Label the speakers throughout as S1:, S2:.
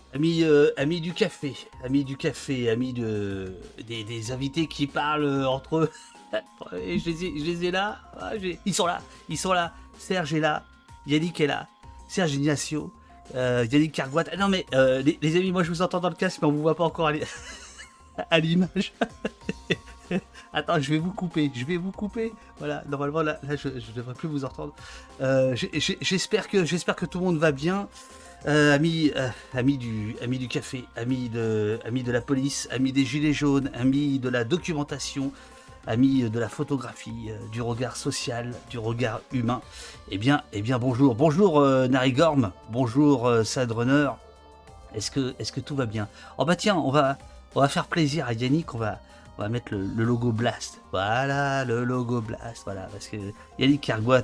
S1: Amis du café, amis des invités qui parlent entre eux. Et je les ai là. Ah, ils sont là. Serge est là, Yannick est là, Serge Ignacio, Yannick Cargoat. Ah non mais les amis, moi je vous entends dans le casque, mais on vous voit pas encore à l'image. Attends, je vais vous couper. Voilà, normalement là je devrais plus vous entendre. J'espère que tout le monde va bien. Amis du café, amis de la police, amis des gilets jaunes, amis de la documentation, amis de la photographie, du regard social, du regard humain. Bonjour, bonjour Narigorm, bonjour Sadrunner. Est-ce que tout va bien? Oh bah tiens, on va faire plaisir à Yannick, on va mettre le logo Blast. Voilà, le logo Blast, voilà, parce que Yannick Cargoat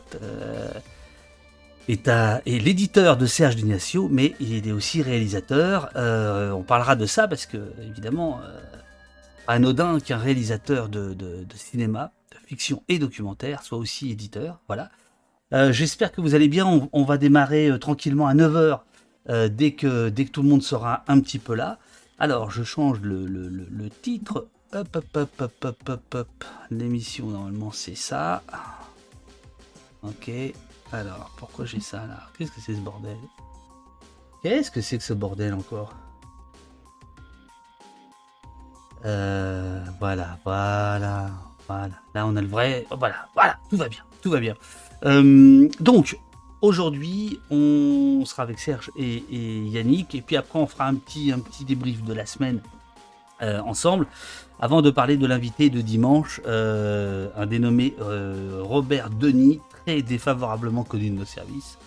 S1: est l'éditeur de Serge Ignacio, mais il est aussi réalisateur. On parlera de ça parce que, évidemment, anodin qu'un réalisateur de cinéma, de fiction et documentaire soit aussi éditeur. Voilà. J'espère que vous allez bien. On va démarrer tranquillement à 9h dès que tout le monde sera un petit peu là. Alors, je change le titre. Hop. L'émission, normalement, c'est ça. Ok. Alors, pourquoi j'ai ça là? Qu'est-ce que c'est ce bordel? Qu'est-ce que c'est que ce bordel encore? Voilà. Là, on a le vrai. Voilà, tout va bien. Donc, aujourd'hui, on sera avec Serge et Yannick, et puis après, on fera un petit débrief de la semaine ensemble, avant de parler de l'invité de dimanche, un dénommé Robert Denis, très défavorablement connu de nos services.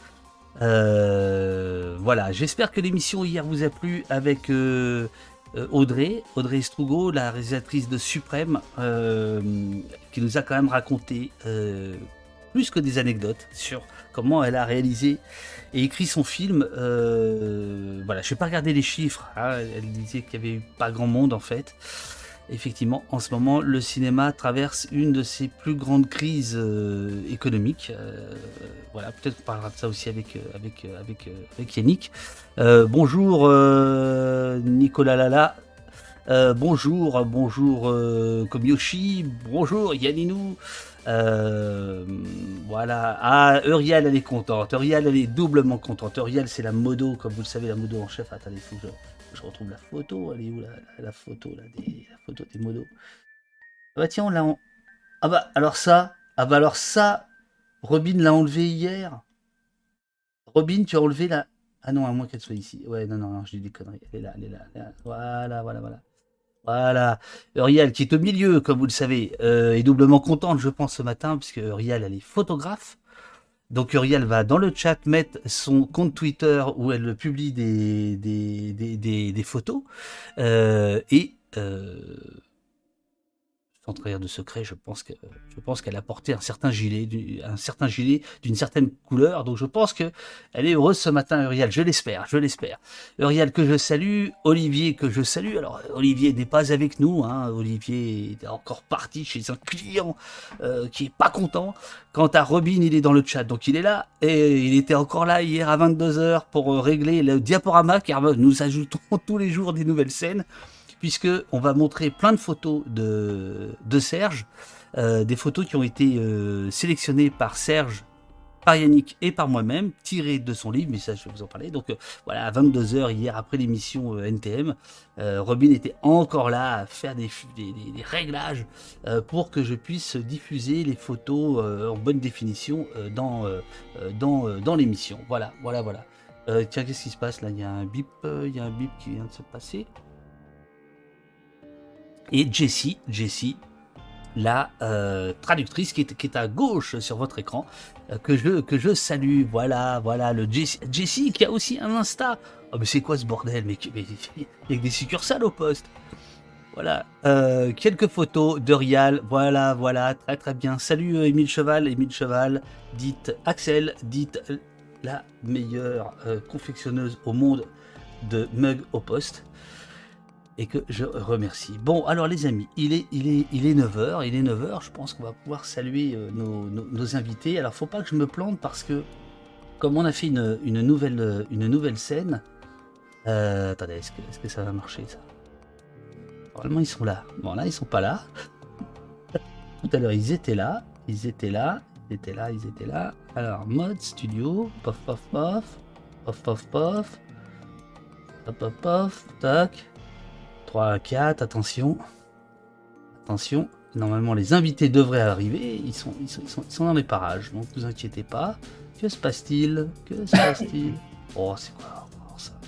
S1: Voilà, j'espère que l'émission hier vous a plu avec Audrey Strugo, la réalisatrice de Suprême, qui nous a quand même raconté plus que des anecdotes sur comment elle a réalisé et écrit son film. Voilà, je n'ai pas regardé les chiffres, hein, elle disait qu'il n'y avait eu pas grand monde en fait. Effectivement, en ce moment, le cinéma traverse une de ses plus grandes crises économiques. Voilà, peut-être qu'on parlera de ça aussi avec Yannick. Bonjour Nicolas Lala. Bonjour Komyoshi. Bonjour Yaninou. Voilà. Ah, Uriel, elle est contente. Uriel, elle est doublement contente. Uriel, c'est la modo, comme vous le savez, la modo en chef. Attendez, il faut que je retrouve la photo. Elle est où la photo là, la photo des modos? Ah bah tiens, on l'a Ah bah alors ça, Robin l'a enlevé hier. Robin, tu as enlevé la... Ah non, à moins qu'elle soit ici. Ouais, non, je dis des conneries. Elle est là, elle est là. Elle est là. Voilà. Voilà. Uriel, qui est au milieu, comme vous le savez, est doublement contente, je pense, ce matin, puisque Uriel, elle est photographe. Donc Uriel va dans le chat mettre son compte Twitter où elle publie des photos. Sans trahir de secret, je pense qu'elle a porté un certain gilet d'une certaine couleur. Donc je pense qu'elle est heureuse ce matin, Uriel. Je l'espère. Uriel que je salue, Olivier que je salue. Alors Olivier n'est pas avec nous, hein. Olivier est encore parti chez un client qui est pas content. Quant à Robin, il est dans le chat, donc il est là. Et il était encore là hier à 22h pour régler le diaporama, car nous ajoutons tous les jours des nouvelles scènes, puisque on va montrer plein de photos de Serge, des photos qui ont été sélectionnées par Serge, par Yannick et par moi-même, tirées de son livre, mais ça je vais vous en parler. Donc voilà, à 22h hier, après l'émission NTM, Robin était encore là à faire des réglages pour que je puisse diffuser les photos en bonne définition dans l'émission. Voilà. Tiens, qu'est-ce qui se passe là? Il y a un bip qui vient de se passer. Et Jessie, la traductrice qui est à gauche sur votre écran, que je salue. Voilà, le Jessie qui a aussi un Insta. Oh mais c'est quoi ce bordel? Mais il y a que des succursales au poste. Voilà, quelques photos de Rial. Voilà, très bien. Salut Émile Cheval, dites Axel, dites la meilleure confectionneuse au monde de mugs au poste, et que je remercie. Bon, alors les amis, il est 9h, je pense qu'on va pouvoir saluer nos invités. Alors, faut pas que je me plante, parce que, comme on a fait une nouvelle scène, Attendez, est-ce que ça va marcher ça? Normalement ils sont là. Bon là ils sont pas là. Tout à l'heure ils étaient là. Ils étaient là. Ils étaient là. Ils étaient là. Alors mode studio. Pof pof pof. Pof pof pof. Pof pof pof. Tac. 3, 4, attention. Attention. Normalement les invités devraient arriver. Ils sont dans les parages. Donc vous inquiétez pas. Que se passe-t-il? Que se passe-t-il? Oh c'est quoi encore ça?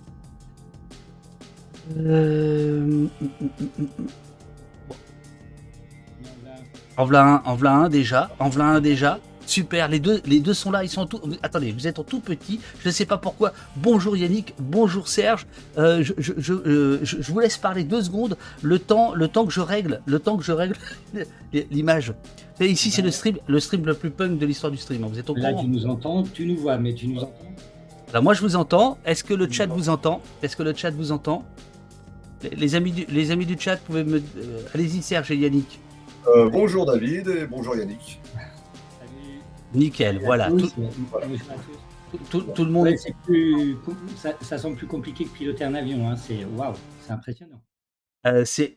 S1: En v'là un déjà. En v'là un déjà. Super, les deux sont là, ils sont tout. Attendez, vous êtes en tout petit, je ne sais pas pourquoi. Bonjour Yannick, bonjour Serge. Je vous laisse parler 2 secondes, le temps que je règle l'image. Ici c'est le stream le plus punk de l'histoire du stream. Vous êtes au courant?
S2: Là tu nous entends, tu nous vois, mais tu nous entends?
S1: Alors moi je vous entends. Est-ce que le chat vous entend? Les amis du chat, pouvez me. Allez-y Serge et Yannick.
S3: Bonjour David et bonjour Yannick.
S2: Salut.
S1: Nickel, voilà. Tout le monde.
S2: Ouais, ça semble plus compliqué que piloter un avion. Hein. C'est waouh, c'est impressionnant.
S1: C'est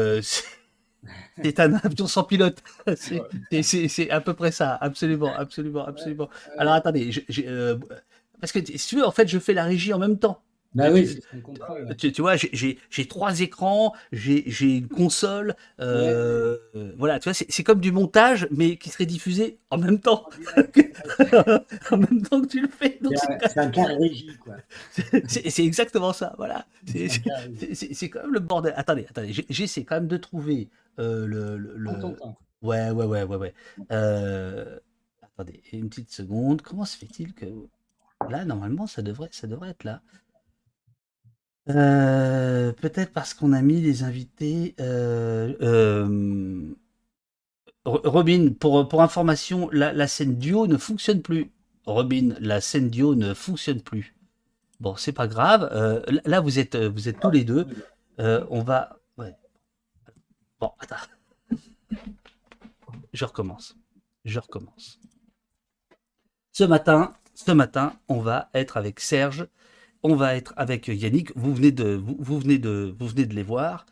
S1: un avion sans pilote. C'est à peu près ça, absolument. Alors attendez, parce que si tu veux, en fait, je fais la régie en même temps.
S2: Bah oui, c'est ce qu'on comprend. Ouais.
S1: Tu vois, j'ai 3 écrans, j'ai une console, voilà, tu vois, c'est comme du montage, mais qui serait diffusé en même temps. En même temps que tu le fais.
S2: C'est un cas régie, quoi.
S1: C'est exactement ça, voilà. C'est quand même le bordel. Attendez, j'essaie quand même de trouver le... Ouais. Attendez, une petite seconde. Comment se fait-il que... Là, normalement, ça devrait être là. Peut-être parce qu'on a mis les invités. Robin, pour information, la scène duo ne fonctionne plus. Robin, la scène duo ne fonctionne plus. Bon, c'est pas grave. Là, vous êtes tous les deux. On va. Ouais. Bon, attends. Je recommence. Ce matin, on va être avec Serge. On va être avec Yannick. Vous venez de les voir.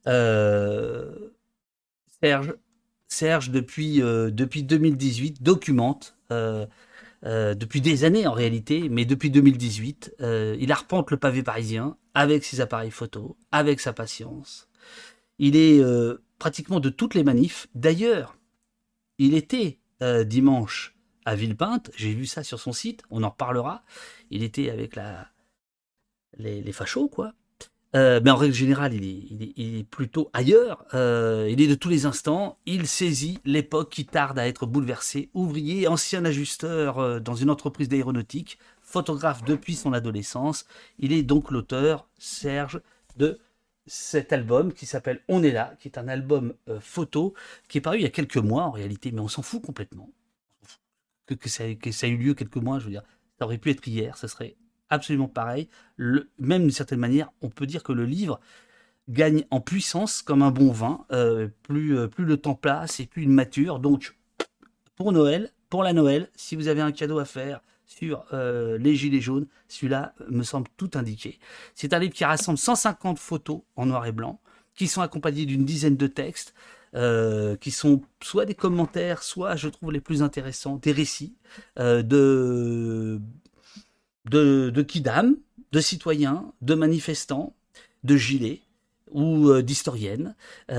S1: Serge depuis 2018 documente. Depuis des années en réalité, mais depuis 2018, il arpente le pavé parisien avec ses appareils photo, avec sa patience. Il est pratiquement de toutes les manifs. D'ailleurs, il était dimanche à Villepinte, j'ai vu ça sur son site, on en reparlera. Il était avec les fachos, quoi. Mais en règle générale, il est plutôt ailleurs. Il est de tous les instants. Il saisit l'époque qui tarde à être bouleversée. Ouvrier, ancien ajusteur dans une entreprise d'aéronautique, photographe depuis son adolescence. Il est donc l'auteur, Serge, de cet album qui s'appelle On est là, qui est un album photo qui est paru il y a quelques mois en réalité, mais on s'en fout complètement. Que ça ait eu lieu quelques mois, je veux dire, ça aurait pu être hier, ça serait absolument pareil. Même d'une certaine manière, on peut dire que le livre gagne en puissance comme un bon vin. Plus le temps passe et plus il mature. Donc, pour Noël, pour la Noël, si vous avez un cadeau à faire sur les Gilets jaunes, celui-là me semble tout indiqué. C'est un livre qui rassemble 150 photos en noir et blanc, qui sont accompagnées d'une dizaine de textes, qui sont soit des commentaires, soit, je trouve, les plus intéressants, des récits de kidam, de citoyens, de manifestants, de gilets ou d'historiennes,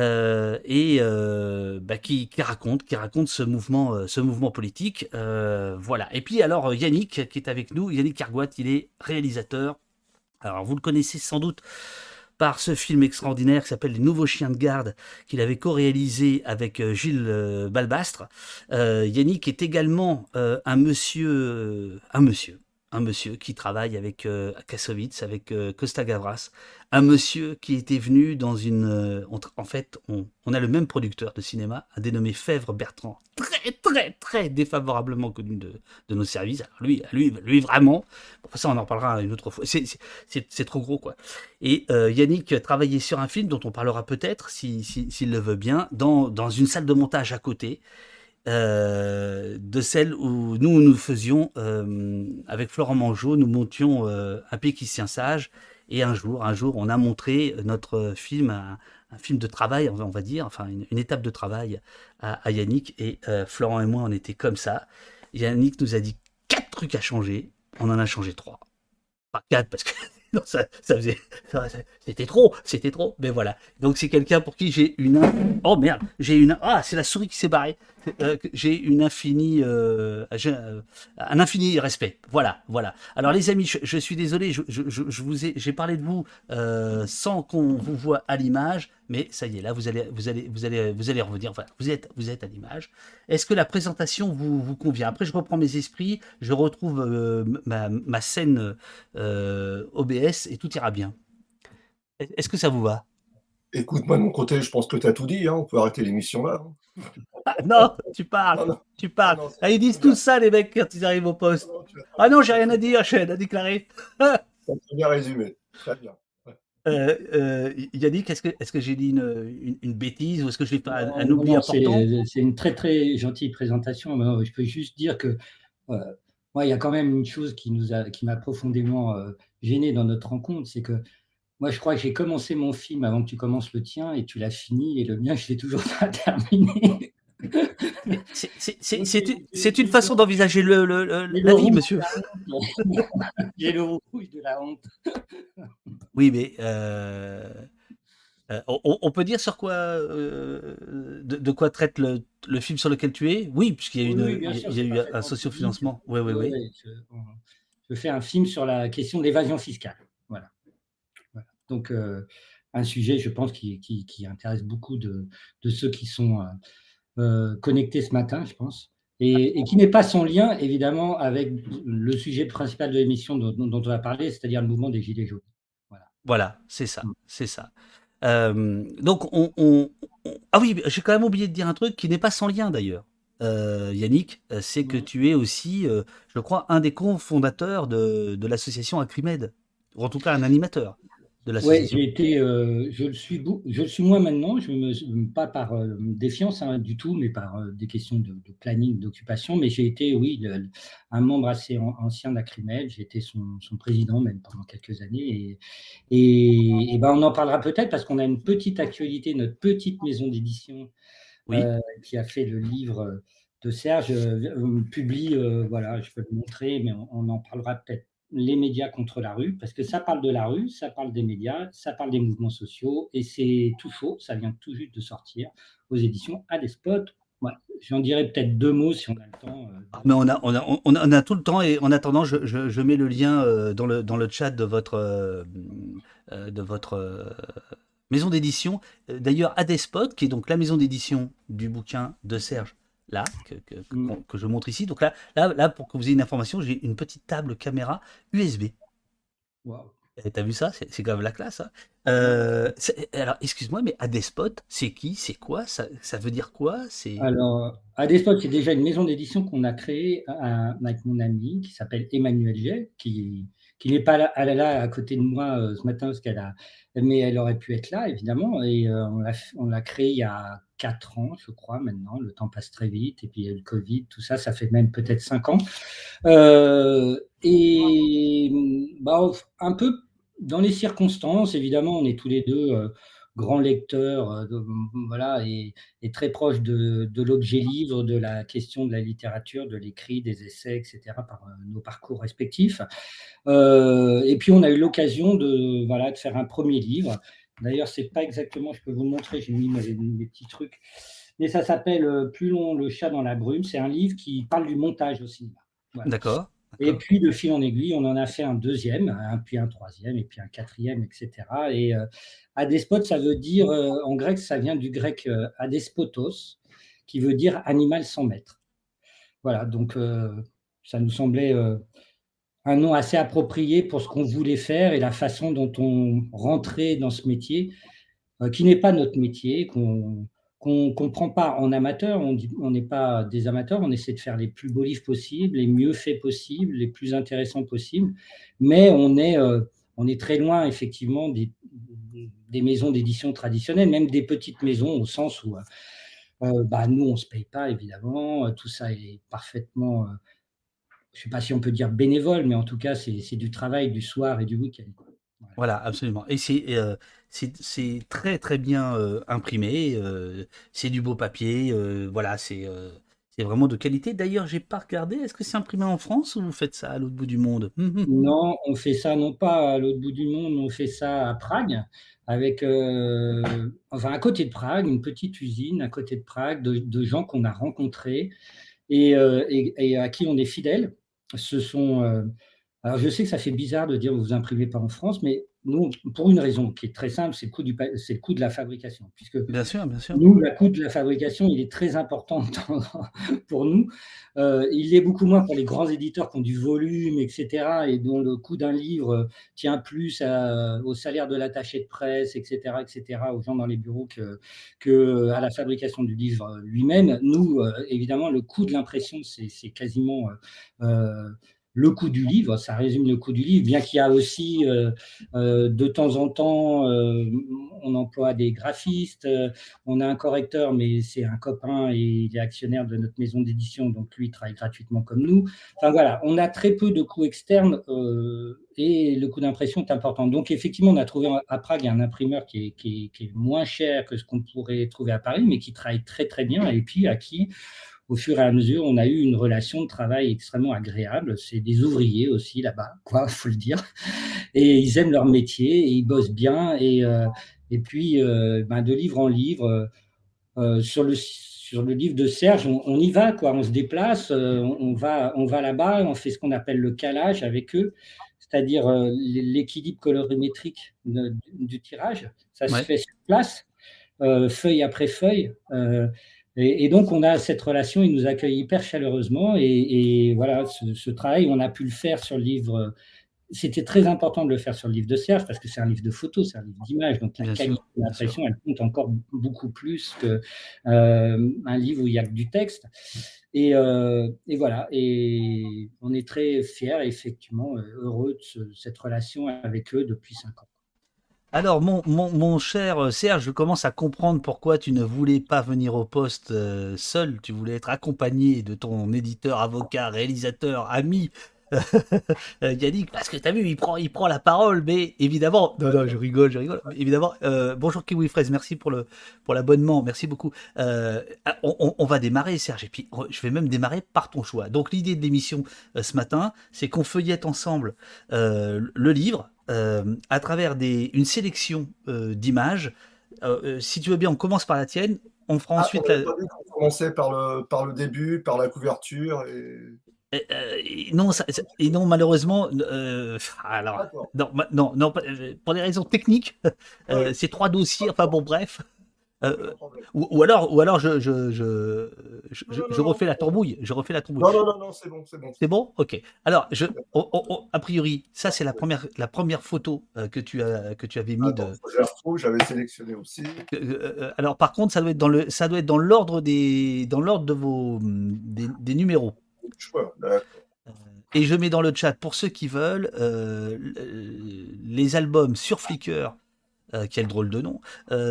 S1: qui racontent ce mouvement politique. Voilà. Et puis alors Yannick qui est avec nous, Yannick Cargoat, il est réalisateur. Alors vous le connaissez sans doute par ce film extraordinaire qui s'appelle Les Nouveaux Chiens de Garde, qu'il avait co-réalisé avec Gilles Balbastre. Yannick est également un monsieur qui travaille avec Kassovitz, avec Costa Gavras, un monsieur qui était venu dans une... en fait, on a le même producteur de cinéma, un dénommé Fèvre Bertrand, très, très, très défavorablement connu de nos services. Alors lui vraiment, bon, ça on en parlera une autre fois, c'est trop gros, quoi. Et Yannick travaillait sur un film dont on parlera peut-être, s'il le veut bien, dans une salle de montage à côté, de celle où nous faisions avec Florent Mangeot, nous montions Un péquicien sage, Et un jour, on a montré notre film, un film de travail, on va dire, enfin une étape de travail à Yannick. Et Florent et moi, on était comme ça. Yannick nous a dit 4 trucs à changer. On en a changé 3. Pas 4 parce que non, ça faisait, c'était trop, c'était trop. Mais voilà. Donc c'est quelqu'un pour qui j'ai oh merde, ah, c'est la souris qui s'est barrée. J'ai un infini respect. Voilà, voilà. Alors les amis, je suis désolé, j'ai parlé de vous sans qu'on vous voit à l'image, mais ça y est, là vous allez revenir. Enfin, vous êtes à l'image. Est-ce que la présentation vous convient? Après, je reprends mes esprits, je retrouve ma scène OBS et tout ira bien. Est-ce que ça vous va?
S3: Écoute, moi de mon côté, je pense que tu as tout dit, hein. On peut arrêter l'émission là, hein.
S1: Ah, non, tu parles,
S3: Non, non,
S1: tu
S3: non,
S1: parles.
S3: non,
S1: Ah, ils
S3: c'est
S1: disent
S3: très
S1: tout
S3: bien.
S1: ça, les mecs, quand ils arrivent au
S3: Non,
S1: poste.
S3: non, tu as très
S1: Ah
S3: bien,
S1: non, j'ai
S3: tu as
S1: rien à
S3: très,
S1: dire, j'ai rien à déclarer.
S3: t'as très bien résumé. Très bien. Ouais.
S1: Yannick, est-ce que j'ai dit une bêtise ou est-ce que j'ai fait un
S2: Non,
S1: oubli
S2: non,
S1: important?
S2: c'est une très très gentille présentation. Mais, je peux juste dire que euh, moi, il y a quand même une chose qui m'a profondément gêné dans notre rencontre, c'est que moi, je crois que j'ai commencé mon film avant que tu commences le tien et tu l'as fini et le mien, je l'ai toujours pas terminé.
S1: Mais
S2: Donc,
S1: c'est une façon d'envisager
S2: j'ai le
S1: la vie,
S2: rouge
S1: monsieur.
S2: de la honte. J'ai le rouge de la honte.
S1: Oui, mais on peut dire sur quoi, de quoi traite le film sur lequel tu es? Oui, puisqu'il y a
S2: Oui, oui, bien sûr,
S1: il y a
S2: c'est
S1: eu un
S2: parfaitement public.
S1: sociofinancement. Oui, oui,
S2: Oui,
S1: oui.
S2: oui, je fais un film sur la question de l'évasion fiscale. Voilà. Voilà. Donc, un sujet, je pense, qui intéresse beaucoup de ceux qui sont connectés ce matin, je pense, et qui n'est pas sans lien, évidemment, avec le sujet principal de l'émission dont on va parler, c'est-à-dire le mouvement des Gilets jaunes. Voilà.
S1: Voilà, c'est ça,
S2: Mm.
S1: c'est ça. Donc ah oui, j'ai quand même oublié de dire un truc qui n'est pas sans lien d'ailleurs. Yannick, c'est que
S2: Mm.
S1: tu es aussi, je crois, un des cofondateurs de l'association Acrimed, ou en tout cas un animateur de
S2: Ouais,
S1: l'association.
S2: je le suis moins maintenant, pas par défiance hein, du tout, mais par des questions de planning, d'occupation. Mais j'ai été, oui, un membre assez ancien d'Acrimel. J'ai été son président même pendant quelques années. Et ben, on en parlera peut-être parce qu'on a une petite actualité, notre petite maison d'édition
S1: Oui,
S2: qui a fait le livre de Serge, publie, voilà, je peux le montrer, mais on en parlera peut-être. Les médias contre la rue, parce que ça parle de la rue, ça parle des médias, ça parle des mouvements sociaux, et c'est tout chaud, ça vient tout juste de sortir aux éditions Adespot. Ouais, j'en dirai peut-être deux mots si on a le temps.
S1: ah, mais on a tout le temps et en attendant, je mets le lien dans le chat de votre maison d'édition. D'ailleurs, Adespot, qui est donc la maison d'édition du bouquin de Serge, là,
S2: Mm.
S1: que je montre ici. Donc là, pour que vous ayez une information, j'ai une petite table caméra USB.
S2: Waouh.
S1: T'as vu ça? C'est quand même la classe, hein.
S2: Ouais.
S1: Alors, excuse-moi, mais Adespot, c'est qui? C'est quoi? Ça veut dire quoi? C'est...
S2: Alors, Adespot, c'est déjà une maison d'édition qu'on a créée avec mon ami qui s'appelle Emmanuel Jay, qui n'est pas là, elle est là à côté de moi ce matin, mais elle aurait pu être là, évidemment. Et on l'a créée il y a 4 ans, je crois, maintenant. Le temps passe très vite. Et puis, il y a eu le Covid, tout ça, ça fait même peut-être 5 ans. Et bah, un peu dans les circonstances, évidemment, on est tous les deux grands lecteurs, voilà, et très proches de l'objet livre, de la question de la littérature, de l'écrit, des essais, etc., par nos parcours respectifs. Et puis, on a eu l'occasion voilà, de faire un premier livre. D'ailleurs, c'est pas exactement, je peux vous le montrer, j'ai mis mes petits trucs, mais ça s'appelle Plus long le chat dans la brume. C'est un livre qui parle du montage au cinéma. Voilà.
S1: D'accord,
S2: Et
S1: d'accord.
S2: puis, de fil en aiguille, on en a fait un deuxième, puis un troisième, et puis un quatrième, etc. Et adespot, ça veut dire, en grec, ça vient du grec adespotos, qui veut dire animal sans maître. Voilà, donc ça nous semblait un nom assez approprié pour ce qu'on voulait faire et la façon dont on rentrait dans ce métier, qui n'est pas notre métier, qu'on prend pas en amateur, on n'est pas des amateurs, on essaie de faire les plus beaux livres possibles, les mieux faits possibles, les plus intéressants possibles, mais on est très loin effectivement des maisons d'édition traditionnelles, même des petites maisons au sens où bah, nous, on ne se paye pas évidemment, tout ça est parfaitement, je ne sais pas si on peut dire bénévole, mais en tout cas, c'est du travail du soir et du week-end, quoi. Voilà.
S1: Voilà, absolument. Et c'est très très bien imprimé. C'est du beau papier. Voilà, c'est vraiment de qualité. D'ailleurs, j'ai pas regardé. Est-ce que c'est imprimé en France ou vous faites ça à l'autre bout du monde?
S2: Non, on fait ça non pas à l'autre bout du monde, on fait ça à Prague, avec, enfin à côté de Prague, une petite usine à côté de Prague, de gens qu'on a rencontrés et à qui on est fidèle. Ce sont, alors je sais que ça fait bizarre de dire: «Vous imprimez pas en France», mais nous, pour une raison qui est très simple, c'est le coût de la fabrication. Puisque
S1: Bien sûr, bien sûr.
S2: nous, le coût de la fabrication, il est très important pour nous. Il l'est beaucoup moins pour les grands éditeurs qui ont du volume, et cetera, et dont le coût d'un livre tient plus au salaire de l'attaché de presse, et cetera, aux gens dans les bureaux qu'à la fabrication du livre lui-même. Nous, évidemment, le coût de l'impression, c'est quasiment le coût du livre. Ça résume le coût du livre, bien qu'il y a aussi de temps en temps, on emploie des graphistes, on a un correcteur, mais c'est un copain et il est actionnaire de notre maison d'édition, donc lui, il travaille gratuitement comme nous. Enfin voilà, on a très peu de coûts externes et le coût d'impression est important. Donc effectivement, on a trouvé à Prague un imprimeur qui est moins cher que ce qu'on pourrait trouver à Paris, mais qui travaille très très bien et puis à qui, au fur et à mesure, on a eu une relation de travail extrêmement agréable. C'est des ouvriers aussi là-bas, quoi, faut le dire. Et ils aiment leur métier et ils bossent bien. Et puis, ben, de livre en livre, sur le livre de Serge, on y va, quoi. On se déplace, on va là-bas, on fait ce qu'on appelle le calage avec eux, c'est-à-dire l'équilibre colorimétrique du tirage. Ça se
S1: Ouais.
S2: fait sur place, feuille après feuille. Et donc, on a cette relation, il nous accueille hyper chaleureusement. Et voilà, ce travail, on a pu le faire sur le livre. C'était très important de le faire sur le livre de Serge parce que c'est un livre de photos, c'est un livre d'images, donc la
S1: Bien
S2: qualité
S1: sûr,
S2: de
S1: bien sûr.
S2: l'impression, elle compte encore beaucoup plus que un livre où il y a que du texte. Et voilà, et on est très fiers et effectivement heureux de cette relation avec eux depuis 5 ans.
S1: Alors, mon cher Serge, je commence à comprendre pourquoi tu ne voulais pas venir au poste seul. Tu voulais être accompagné de ton éditeur, avocat, réalisateur, ami, Yannick, parce que tu as vu, il prend la parole, mais évidemment, non, non, je rigole, mais évidemment, bonjour Kiwi Fraise, merci pour l'abonnement, merci beaucoup. On va démarrer, Serge, et puis je vais même démarrer par ton choix. Donc, l'idée de l'émission ce matin, c'est qu'on feuillette ensemble le livre à travers une sélection d'images. Si tu veux bien, on commence par la tienne. On fera
S3: Ah, on
S1: ensuite
S3: n'avait pas dit qu'on commençait par le début, par la couverture et
S1: non, et non, malheureusement, alors,
S3: d'accord.
S1: non, non, non, pour des raisons techniques,
S3: Oui, oui,
S1: c'est trois dossiers. Enfin bon, bref.
S3: aucun
S1: Euh,
S3: problème.
S1: ou alors
S3: Non, non, non,
S1: je
S3: non.
S1: refais la tambouille. Je refais la tambouille.
S3: Non, non, non, non, c'est bon, c'est bon,
S1: C'est
S3: c'est bon.
S1: bon? Ok. Alors, a priori, ça c'est la première photo que tu avais mis
S3: Attends,
S1: de.
S3: faut que je la retrouve, j'avais sélectionné aussi.
S1: Alors, par contre, ça doit être dans l'ordre de des numéros.
S3: Choix, d'accord.
S1: Et je mets dans le chat pour ceux qui veulent les albums sur Flickr, quel drôle de nom,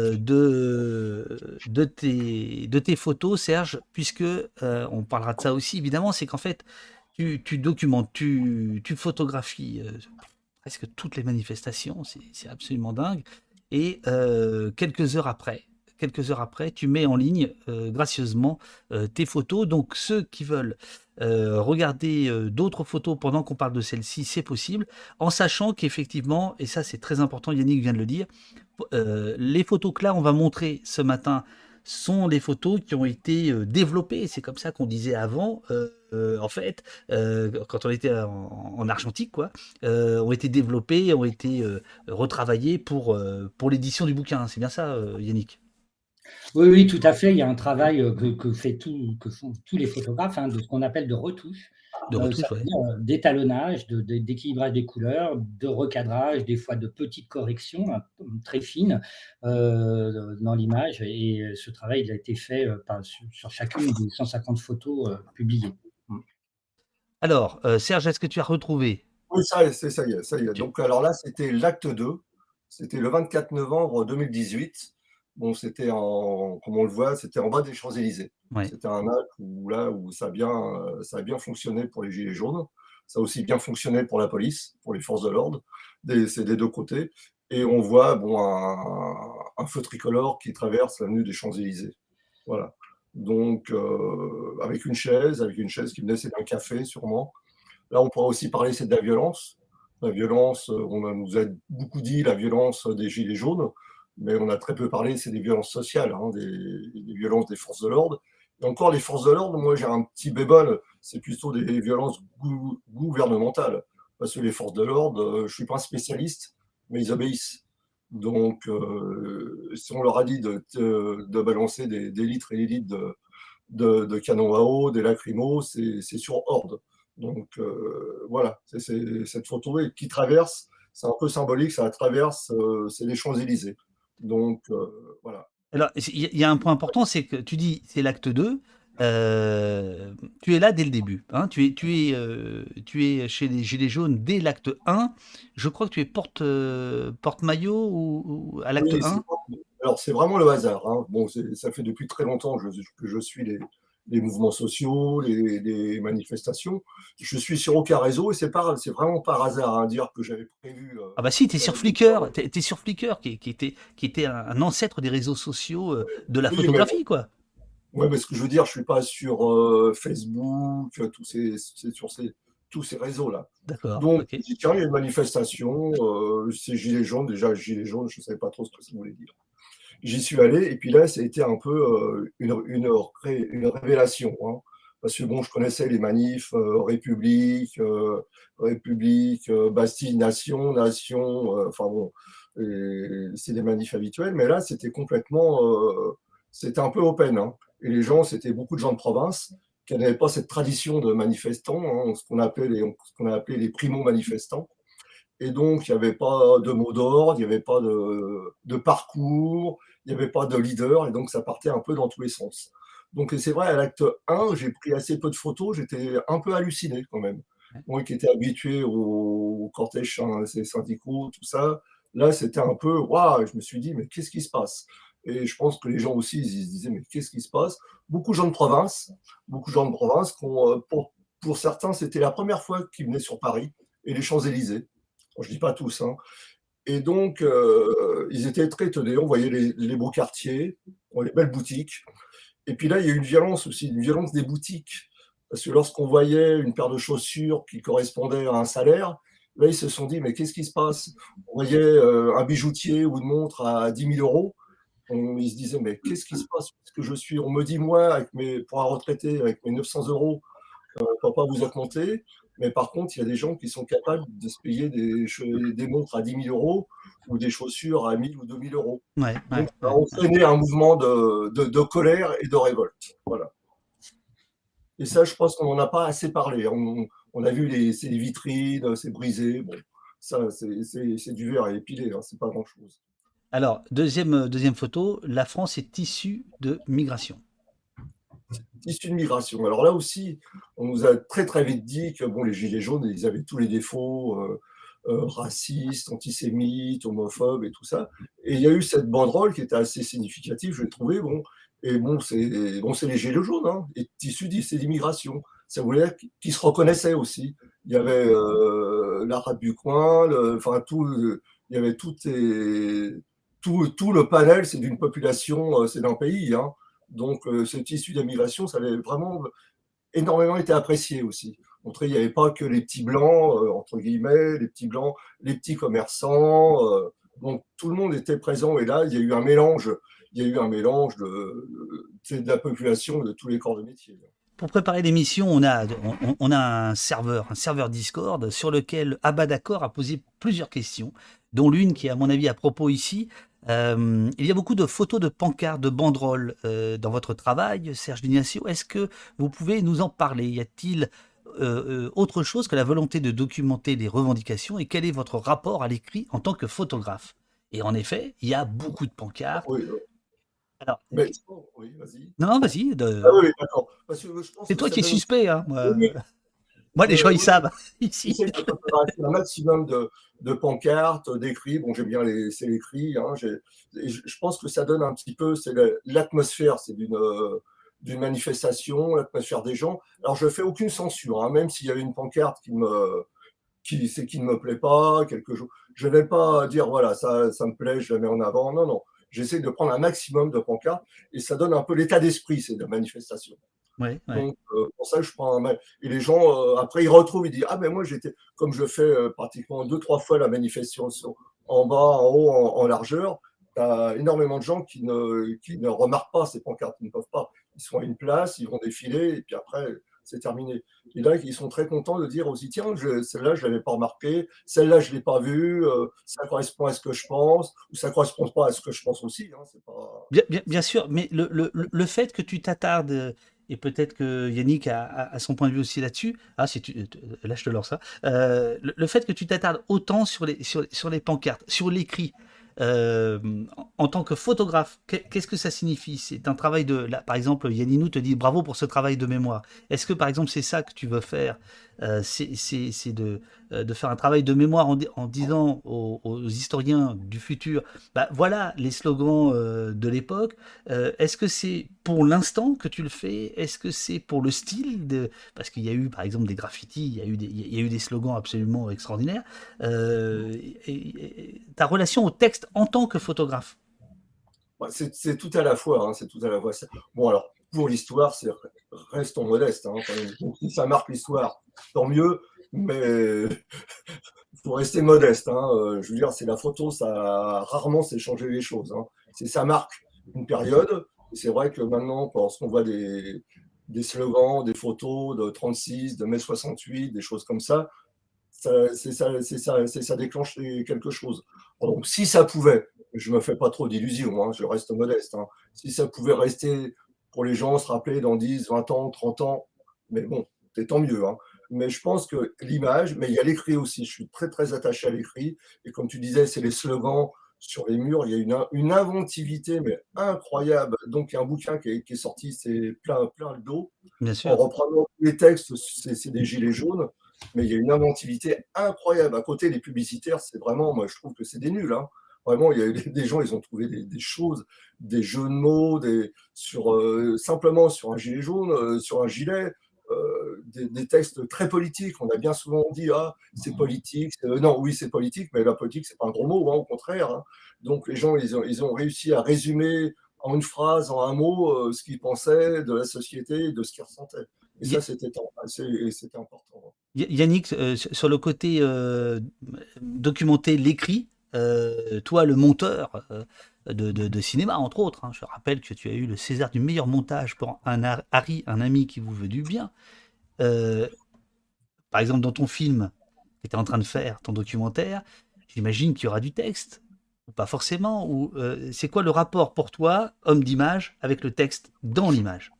S1: de tes photos, Serge, puisque on parlera de ça aussi, évidemment, c'est qu'en fait, tu documentes, tu photographies presque toutes les manifestations, c'est absolument dingue. Et quelques heures après, tu mets en ligne gracieusement tes photos. Donc ceux qui veulent regarder d'autres photos pendant qu'on parle de celle-ci, c'est possible, en sachant qu'effectivement, et ça c'est très important, Yannick vient de le dire, les photos que là on va montrer ce matin sont des photos qui ont été développées. C'est comme ça qu'on disait avant, en fait, quand on était en argentique, quoi, ont été développées, ont été retravaillées pour l'édition du bouquin. C'est bien ça, Yannick?
S2: Oui, oui, tout à fait. Il y a un travail que font tous les photographes, hein, de ce qu'on appelle de retouche.
S1: De
S2: Ça
S1: retouche,
S2: veut
S1: ouais.
S2: dire d'étalonnage, d'équilibrage des couleurs, de recadrage, des fois de petites corrections hein, très fines dans l'image. Et ce travail, il a été fait sur chacune des 150 photos publiées. Mm.
S1: Alors, Serge, est-ce que tu as retrouvé?
S3: Oui, ça y est, ça y est.
S1: Ok.
S3: Donc alors là, c'était l'acte 2. C'était le 24 novembre 2018. Bon, c'était comme on le voit, c'était en bas des Champs-Élysées.
S1: Ouais.
S3: C'était un acte où là où ça a bien fonctionné pour les gilets jaunes. Ça a aussi bien fonctionné pour la police, pour les forces de l'ordre. C'est des deux côtés. Et on voit un feu tricolore qui traverse l'avenue des Champs-Élysées. Voilà. Donc, avec une chaise qui venait, c'est d'un café sûrement. Là, on pourrait aussi parler, c'est de la violence. La violence, nous a beaucoup dit la violence des Gilets jaunes, mais on a très peu parlé, c'est des violences sociales, des violences des forces de l'ordre. Et encore, les forces de l'ordre, moi j'ai un petit bémol, c'est plutôt des violences gouvernementales. Parce que les forces de l'ordre, je ne suis pas un spécialiste, mais ils obéissent. Donc, si on leur a dit de balancer des litres et des litres de canons à eau, des lacrymos, c'est sur ordre. Donc voilà, c'est cette photo qui traverse, c'est un peu symbolique, ça traverse, c'est les Champs-Élysées. Donc voilà.
S1: Alors, il y a un point important, c'est que tu dis c'est l'acte 2. Tu es là dès le début. Hein, tu es chez les Gilets jaunes dès l'acte 1. Je crois que tu es porte-maillot ou à l'acte
S3: Oui,
S1: 1.
S3: alors c'est vraiment le hasard. Hein. Bon, ça fait depuis très longtemps que je suis les mouvements sociaux, les manifestations. Je suis sur aucun réseau et c'est vraiment par hasard, hein, dire que j'avais prévu.
S1: Ah bah si, t'es sur Flickr, t'es sur Flickr qui était un ancêtre des réseaux sociaux de la
S3: Oui, mais
S1: photographie, quoi.
S3: ouais, mais ce que je veux dire, je suis pas sur Facebook, tous ces réseaux-là.
S1: D'accord,
S3: Donc,
S1: ok.
S3: je dis, tiens, il y a une manifestation, c'est Gilets jaunes, déjà, Gilets jaunes, je ne savais pas trop ce que ça voulait dire. J'y suis allé, et puis là, ça a été un peu une révélation. Hein, parce que bon, je connaissais les manifs République, Bastille, Nation, enfin bon, c'est des manifs habituels, mais là, c'était un peu open. Hein, et les gens, c'était beaucoup de gens de province qui n'avaient pas cette tradition de manifestants, hein, ce qu'on a appelé les primo-manifestants. Et donc, il n'y avait pas de mot d'ordre, il n'y avait pas de parcours, il n'y avait pas de leader, et donc ça partait un peu dans tous les sens. Donc, c'est vrai, à l'acte 1, j'ai pris assez peu de photos, j'étais un peu halluciné quand même. Moi qui étais habitué au cortège syndicaux, tout ça, là, c'était un peu, waouh, je me suis dit, mais qu'est-ce qui se passe? Et je pense que les gens aussi, ils se disaient, mais qu'est-ce qui se passe? Beaucoup de gens de province, pour certains, c'était la première fois qu'ils venaient sur Paris et les Champs-Élysées. Je ne dis pas tous. Hein. Et donc, ils étaient très étonnés. On voyait les beaux quartiers, les belles boutiques. Et puis là, il y a une violence aussi, une violence des boutiques. Parce que lorsqu'on voyait une paire de chaussures qui correspondait à un salaire, là, ils se sont dit, mais qu'est-ce qui se passe? On voyait un bijoutier ou une montre à 10 000 euros. Ils se disaient, mais qu'est-ce qui se passe? Parce que on me dit, moi, pour un retraité, avec mes 900 euros, papa, vous êtes monté. Mais par contre, il y a des gens qui sont capables de se payer des montres à 10 000 euros ou des chaussures à 1 000 ou 2 000 euros.
S1: Ouais,
S3: donc, ça a entraîné un mouvement de colère et de révolte. Voilà. Et ça, je pense qu'on n'en a pas assez parlé. On a vu c'est les vitrines, c'est brisé. Bon, ça, c'est du verre à épiler, hein, c'est pas grand-chose.
S1: Alors, deuxième photo, la France est issue de migration.
S3: Issue de migration. Alors là aussi, on nous a très très vite dit que bon, les Gilets jaunes, ils avaient tous les défauts, racistes, antisémites, homophobes et tout ça. Et il y a eu cette banderole qui était assez significative, je l'ai trouvé. Bon, et bon, c'est les Gilets jaunes, hein, issus d'immigration. Ça voulait dire qu'ils se reconnaissaient aussi. Il y avait l'arabe du coin, il y avait tout le panel, c'est d'une population, c'est d'un pays, hein. Donc, cette issue d'immigration, ça avait vraiment énormément été apprécié aussi. Montrer il n'y avait pas que les petits blancs, entre guillemets, les petits blancs, les petits commerçants. Donc, tout le monde était présent. Et là, il y a eu un mélange de la population de tous les corps de métier.
S1: Pour préparer l'émission, on a un serveur Discord sur lequel Abadakor a posé plusieurs questions, dont l'une qui est à mon avis à propos ici. Il y a beaucoup de photos de pancartes, de banderoles dans votre travail, Serge D'Ignacio. Est-ce que vous pouvez nous en parler? Y a-t-il autre chose que la volonté de documenter les revendications et quel est votre rapport à l'écrit en tant que photographe? Et en effet, il y a beaucoup de pancartes.
S3: Oui,
S1: alors,
S3: mais, oui, vas-y.
S1: Non, vas-y.
S3: Ah oui, d'accord.
S1: C'est toi qui es suspect, hein, moi.
S3: Oui.
S1: Moi, les gens, ils savent. Ici.
S3: J'essaie de photographier un maximum de pancartes, d'écrits. Bon, j'aime bien c'est l'écrit. Hein, je pense que ça donne un petit peu, c'est l'atmosphère. d'une manifestation, l'atmosphère des gens. Alors, je ne fais aucune censure, hein, même s'il y avait une pancarte qui ne me plaît pas, quelque chose. Je ne vais pas dire, voilà, ça me plaît, je la mets en avant. Non, non. J'essaie de prendre un maximum de pancartes et ça donne un peu l'état d'esprit, c'est de la manifestation.
S1: Ouais.
S3: Donc, pour ça, je prends un. Et les gens, après, ils retrouvent, ils disent, ah, ben moi, comme je fais pratiquement 2-3 fois la manifestation en bas, en haut, en largeur, tu as énormément de gens qui ne remarquent pas ces pancartes, ils ne peuvent pas. Ils sont à une place, ils vont défiler, et puis après, c'est terminé. Et là, ils sont très contents de dire aussi, tiens, celle-là, je ne l'avais pas remarquée, celle-là, je ne l'ai pas vue, ça correspond à ce que je pense, ou ça ne correspond pas à ce que je pense aussi. Hein, c'est pas...
S1: Bien sûr, mais le fait que tu t'attardes, et peut-être que Yannick a son point de vue aussi là-dessus, là je te lance ça, le fait que tu t'attardes autant sur les pancartes, sur l'écrit, en tant que photographe, qu'est-ce que ça signifie? C'est un travail là, par exemple, Yanninou te dit bravo pour ce travail de mémoire. Est-ce que par exemple c'est ça que tu veux faire? C'est de faire un travail de mémoire en disant aux historiens du futur, bah, voilà les slogans de l'époque. Est-ce que c'est pour l'instant que tu le fais? Est-ce que c'est pour le style parce qu'il y a eu par exemple des graffitis, il y a eu des slogans absolument extraordinaires. Et ta relation au texte en tant que photographe?
S3: C'est tout à la fois. Hein, c'est tout à la fois. Bon, alors, pour l'histoire, restons modestes. Hein, quand même. Donc, si ça marque l'histoire, tant mieux, mais il faut rester modeste. Hein. Je veux dire, c'est la photo, ça rarement c'est changer les choses. Hein. Ça marque une période. Et c'est vrai que maintenant, lorsqu'on voit des slogans, des photos de 36, de mai 68, des choses comme ça, ça déclenche quelque chose. Donc, si ça pouvait, je ne me fais pas trop d'illusions, hein, je reste modeste. Hein. Si ça pouvait rester pour les gens, se rappeler dans 10, 20 ans, 30 ans, mais bon, c'est tant mieux. Hein. Mais je pense que l'image, mais il y a l'écrit aussi. Je suis très, très attaché à l'écrit. Et comme tu disais, c'est les slogans sur les murs. Il y a une inventivité, mais incroyable. Donc, il y a un bouquin qui est sorti, c'est plein le dos.
S1: Bien sûr.
S3: En reprenant les textes, c'est des gilets jaunes. Mais il y a une inventivité incroyable. À côté, les publicitaires, c'est vraiment, moi, je trouve que c'est des nuls. Hein. Vraiment, il y a des gens, ils ont trouvé des choses, des jeux de mots, simplement sur un gilet jaune, sur un gilet, des textes très politiques. On a bien souvent dit, ah, c'est politique. Non, oui, c'est politique, mais la politique, c'est pas un gros mot, hein, au contraire. Hein. Donc, les gens, ils ont réussi à résumer en une phrase, en un mot, ce qu'ils pensaient de la société et de ce qu'ils ressentaient. Et ça, c'était important.
S1: Yannick, sur le côté documenter l'écrit, toi, le monteur de cinéma, entre autres, hein, je rappelle que tu as eu le César du meilleur montage pour Harry, un ami qui vous veut du bien. Par exemple, dans ton film que tu es en train de faire, ton documentaire, j'imagine qu'il y aura du texte, ou pas forcément. Ou c'est quoi le rapport pour toi, homme d'image, avec le texte dans l'image?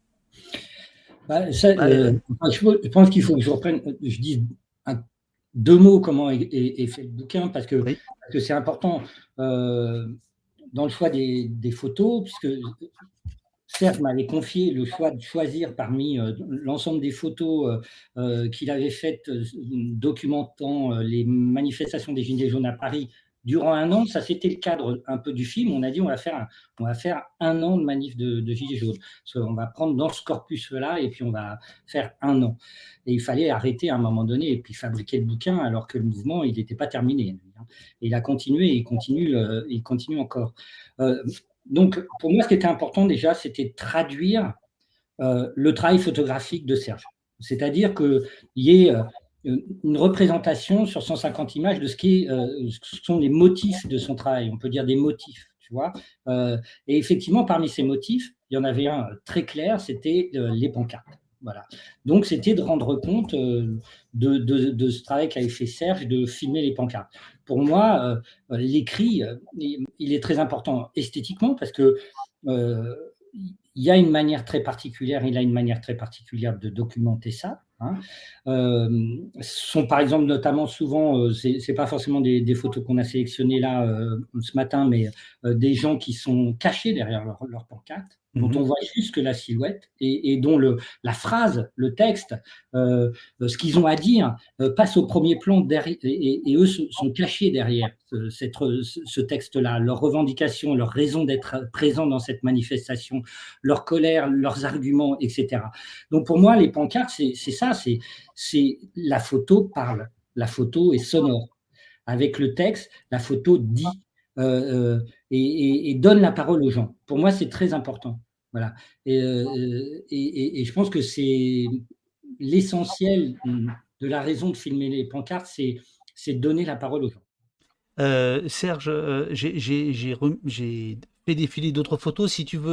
S2: Je pense qu'il faut que je dise 2 mots comment est fait le bouquin, parce que c'est important dans le choix des photos, puisque Serge m'avait confié le choix de choisir parmi l'ensemble des photos qu'il avait faites documentant les manifestations des Gilets jaunes à Paris durant 1 an. Ça, c'était le cadre un peu du film. On a dit on va faire 1 an de manif de Gilets jaunes. On va prendre dans ce corpus-là et puis on va faire 1 an. Et il fallait arrêter à un moment donné et puis fabriquer le bouquin alors que le mouvement, il n'était pas terminé. Et il a continué et il continue encore. Donc, pour moi, ce qui était important déjà, c'était de traduire le travail photographique de Serge. C'est-à-dire qu'il y ait une représentation sur 150 images de ce sont les motifs de son travail. On peut dire des motifs, tu vois. Et effectivement, parmi ces motifs, il y en avait un très clair, c'était les pancartes. Voilà. Donc, c'était de rendre compte de ce travail qu'avait fait Serge, de filmer les pancartes. Pour moi, l'écrit, il est très important esthétiquement parce que il y a une manière très particulière, il a une manière très particulière de documenter ça. hein, sont par exemple notamment souvent, c'est pas forcément des photos qu'on a sélectionnées là ce matin, mais des gens qui sont cachés derrière leur pancarte, dont on voit juste que la silhouette et dont la phrase, le texte, ce qu'ils ont à dire passe au premier plan et eux sont cachés derrière ce texte-là, leurs revendications, leur raison d'être présents dans cette manifestation, leur colère, leurs arguments, etc. Donc pour moi, les pancartes, c'est ça, c'est la photo parle, la photo est sonore. Avec le texte, la photo dit et donne la parole aux gens. Pour moi, c'est très important. Voilà. Et je pense que c'est l'essentiel de la raison de filmer les pancartes, c'est donner la parole aux gens.
S1: Serge, j'ai fait défiler d'autres photos. Si tu veux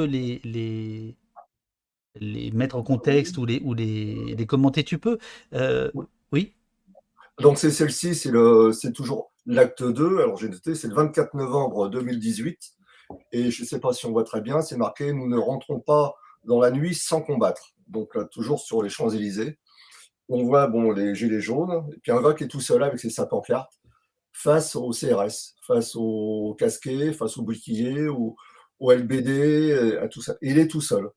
S1: les mettre en contexte ou les commenter, tu peux. Oui.
S3: Donc c'est celle-ci, c'est toujours l'acte 2. Alors j'ai noté, c'est le 24 novembre 2018. Et je ne sais pas si on voit très bien, c'est marqué « Nous ne rentrons pas dans la nuit sans combattre ». Donc là, toujours sur les Champs-Élysées. On voit les gilets jaunes, et puis un gars qui est tout seul avec sa pancarte face au CRS, face aux casquets, face aux boucliers, au LBD, à tout ça. Et il est tout seul.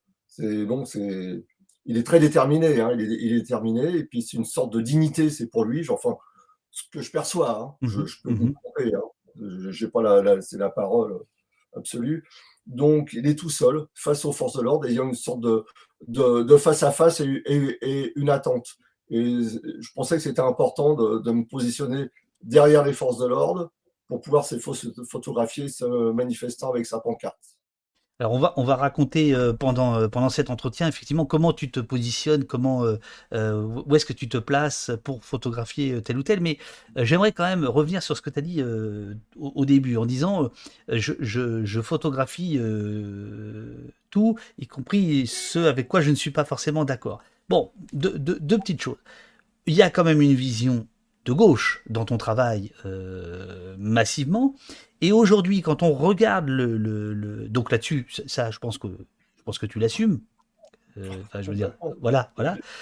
S3: Il est très déterminé, hein, il est déterminé, et puis c'est une sorte de dignité, c'est pour lui, enfin, ce que je perçois, hein, je peux me tromper, hein, j'ai pas c'est la parole absolue. Donc, il est tout seul face aux forces de l'ordre et il y a une sorte de face-à-face et une attente. Et je pensais que c'était important de me positionner derrière les forces de l'ordre pour pouvoir photographier ce manifestant avec sa pancarte.
S1: Alors on va raconter pendant cet entretien effectivement comment tu te positionnes, où est-ce que tu te places pour photographier tel ou tel, mais j'aimerais quand même revenir sur ce que tu as dit au début en disant je photographie tout, y compris ce avec quoi je ne suis pas forcément d'accord. Bon, deux petites choses. Il y a quand même une vision de gauche dans ton travail massivement. Et aujourd'hui, quand on regarde donc là-dessus, ça, je pense que tu l'assumes. Enfin, je veux dire, voilà.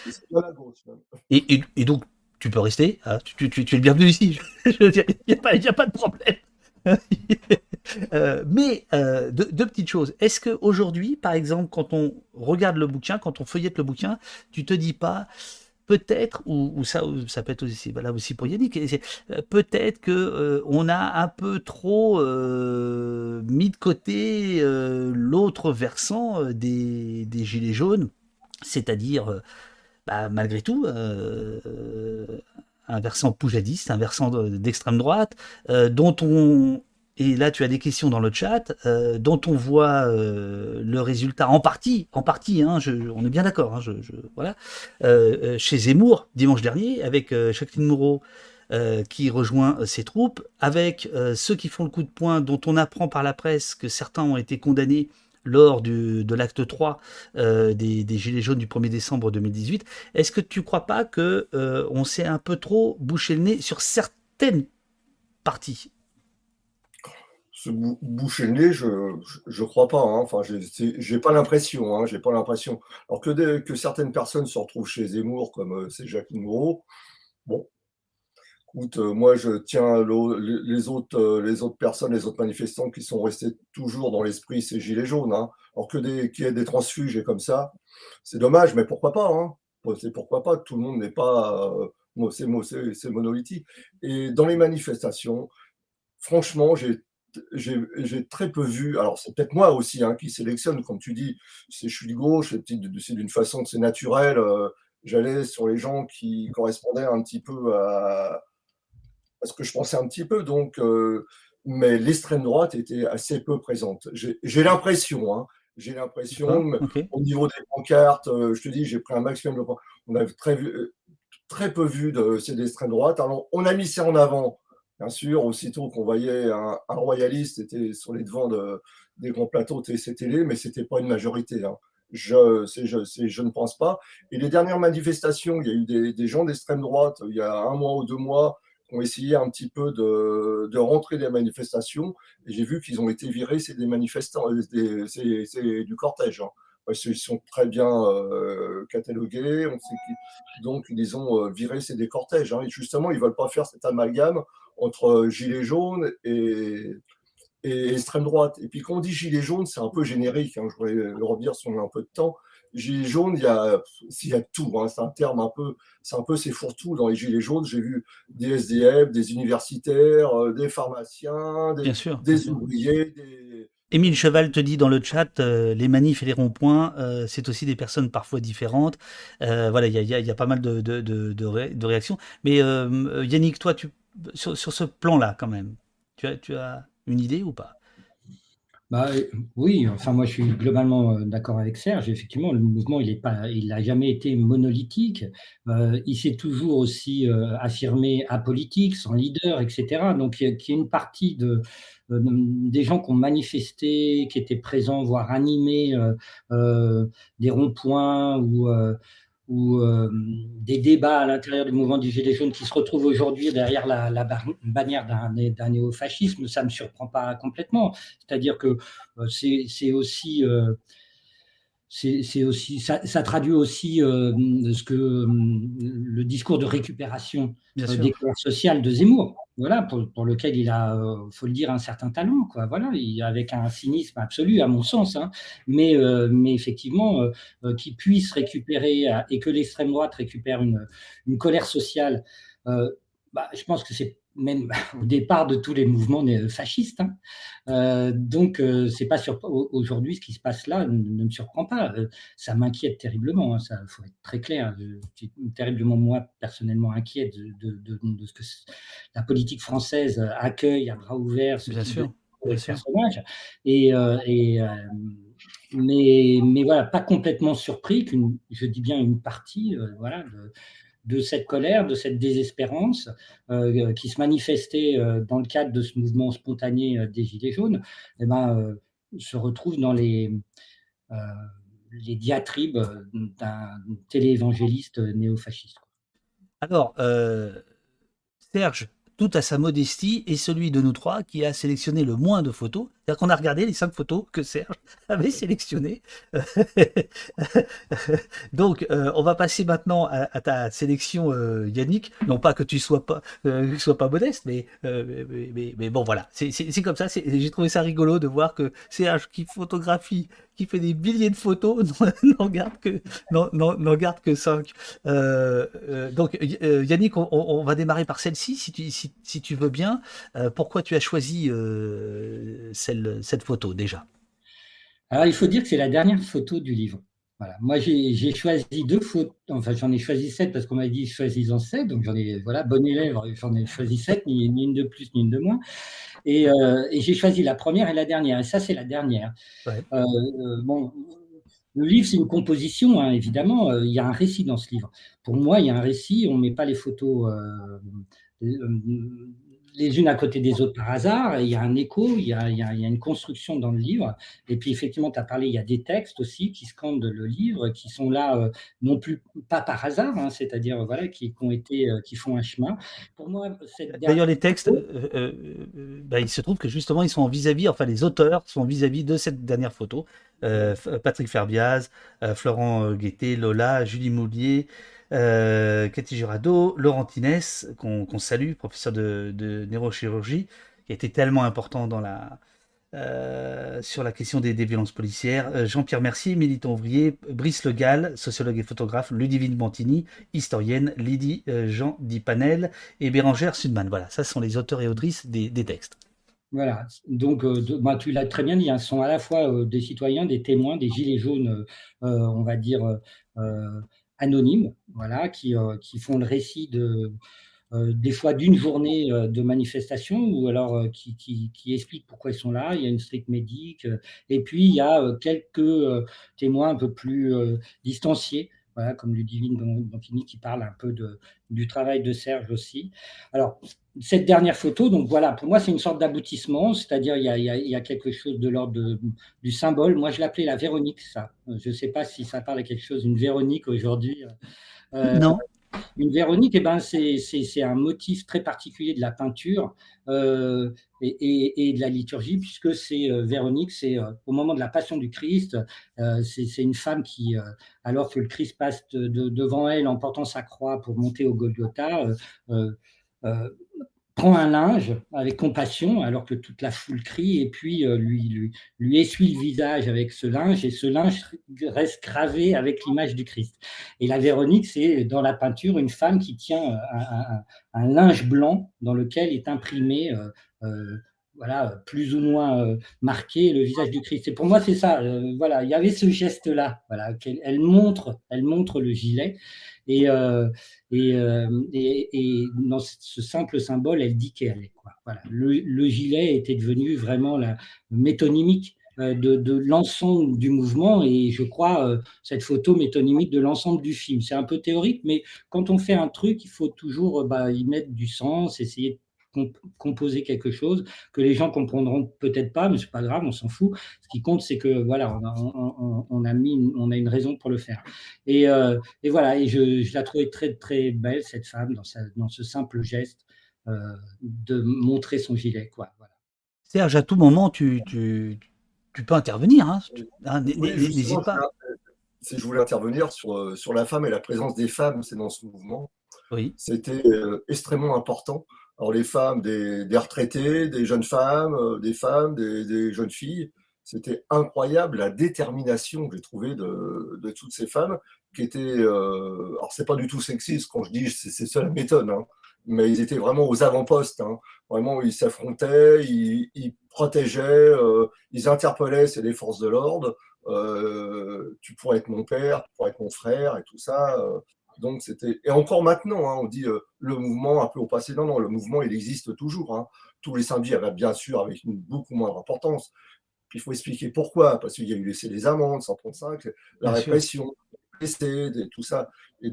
S1: Et donc, tu peux rester. Hein, tu es le bienvenu ici. Je veux dire, il n'y a pas de problème. Mais deux petites choses. Est-ce qu'aujourd'hui, par exemple, quand on regarde le bouquin, quand on feuillette le bouquin, tu te dis pas peut-être, ou ça peut être aussi, là aussi pour Yannick, peut-être que on a un peu trop mis de côté l'autre versant des gilets jaunes, c'est-à-dire malgré tout un versant poujadiste, un versant d'extrême droite, dont on et là tu as des questions dans le chat, dont on voit le résultat en partie, hein, on est bien d'accord, hein, voilà, chez Zemmour dimanche dernier avec Jacqueline Moreau qui rejoint ses troupes, avec ceux qui font le coup de poing, dont on apprend par la presse que certains ont été condamnés lors de l'acte 3 des Gilets jaunes du 1er décembre 2018. Est-ce que tu ne crois pas qu'on s'est un peu trop bouché le nez sur certaines parties?
S3: Se boucher le nez, je crois pas, hein. Enfin, j'ai pas l'impression, hein, j'ai pas l'impression. Alors que certaines personnes se retrouvent chez Zemmour, comme c'est Jacqueline Moreau, bon, écoute, moi je tiens les autres personnes, les autres manifestants qui sont restés toujours dans l'esprit ces gilets jaunes, hein. Alors qu'il y ait des transfuges et comme ça, c'est dommage, mais pourquoi pas, hein. C'est pourquoi pas, tout le monde n'est pas c'est monolithique. Et dans les manifestations, franchement, j'ai très peu vu, alors c'est peut-être moi aussi hein, qui sélectionne, comme tu dis, je suis de gauche, c'est d'une façon, c'est naturel, j'allais sur les gens qui correspondaient un petit peu à ce que je pensais un petit peu, donc, mais l'extrême droite était assez peu présente. J'ai l'impression, hein,
S1: Okay.
S3: au niveau des pancartes, je te dis, j'ai pris un maximum de pancartes, on a très peu vu c'est d'extrême droite. Alors, on a mis ça en avant, bien sûr, aussitôt qu'on voyait un royaliste était sur les devants des grands plateaux TC Télé, mais ce n'était pas une majorité. Hein. Je ne pense pas. Et les dernières manifestations, il y a eu des gens d'extrême droite, il y a 1 mois ou 2 mois, qui ont essayé un petit peu de rentrer des manifestations, et j'ai vu qu'ils ont été virés, c'est des manifestants, c'est du cortège. Hein. parce qu'ils sont très bien catalogués. On sait donc, ils ont viré ces des cortèges. Hein, et justement, ils ne veulent pas faire cet amalgame entre gilets jaunes et extrême droite. Et puis quand on dit gilet jaune, c'est un peu générique. Hein, je voudrais le revenir si on a un peu de temps. Gilet jaune, il y a tout. Hein, c'est un terme c'est fourre-tout dans les gilets jaunes. J'ai vu des SDF, des universitaires, des pharmaciens,
S1: Bien sûr.
S3: des ouvriers,
S1: Émile Cheval te dit dans le chat, les manifs et les ronds-points, c'est aussi des personnes parfois différentes. Voilà, il y a pas mal de réactions. Mais Yannick, toi, sur ce plan-là, quand même, tu as une idée ou pas?
S2: Bah, oui, enfin moi je suis globalement d'accord avec Serge. Effectivement, le mouvement il n'a jamais été monolithique. Il s'est toujours aussi affirmé apolitique, sans leader, etc. Donc il y a une partie des gens qui ont manifesté, qui étaient présents, voire animés des ronds-points ou des débats à l'intérieur du mouvement du Gilet jaune qui se retrouvent aujourd'hui derrière la bannière d'un néofascisme, ça ne me surprend pas complètement. C'est-à-dire que c'est aussi ça traduit aussi le discours de récupération des classes sociales de Zemmour, voilà, pour lequel il a, faut le dire, un certain talent, quoi. Voilà, avec un cynisme absolu, à mon sens, hein, mais effectivement, qu'il puisse récupérer et que l'extrême droite récupère une colère sociale. Je pense que c'est même au départ de tous les mouvements fascistes. Hein. Donc, c'est pas aujourd'hui ce qui se passe là ne me surprend pas. Ça m'inquiète terriblement. Hein, ça, faut être très clair. Je suis terriblement moi personnellement inquiet de ce que la politique française accueille à bras ouverts ce type de personnages. Mais voilà, pas complètement surpris je dis bien une partie, voilà, de cette colère, de cette désespérance qui se manifestait dans le cadre de ce mouvement spontané des Gilets jaunes, se retrouve dans les diatribes d'un téléévangéliste néofasciste.
S1: Alors, Serge, tout à sa modestie, est celui de nous trois qui a sélectionné le moins de photos. C'est-à-dire qu'on a regardé les 5 photos que Serge avait sélectionnées. Donc, on va passer maintenant à ta sélection, Yannick. Non pas que tu sois pas modeste, mais bon, voilà. C'est comme ça. J'ai trouvé ça rigolo de voir que Serge, qui photographie, qui fait des milliers de photos, n'en garde que 5. Donc, Yannick, on va démarrer par celle-ci, si tu veux bien. Pourquoi tu as choisi cette photo déjà?
S2: Alors, il faut dire que c'est la dernière photo du livre. Voilà. Moi, j'ai choisi 2 photos, enfin j'en ai choisi 7 parce qu'on m'a dit choisis-en 7, donc j'en ai, voilà, bon élève, j'en ai choisi 7, ni une de plus, ni une de moins. Et j'ai choisi la première et la dernière, et ça c'est la dernière.
S1: Ouais.
S2: Bon, le livre, c'est une composition, hein, évidemment. Il y a un récit dans ce livre. Pour moi, il y a un récit. On ne met pas les photos les unes à côté des autres par hasard. Il y a un écho, il y a une construction dans le livre. Et puis, effectivement, tu as parlé, il y a des textes aussi qui scandent le livre, qui sont là non plus pas par hasard, hein, c'est-à-dire voilà, qui font un chemin. Pour moi,
S1: d'ailleurs, les textes, il se trouve que justement, ils sont vis-à-vis, enfin, les auteurs sont vis-à-vis de cette dernière photo. Patrick Ferbiaz, Florent Guettet, Lola, Julie Moulier, Cathy Jurado, Laurent Tinès, qu'on salue, professeur de neurochirurgie, qui a été tellement important sur la question des violences policières, Jean-Pierre Mercier, militant ouvrier, Brice Le Gall, sociologue et photographe, Ludivine Bantini, historienne, Lydie Jean Dipanel et Bérangère Sudman. Voilà, ça sont les auteurs et autrices des textes.
S2: Voilà, donc tu l'as très bien dit, hein, ce sont à la fois des citoyens, des témoins, des gilets jaunes, on va dire, anonymes, voilà, qui font le récit des fois d'une journée de manifestation, ou alors qui expliquent pourquoi ils sont là. Il y a une street médic, et puis il y a quelques témoins un peu plus distanciés, voilà, comme Ludivine Bantini qui parle un peu du travail de Serge aussi. Alors, cette dernière photo, donc voilà, pour moi, c'est une sorte d'aboutissement, c'est-à-dire il y a quelque chose de l'ordre du symbole. Moi, je l'appelais la Véronique, ça. Je ne sais pas si ça parle à quelque chose, une Véronique aujourd'hui.
S1: Non.
S2: Une Véronique, eh ben, c'est un motif très particulier de la peinture et de la liturgie, puisque c'est Véronique, c'est au moment de la Passion du Christ, c'est une femme qui, alors que le Christ passe devant elle en portant sa croix pour monter au Golgotha, euh, euh, prend un linge avec compassion, alors que toute la foule crie, et puis lui essuie le visage avec ce linge, et ce linge reste gravé avec l'image du Christ. Et la Véronique, c'est dans la peinture une femme qui tient un linge blanc dans lequel est imprimé, voilà, plus ou moins marqué le visage du Christ. Et pour moi, c'est ça. Voilà, il y avait ce geste-là. Voilà, elle montre le gilet. Et, et dans ce simple symbole, elle dit qu'elle est. Quoi. Voilà. Le gilet était devenu vraiment la métonymique de l'ensemble du mouvement, et je crois cette photo métonymique de l'ensemble du film. C'est un peu théorique, mais quand on fait un truc, il faut toujours y mettre du sens, essayer de composer quelque chose que les gens comprendront peut-être pas, mais c'est pas grave, on s'en fout. Ce qui compte, c'est que voilà, on a une raison pour le faire. Et voilà, et je la trouvais très très belle, cette femme, dans ce simple geste de montrer son gilet, quoi. Voilà.
S1: Serge, à tout moment, tu peux intervenir, hein.
S3: Oui, justement,
S1: N'hésite pas.
S3: je voulais intervenir sur la femme et la présence des femmes, c'est dans ce mouvement.
S1: Oui.
S3: C'était extrêmement important. Alors les femmes, des retraités, des jeunes femmes, des femmes, des jeunes filles, c'était incroyable la détermination que j'ai trouvée de toutes ces femmes qui étaient. Alors c'est pas du tout sexiste quand je dis c'est ça la méthode, hein, mais ils étaient vraiment aux avant-postes. Hein. Vraiment, ils s'affrontaient, ils protégeaient, ils interpellaient, c'est les forces de l'ordre. Tu pourrais être mon père, tu pourrais être mon frère et tout ça. Donc c'était et encore maintenant, hein, on dit le mouvement un peu au passé. Non, non, le mouvement il existe toujours. Hein. Tous les samedis, bien sûr, avec une beaucoup moindre importance. Puis il faut expliquer pourquoi, parce qu'il y a eu laissé les amendes, 135, la
S1: Bien sûr.
S3: répression, les blessés, tout ça. Et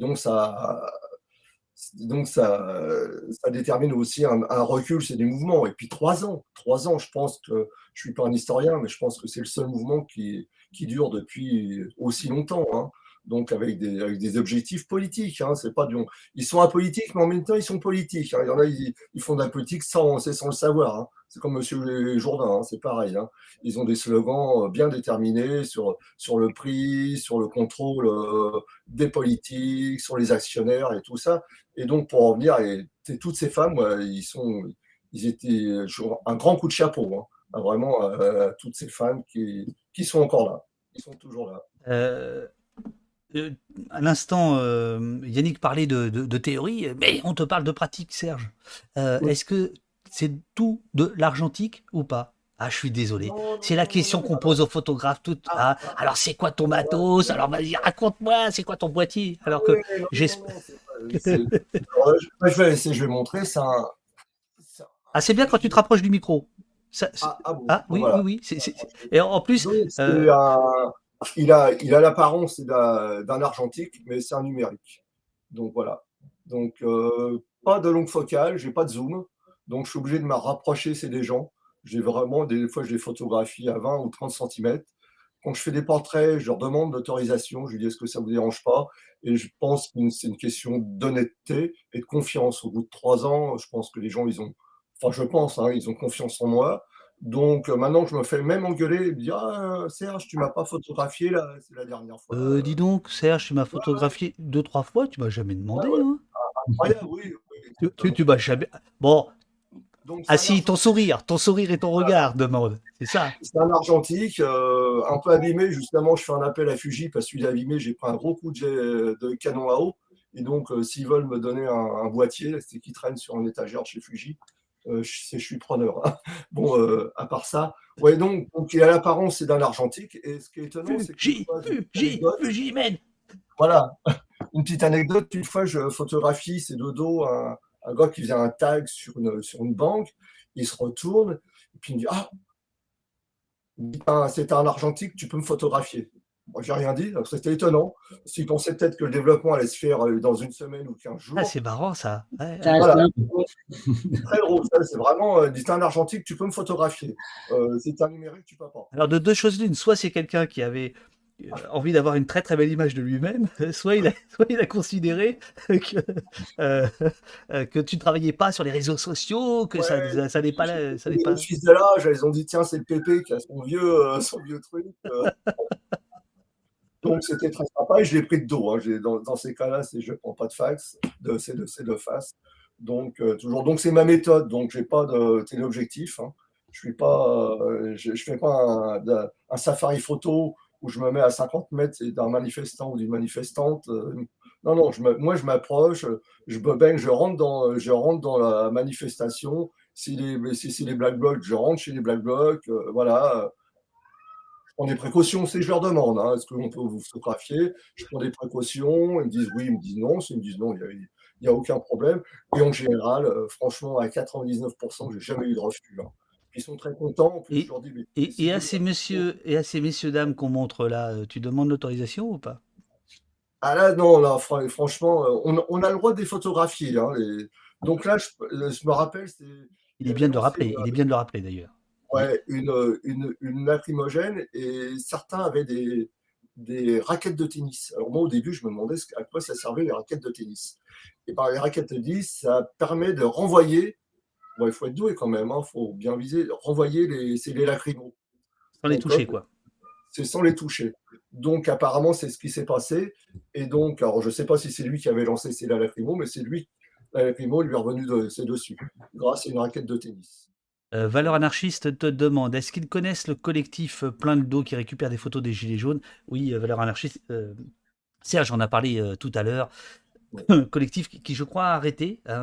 S3: donc ça détermine aussi un recul, c'est des mouvements. Et puis 3 ans, je pense que je suis pas un historien, mais je pense que c'est le seul mouvement qui dure depuis aussi longtemps. Hein. Donc avec des objectifs politiques. Hein. C'est pas ils sont apolitiques, mais en même temps ils sont politiques. Hein. Il y en a, ils font de la politique sans le savoir. Hein. C'est comme Monsieur Jourdain, hein. C'est pareil. Hein. Ils ont des slogans bien déterminés sur le prix, sur le contrôle des politiques, sur les actionnaires et tout ça. Et donc, pour en revenir, toutes ces femmes, ils étaient un grand coup de chapeau, hein, vraiment à toutes ces femmes qui sont encore là. Ils sont toujours là.
S1: À l'instant, Yannick parlait de théorie, mais on te parle de pratique, Serge.
S3: Oui.
S1: Est-ce que c'est tout de l'argentique ou pas? Ah, je suis désolé.
S3: Non,
S1: C'est
S3: non,
S1: la
S3: non,
S1: question
S3: non,
S1: qu'on pose aux photographes. Alors, c'est quoi ton matos? Alors, vas-y, raconte-moi, c'est quoi ton boîtier? Alors que
S3: oui, non,
S1: j'espère.
S3: alors, je vais montrer.
S1: Ah, c'est bien quand tu te rapproches du micro.
S3: Bon,
S1: Ah, oui, oui,
S3: voilà.
S1: oui. Et en plus,
S3: Donc, il a l'apparence d'un argentique, mais c'est un numérique. Donc voilà. Donc pas de longue focale, j'ai pas de zoom, donc je suis obligé de me rapprocher, c'est des gens. J'ai vraiment des fois je les photographie à 20 ou 30 cm. Quand je fais des portraits, je leur demande l'autorisation, je lui dis est-ce que ça vous dérange pas, et je pense que c'est une question d'honnêteté et de confiance. Au bout de 3 ans, je pense que les gens je pense, hein, ils ont confiance en moi. Donc maintenant, je me fais même engueuler et me dire ah, Serge, tu m'as pas photographié là, c'est la dernière fois.
S1: dis donc, Serge, tu m'as
S3: Ouais,
S1: photographié 2, 3 fois, tu m'as jamais
S3: ouais,
S1: demandé,
S3: ouais.
S1: hein.
S3: Incroyable, oui,
S1: Tu m'as jamais. Bon,
S3: donc c'est un
S1: assis,
S3: argentique,
S1: ton sourire et ton regard demande. C'est ça.
S3: c'est un argentique un peu abîmé. Justement, je fais un appel à Fuji parce qu'il est abîmé. J'ai pris un gros coup de canon à eau. Et donc, s'ils veulent me donner un boîtier, c'est qui traîne sur une étagère chez Fuji, je suis preneur. Hein. Bon, à part ça, ouais, donc il a l'apparence c'est d'un argentique. Et ce qui est étonnant, c'est qu'une fois, j'ai une petite anecdote.
S1: Fuji, man.
S3: Voilà, une petite anecdote. Une fois, je photographie, c'est de dos un gars qui faisait un tag sur une banque. Il se retourne et puis il me dit ah, c'est un argentique, tu peux me photographier. Moi, j'ai rien dit, c'était étonnant. S'il pensait peut-être que le développement allait se faire dans une semaine ou 15
S1: Ah,
S3: jours.
S1: c'est marrant ça. Ouais,
S2: Ça,
S3: Voilà,
S2: c'est
S3: très drôle. Ça, c'est vraiment, c'est un argentique, tu peux me photographier. C'est un numérique, tu peux pas.
S1: Alors de deux choses l'une, soit c'est quelqu'un qui avait envie d'avoir une très très belle image de lui-même, soit il a considéré que, euh, que tu ne travaillais pas sur les réseaux sociaux, que
S3: Ouais,
S1: ça n'est pas ça n'est pas.
S3: les fils de l'âge, ils ont dit tiens, c'est le pépé qui a son vieux truc. Donc c'était très sympa et je l'ai pris de dos. Hein. Dans ces cas-là, je ne prends pas de fax, c'est de face. Donc toujours. Donc c'est ma méthode. Donc j'ai pas de téléobjectif. Hein. Je fais pas un safari photo où je me mets à 50 mètres d'un manifestant ou d'une manifestante. Non, non, moi je m'approche, je me baigne, je rentre dans la manifestation. Si c'est les Black Blocs, je rentre chez les Black Blocs. Voilà. Je prends des précautions, je leur demande, hein, est-ce qu'on peut vous photographier? Je prends des précautions, ils me disent oui, ils me disent non. S'ils me disent non, il n'y a aucun problème. Et en général, franchement, à 99%, j'ai jamais eu de refus. Hein. Ils sont très contents. En plus, je
S1: Et,
S3: leur dis, mais
S1: et
S3: si
S1: à
S3: vous
S1: ces messieurs et à ces messieurs dames qu'on montre là, tu demandes l'autorisation ou pas?
S3: ah là, non, là, franchement, on a le droit de les photographier. Hein, donc là, je me rappelle,
S1: Il
S3: il
S1: est
S3: avait
S1: bien de le
S3: lancé
S1: rappeler. Il est bien de le rappeler d'ailleurs.
S3: ouais, une lacrymogène et certains avaient des raquettes de tennis. Alors moi, au début, je me demandais à quoi ça servait les raquettes de tennis. Et par les raquettes de tennis, ça permet de renvoyer, bon, il faut être doué quand même, il faut bien viser, renvoyer les lacrymos.
S1: Sans les
S3: Donc,
S1: toucher quoi.
S3: c'est sans les toucher. Donc, apparemment, c'est ce qui s'est passé. Et donc, alors, je ne sais pas si c'est lui qui avait lancé ces lacrymos, mais c'est lui, la lacrymo lui est revenu c'est dessus, grâce à une raquette de tennis.
S1: Valeur Anarchiste te demande, est-ce qu'ils connaissent le collectif Plein de dos qui récupère des photos des Gilets jaunes? Oui, Valeur Anarchiste. Serge en a parlé tout à l'heure.
S3: Ouais.
S1: Collectif qui, je crois, a arrêté hein,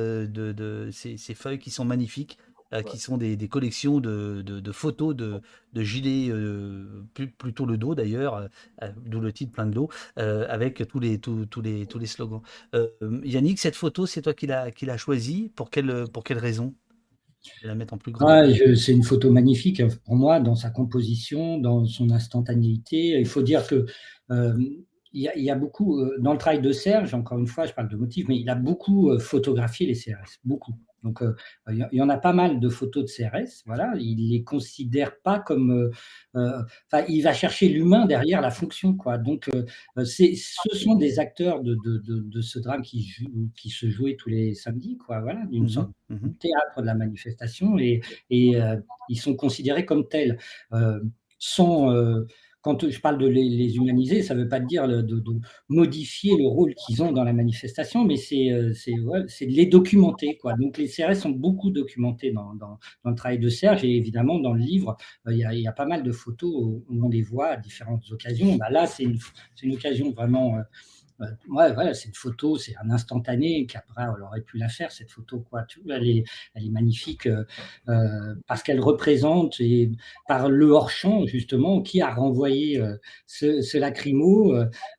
S1: de ces feuilles qui sont magnifiques, qui
S3: Ouais.
S1: sont des collections de photos de gilets, plutôt le dos d'ailleurs, d'où le titre Plein de dos, avec tous les slogans. Yannick, cette photo, c'est toi qui l'as choisie. Pour quelle raison? Je vais la mettre en plus grand.
S2: C'est une photo magnifique pour moi, dans sa composition, dans son instantanéité. Il faut dire que il y a beaucoup, dans le travail de Serge, encore une fois, je parle de motifs, mais il a beaucoup photographié les CRS, beaucoup. Donc, il y en a pas mal de photos de CRS, voilà. Il les considère pas comme, enfin, il va chercher l'humain derrière la fonction, quoi. Donc, ce sont des acteurs de ce drame qui se jouait tous les samedis, quoi, voilà, d'une
S1: Mhm,
S2: sorte de
S1: mhm.
S2: théâtre de la manifestation, et ils sont considérés comme tels. Sans, quand je parle de les humaniser, ça ne veut pas dire de modifier le rôle qu'ils ont dans la manifestation, mais ouais, c'est de les documenter, quoi. Donc les CRS sont beaucoup documentés dans le travail de Serge, et évidemment dans le livre, il y a pas mal de photos où on les voit à différentes occasions. Bah là, c'est une occasion vraiment. Ouais, voilà, c'est une photo, c'est un instantané qu'après, on aurait pu la faire, cette photo, quoi. Elle est magnifique parce qu'elle représente, et par le hors-champ, justement, qui a renvoyé ce lacrymo.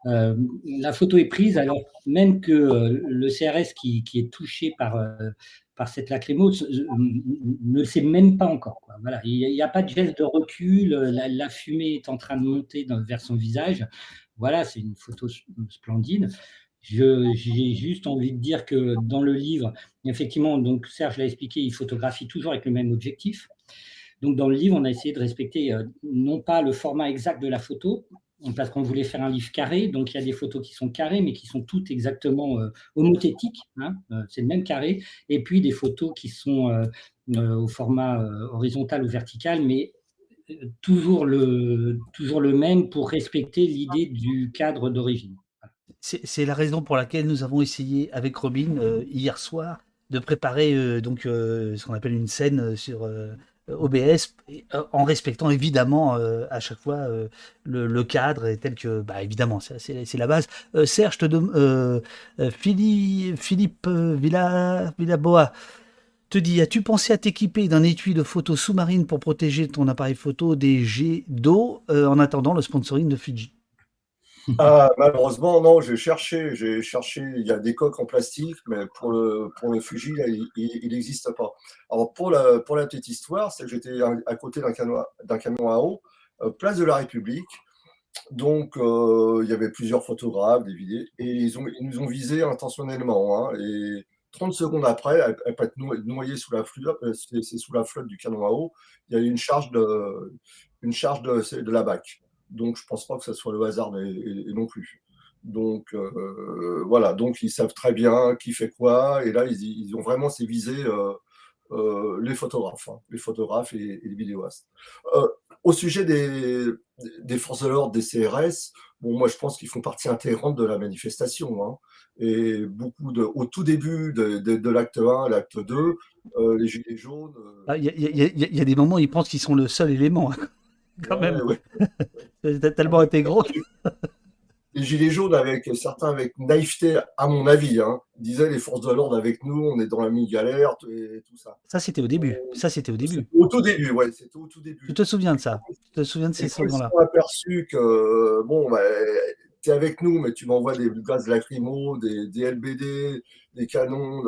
S2: La photo est prise alors même que le CRS qui est touché par cette lacrymo ne le sait même pas encore, quoi. Voilà, il n'y a pas de geste de recul, la fumée est en train de monter vers son visage. Voilà, c'est une photo splendide. J'ai juste envie de dire que dans le livre, effectivement, donc Serge l'a expliqué, il photographie toujours avec le même objectif. Donc dans le livre, on a essayé de respecter non pas le format exact de la photo, parce qu'on voulait faire un livre carré, donc il y a des photos qui sont carrées, mais qui sont toutes exactement homothétiques, hein, c'est le même carré, et puis des photos qui sont au format horizontal ou vertical, mais toujours le même pour respecter l'idée du cadre d'origine.
S1: C'est la raison pour laquelle nous avons essayé avec Robin hier soir de préparer ce qu'on appelle une scène sur OBS, en respectant évidemment à chaque fois le cadre et tel que, bah, évidemment, c'est la base. Serge, Philippe Villaboa te dit, as-tu pensé à t'équiper d'un étui de photos sous-marine pour protéger ton appareil photo des jets d'eau en attendant le sponsoring de Fuji?
S3: Ah, malheureusement, non, j'ai cherché, il y a des coques en plastique, mais pour le Fuji, là, il n'existe pas. Alors, pour la petite histoire, c'est que j'étais à côté d'un camion à eau, place de la République. Donc, il y avait plusieurs photographes, des vidéos, et ils nous ont visés intentionnellement. Hein, et 30 secondes après, elle peut être noyée sous la flotte, c'est sous la flotte du canon à eau, il y a eu une charge de la BAC. Donc, je ne pense pas que ce soit le hasard et non plus. Donc, voilà. Donc, ils savent très bien qui fait quoi. Et là, ils ont vraiment visé les photographes, les photographes et les vidéastes. Au sujet des forces de l'ordre, des CRS, bon, moi, je pense qu'ils font partie intégrante de la manifestation. Hein. Et au tout début de l'acte 1, l'acte 2, les Gilets jaunes.
S1: Il y a des moments où ils pensent qu'ils sont le seul élément, hein, quand même.
S3: Ouais.
S1: C'est tellement été gros.
S3: Les Gilets jaunes, certains avec naïveté, à mon avis, disaient les forces de l'ordre avec nous, on est dans la mi-galère et tout ça.
S1: Ça, c'était au début. C'était
S3: au tout début, ouais, c'était au tout début.
S1: Tu te souviens de ça? Tu te souviens de ces slogans-là?
S3: Ils ont aperçu que, bon, tu es avec nous, mais tu m'envoies des gaz lacrymaux, des LBD, des canons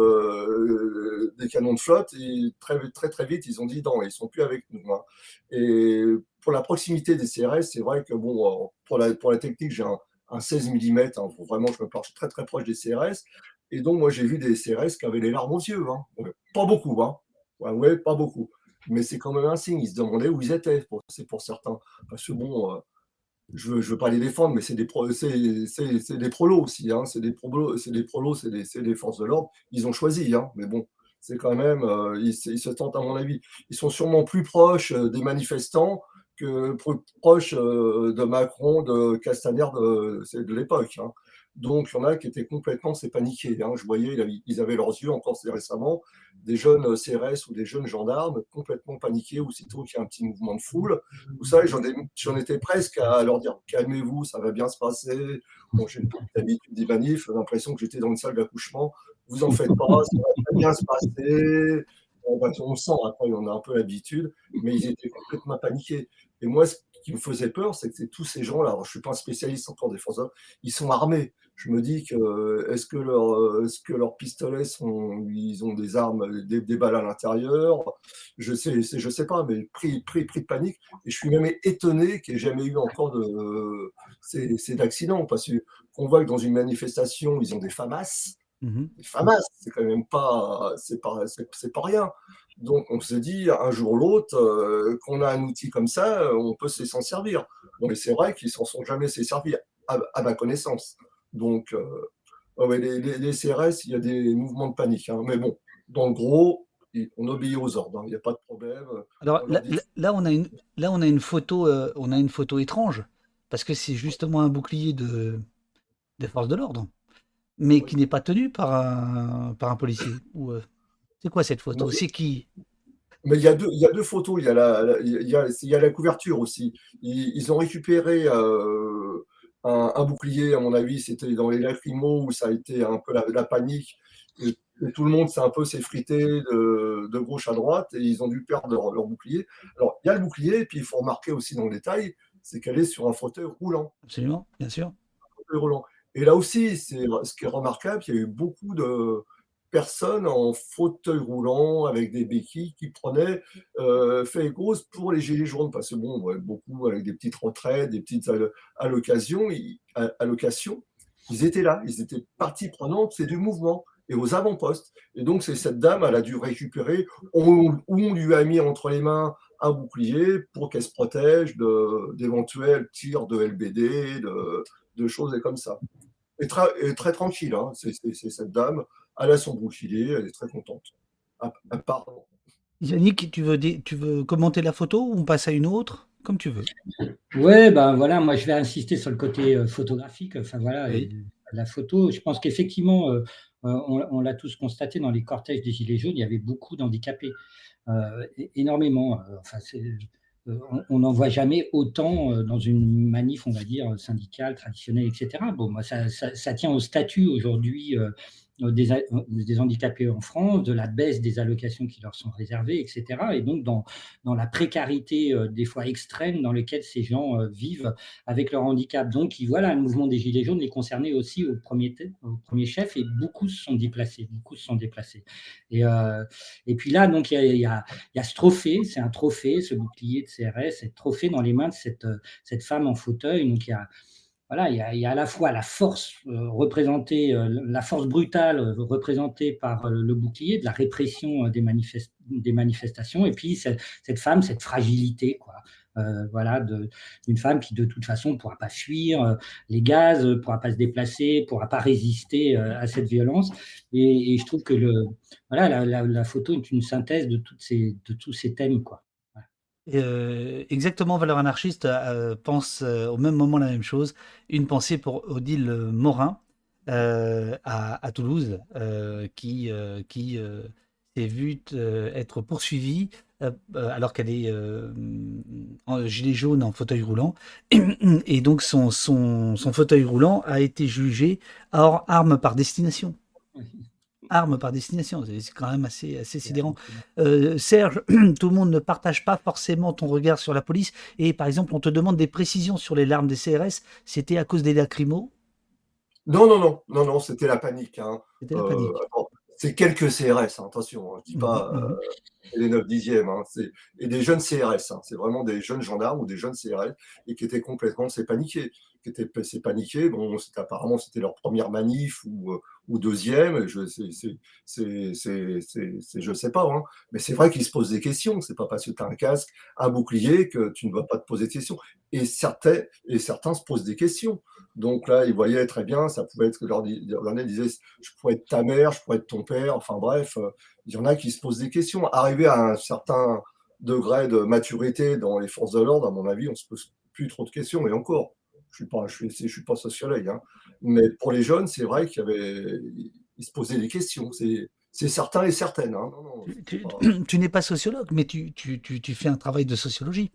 S3: de flotte, et très vite, ils ont dit non, ils sont plus avec nous. Hein. Et pour la proximité des CRS, c'est vrai que, bon, pour la technique, j'ai un 16 mm, hein, vraiment, je me parle très très proche des CRS. Et donc, moi, j'ai vu des CRS qui avaient les larmes aux yeux. Hein. Pas beaucoup, hein. Ouais, pas beaucoup. Mais c'est quand même un signe. Ils se demandaient où ils étaient, c'est pour certains. Parce que bon, je veux pas les défendre, mais c'est des prolos aussi. Hein. C'est des prolos, c'est des forces de l'ordre. Ils ont choisi, hein. Mais bon, c'est quand même, ils se tentent à mon avis. Ils sont sûrement plus proches des manifestants que proche de Macron, de Castaner de l'époque. Hein. Donc, il y en a qui étaient complètement paniqués. Hein. Je voyais, ils avaient leurs yeux, encore récemment, des jeunes CRS ou des jeunes gendarmes complètement paniqués aussitôt qu'il y a un petit mouvement de foule. Vous savez, j'en étais presque à leur dire « Calmez-vous, ça va bien se passer. » Bon, j'ai une petite habitude des manifs, j'ai l'impression que j'étais dans une salle d'accouchement. « Vous en faites pas, ça va très bien se passer. » On sent, après, on a un peu l'habitude, mais ils étaient complètement paniqués. Et moi, ce qui me faisait peur, c'est que tous ces gens-là, alors je ne suis pas un spécialiste encore des forces de l'ordre, ils sont armés. Je me dis que est-ce que leurs pistolets ils ont des armes, des balles à l'intérieur? Je sais pas, mais pris de panique. Et je suis même étonné qu'il n'y ait jamais eu encore ces d'accidents, parce qu'on voit que dans une manifestation, ils ont des FAMAS. Les FAMAS, c'est quand même pas rien. Donc on se dit un jour ou l'autre qu'on a un outil comme ça, on peut s'en servir. Bon, mais c'est vrai qu'ils s'en sont jamais servis à ma connaissance. Donc les CRS, il y a des mouvements de panique. Hein. Mais bon, dans le gros, on obéit aux ordres. Hein. Il n'y a pas de problème.
S1: Alors là, on a une photo, étrange parce que c'est justement un bouclier des forces de l'ordre, mais qui n'est pas tenu par un policier. C'est quoi cette photo? C'est qui?
S3: Mais il y a deux photos. Il y a la couverture aussi. Ils ont récupéré un bouclier, à mon avis, c'était dans les lacrymos où ça a été un peu la panique. Et tout le monde s'est un peu s'effrité de gauche à droite et ils ont dû perdre leur bouclier. Alors, il y a le bouclier, et puis il faut remarquer aussi dans le détail, c'est qu'elle est sur un fauteuil roulant.
S1: Absolument, bien sûr.
S3: Un fauteuil roulant. Et là aussi, ce qui est remarquable, il y a eu beaucoup de personnes en fauteuil roulant avec des béquilles qui prenaient fait cause pour les gilets jaunes, parce que bon, ouais, beaucoup avec des petites retraites, des petites allocations, ils étaient là, ils étaient partie prenante, c'est du mouvement et aux avant-postes. Et donc c'est cette dame, elle a dû récupérer, on lui a mis entre les mains un bouclier pour qu'elle se protège d'éventuels tirs de LBD, de choses comme ça. Et très tranquille, hein, c'est cette dame. Elle a son bouclier, elle est très contente. Pardon.
S1: Yannick, tu veux commenter la photo ou on passe à une autre? Comme tu veux.
S2: Ouais, ben voilà, moi je vais insister sur le côté photographique. Enfin voilà,
S1: Oui.
S2: la photo. Je pense qu'effectivement, on l'a tous constaté dans les cortèges des Gilets jaunes, il y avait beaucoup d'handicapés, énormément. Enfin, on n'en voit jamais autant dans une manif, on va dire, syndicale, traditionnelle, etc. Bon, moi, ça tient au statut aujourd'hui des handicapés en France, de la baisse des allocations qui leur sont réservées, etc. Et donc, dans la précarité des fois extrême dans laquelle ces gens vivent avec leur handicap. Donc, voilà, le mouvement des Gilets jaunes est concerné aussi au premier chef et beaucoup se sont déplacés. Et puis là, donc, il y a ce trophée, c'est un trophée, ce bouclier de CRS, ce trophée dans les mains de cette femme en fauteuil. Donc, il y a à la fois la force représentée, la force brutale représentée par le bouclier, de la répression des manifestations, et puis cette femme, cette fragilité, quoi. voilà, d'une femme qui de toute façon ne pourra pas fuir les gaz, ne pourra pas se déplacer, ne pourra pas résister à cette violence. Et je trouve que voilà, la photo est une synthèse de tous ces thèmes, quoi.
S1: Et, exactement, Valeurs anarchistes pense au même moment la même chose. Une pensée pour Odile Morin à Toulouse, qui s'est vue être poursuivie alors qu'elle est en gilet jaune en fauteuil roulant. Et donc son fauteuil roulant a été jugé hors arme par destination. Arme par destination, c'est quand même assez sidérant. Serge, tout le monde ne partage pas forcément ton regard sur la police. Et par exemple, on te demande des précisions sur les larmes des CRS. C'était à cause des lacrymos?
S3: Non, c'était la panique. Hein.
S1: C'était la panique.
S3: C'est quelques CRS, hein, attention, hein, je dis pas les 9/10e, hein, et des jeunes CRS, hein, c'est vraiment des jeunes gendarmes ou des jeunes CRS, et qui étaient complètement paniqués. Bon, apparemment c'était leur première manif ou deuxième, je sais pas, hein, mais c'est vrai qu'ils se posent des questions. C'est pas parce que tu as un casque, un bouclier que tu ne dois pas te poser de questions. Et certains se posent des questions. Donc là, ils voyaient très bien, ça pouvait être que leur disait, je pourrais être ta mère, je pourrais être ton père, enfin bref, il y en a qui se posent des questions. Arrivé à un certain degré de maturité dans les forces de l'ordre, à mon avis, on se pose plus trop de questions. Et encore, je suis pas sociologue, hein. Mais pour les jeunes, c'est vrai ils se posaient des questions. C'est certain et certaine. Hein. Non,
S1: tu n'es pas sociologue, mais tu fais un travail de sociologie.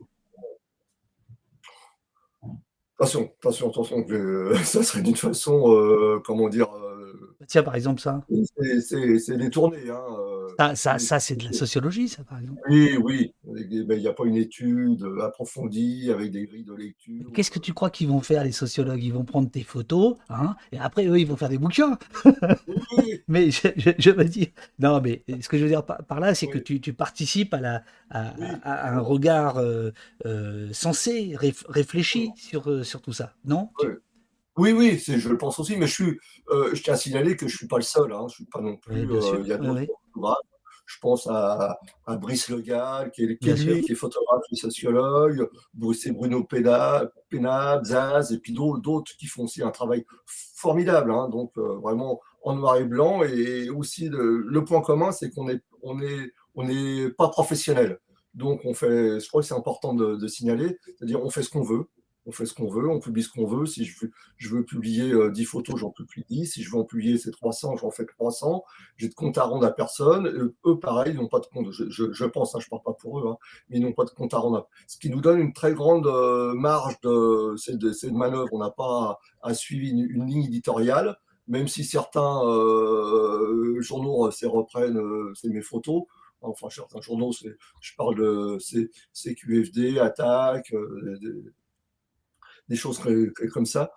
S3: Attention, ça serait d'une façon, comment dire,
S1: Tiens, par exemple, ça.
S3: c'est détourné. Hein,
S1: ça c'est de la sociologie, ça, par exemple.
S3: Oui. Il n'y a pas une étude approfondie avec des grilles de lecture.
S1: Qu'est-ce que tu crois qu'ils vont faire, les sociologues? Ils vont prendre tes photos, hein, et après, eux, ils vont faire des bouquins.
S3: Oui.
S1: Mais je veux dire, non, mais ce que je veux dire par là, c'est que tu participes à un regard sensé, réfléchi sur tout ça, non?
S3: Oui, je le pense aussi, mais je tiens à signaler que je ne suis pas le seul. Hein, je suis pas non plus.
S1: Oui, bien sûr.
S3: Il y a d'autres photographes. Je pense à Brice Le Gall, qui est photographe et sociologue. C'est Bruno Pénab, Zaz, et puis d'autres qui font aussi un travail formidable. Hein, donc vraiment en noir et blanc. Et aussi le point commun, c'est qu'on n'est pas professionnel. Donc je crois que c'est important de signaler, c'est-à-dire on fait ce qu'on veut. On fait ce qu'on veut, on publie ce qu'on veut. Si je veux publier 10 photos, j'en publie 10. Si je veux en publier 300, j'en fais 300. J'ai de compte à rendre à personne. Eux, pareil, ils n'ont pas de compte. Je pense, hein, je ne parle pas pour eux, hein, mais ils n'ont pas de compte à rendre. Ce qui nous donne une très grande marge de manœuvre. On n'a pas à suivre une ligne éditoriale, même si certains journaux reprennent mes photos. Enfin, certains journaux, je parle de CQFD, Attaque, des choses comme ça.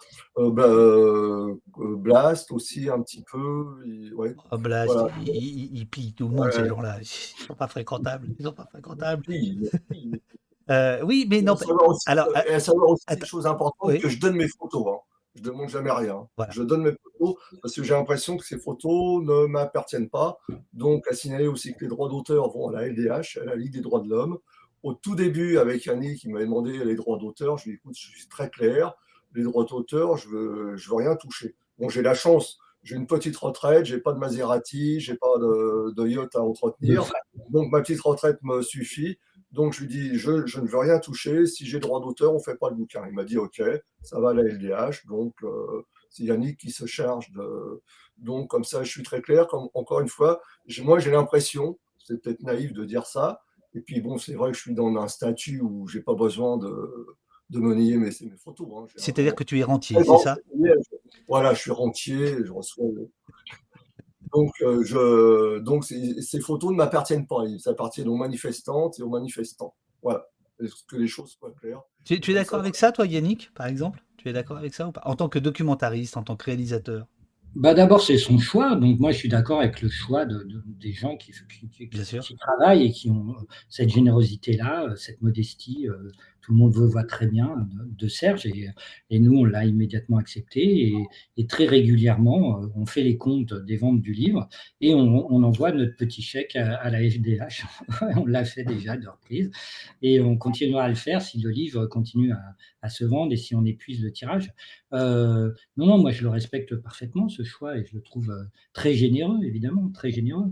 S3: Blast aussi un petit peu. Ouais.
S1: Blast, voilà. Ils pillent tout le monde, ces gens-là. Ils sont pas fréquentables. Oui, mais non.
S3: Savoir aussi des choses importantes, que je donne mes photos. Hein. Je ne demande jamais rien. Voilà. Je donne mes photos parce que j'ai l'impression que ces photos ne m'appartiennent pas. Donc, à signaler aussi que les droits d'auteur vont à la LDH, à la Ligue des droits de l'homme. Au tout début, avec Yannick, qui m'avait demandé les droits d'auteur, je lui ai dit, écoute, je suis très clair, les droits d'auteur, je veux rien toucher. Bon, j'ai la chance, j'ai une petite retraite, j'ai pas de Maserati, j'ai pas de yacht à entretenir, donc ma petite retraite me suffit. Donc je lui dis, je ne veux rien toucher, si j'ai droit d'auteur, on fait pas le bouquin. Il m'a dit, ok, ça va à la LDH, donc c'est Yannick qui se charge de... Donc comme ça, je suis très clair. Encore une fois, moi j'ai l'impression, c'est peut-être naïf de dire ça, et puis bon, c'est vrai que je suis dans un statut où j'ai pas besoin de me nier mes photos. Hein.
S1: C'est-à-dire que tu es rentier, c'est ça?
S3: Voilà, je suis rentier, je reçois. Donc ces photos ne m'appartiennent pas, ils appartiennent aux manifestantes et aux manifestants. Voilà, que les choses soient claires.
S1: Tu es d'accord avec ça, toi, Yannick, par exemple? Tu es d'accord avec ça ou pas? En tant que documentariste, en tant que réalisateur?
S2: D'abord, c'est son choix. Donc, moi, je suis d'accord avec le choix des gens qui travaillent et qui ont cette générosité-là, cette modestie tout le monde voit très bien de Serge, et nous, on l'a immédiatement accepté, et très régulièrement, on fait les comptes des ventes du livre, et on envoie notre petit chèque à la FDH. On l'a fait déjà de reprise, et on continuera à le faire si le livre continue à se vendre et si on épuise le tirage. Non, non, moi je le respecte parfaitement, ce choix, et je le trouve très généreux, évidemment, très généreux.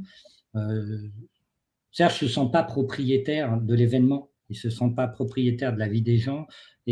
S2: Serge ne se sent pas propriétaire de l'événement, il ne se sent pas propriétaire de la vie des gens,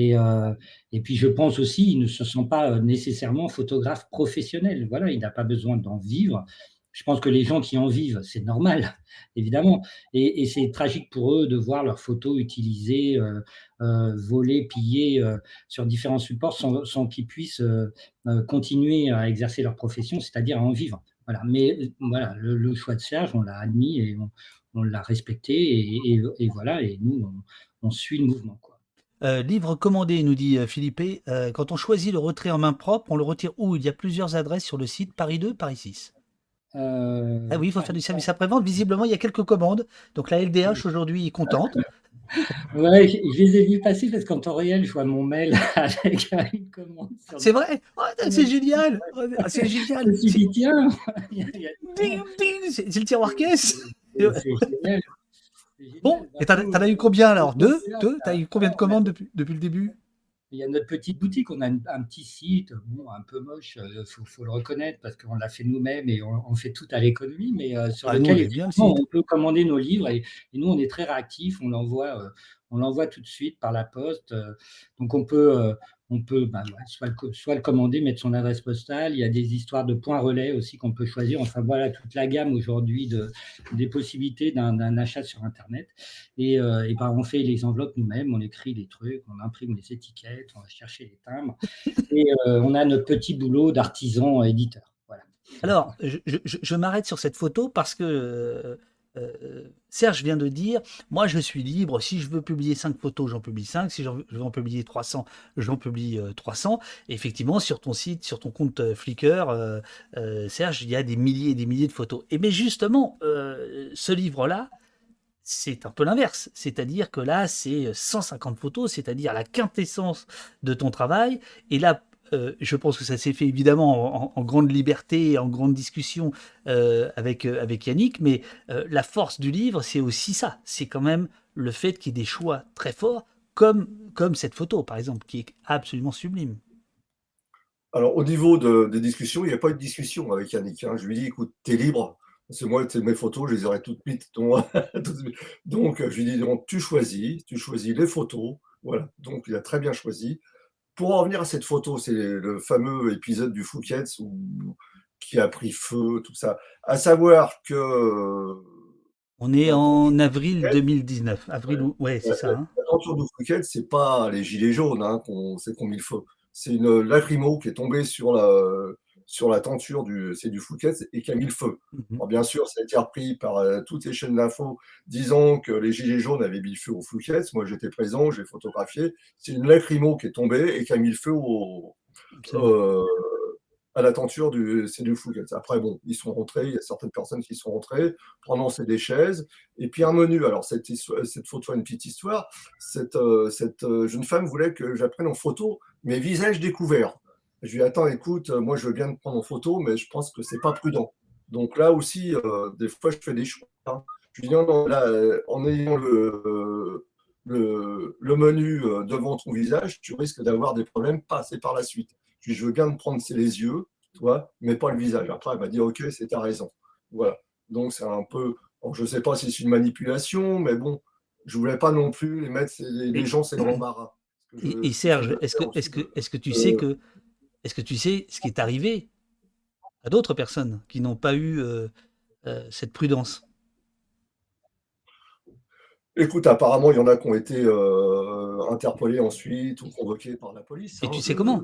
S2: et puis je pense aussi, il ne se sent pas nécessairement photographe professionnel. Voilà, il n'a pas besoin d'en vivre. Je pense que les gens qui en vivent, c'est normal, évidemment, et c'est tragique pour eux de voir leurs photos utilisées, volées, pillées sur différents supports sans qu'ils puissent continuer à exercer leur profession, c'est-à-dire à en vivre. Voilà. Mais voilà, le choix de Serge, on l'a admis et on l'a respecté, et voilà, et nous, on suit le mouvement, quoi.
S1: Livre commandé, nous dit Philippe. Quand on choisit le retrait en main propre, on le retire où? Il y a plusieurs adresses sur le site, Paris 2, Paris 6. Ah oui, il faut faire du service après-vente. Visiblement, il y a quelques commandes. Donc la LDH aujourd'hui est contente.
S2: Ouais, je les ai vus passer parce qu'en temps réel, je vois mon mail avec une commande.
S1: C'est vrai? Oh, c'est génial! C'est génial!
S2: Je me suis dit, tiens,
S1: Ding, ding, c'est le tiroir caisse!
S2: c'est génial.
S1: Bon, et t'en as eu combien alors? Deux? T'as eu combien de commandes depuis le début?
S2: Il y a notre petite boutique, on a un petit site, bon, un peu moche, faut le reconnaître, parce qu'on l'a fait nous-mêmes et on fait tout à l'économie, mais sur lequel effectivement, on peut commander nos livres, et nous, on est très réactifs, on l'envoie tout de suite par la poste. Donc on peut soit le commander, mettre son adresse postale. Il y a des histoires de points relais aussi qu'on peut choisir. Enfin voilà, toute la gamme aujourd'hui des possibilités d'un achat sur Internet. Et on fait les enveloppes nous-mêmes, on écrit les trucs, on imprime les étiquettes, on va chercher les timbres, et on a notre petit boulot d'artisan éditeur. Voilà.
S1: Alors, je m'arrête sur cette photo parce que Serge vient de dire, moi je suis libre, si je veux publier 5 photos, j'en publie 5, si je veux en publier 300, j'en publie 300. Et effectivement, sur ton site, sur ton compte Flickr, Serge, il y a des milliers et des milliers de photos. Et mais justement, ce livre-là, c'est un peu l'inverse, c'est-à-dire que là, c'est 150 photos, c'est-à-dire la quintessence de ton travail. Et là, je pense que ça s'est fait évidemment en grande liberté et en grande discussion avec Yannick, mais la force du livre, c'est aussi ça. C'est quand même le fait qu'il y ait des choix très forts, comme cette photo, par exemple, qui est absolument sublime.
S3: Alors, au niveau des discussions, il n'y a pas eu de discussion avec Yannick. Hein. Je lui dis, écoute, t'es libre. Parce que moi, mes photos, je les aurai toutes mises. Donc, je lui dis, donc, tu choisis les photos. Voilà. Donc, il a très bien choisi. Pour en revenir à cette photo, c'est le fameux épisode du Fouquet's qui a pris feu, tout ça. À savoir que...
S1: On est en avril 2019. Ouais, c'est ça. Hein.
S3: L'aventure du Fouquet's, c'est pas les gilets jaunes c'est qu'on mis le feu. C'est une lacrymo qui est tombée sur la tenture du Fouquet's et qui a mis le feu. Alors bien sûr, ça a été repris par toutes les chaînes d'infos disant que les gilets jaunes avaient mis le feu au Fouquet's. Moi, j'étais présent, j'ai photographié. C'est une lacrymo qui est tombée et qui a mis le feu à la tenture du Fouquet's. Après, bon, ils sont rentrés, il y a certaines personnes qui sont rentrées, prononcé des chaises, et puis un menu. Alors, cette photo a une petite histoire. Cette jeune femme voulait que j'apprenne en photo mes visages découverts. Je lui ai dit, attends, écoute, moi, je veux bien te prendre en photo, mais je pense que c'est pas prudent. Donc là aussi, des fois, je fais des choix. Hein. Je lui dis, non, là, en ayant le menu devant ton visage, tu risques d'avoir des problèmes passés par la suite. Je veux bien te prendre les yeux, toi, mais pas le visage. Après, elle m'a dit, ok, c'est ta raison. Voilà. Donc, c'est un peu... Alors, je ne sais pas si c'est une manipulation, mais bon, je ne voulais pas non plus les mettre les gens, c'est grand marin.
S1: Et Serge, est-ce que tu sais ce qui est arrivé à d'autres personnes qui n'ont pas eu cette prudence?
S3: Écoute, apparemment, il y en a qui ont été interpellés ensuite ou convoqués par la police.
S1: Et tu sais comment?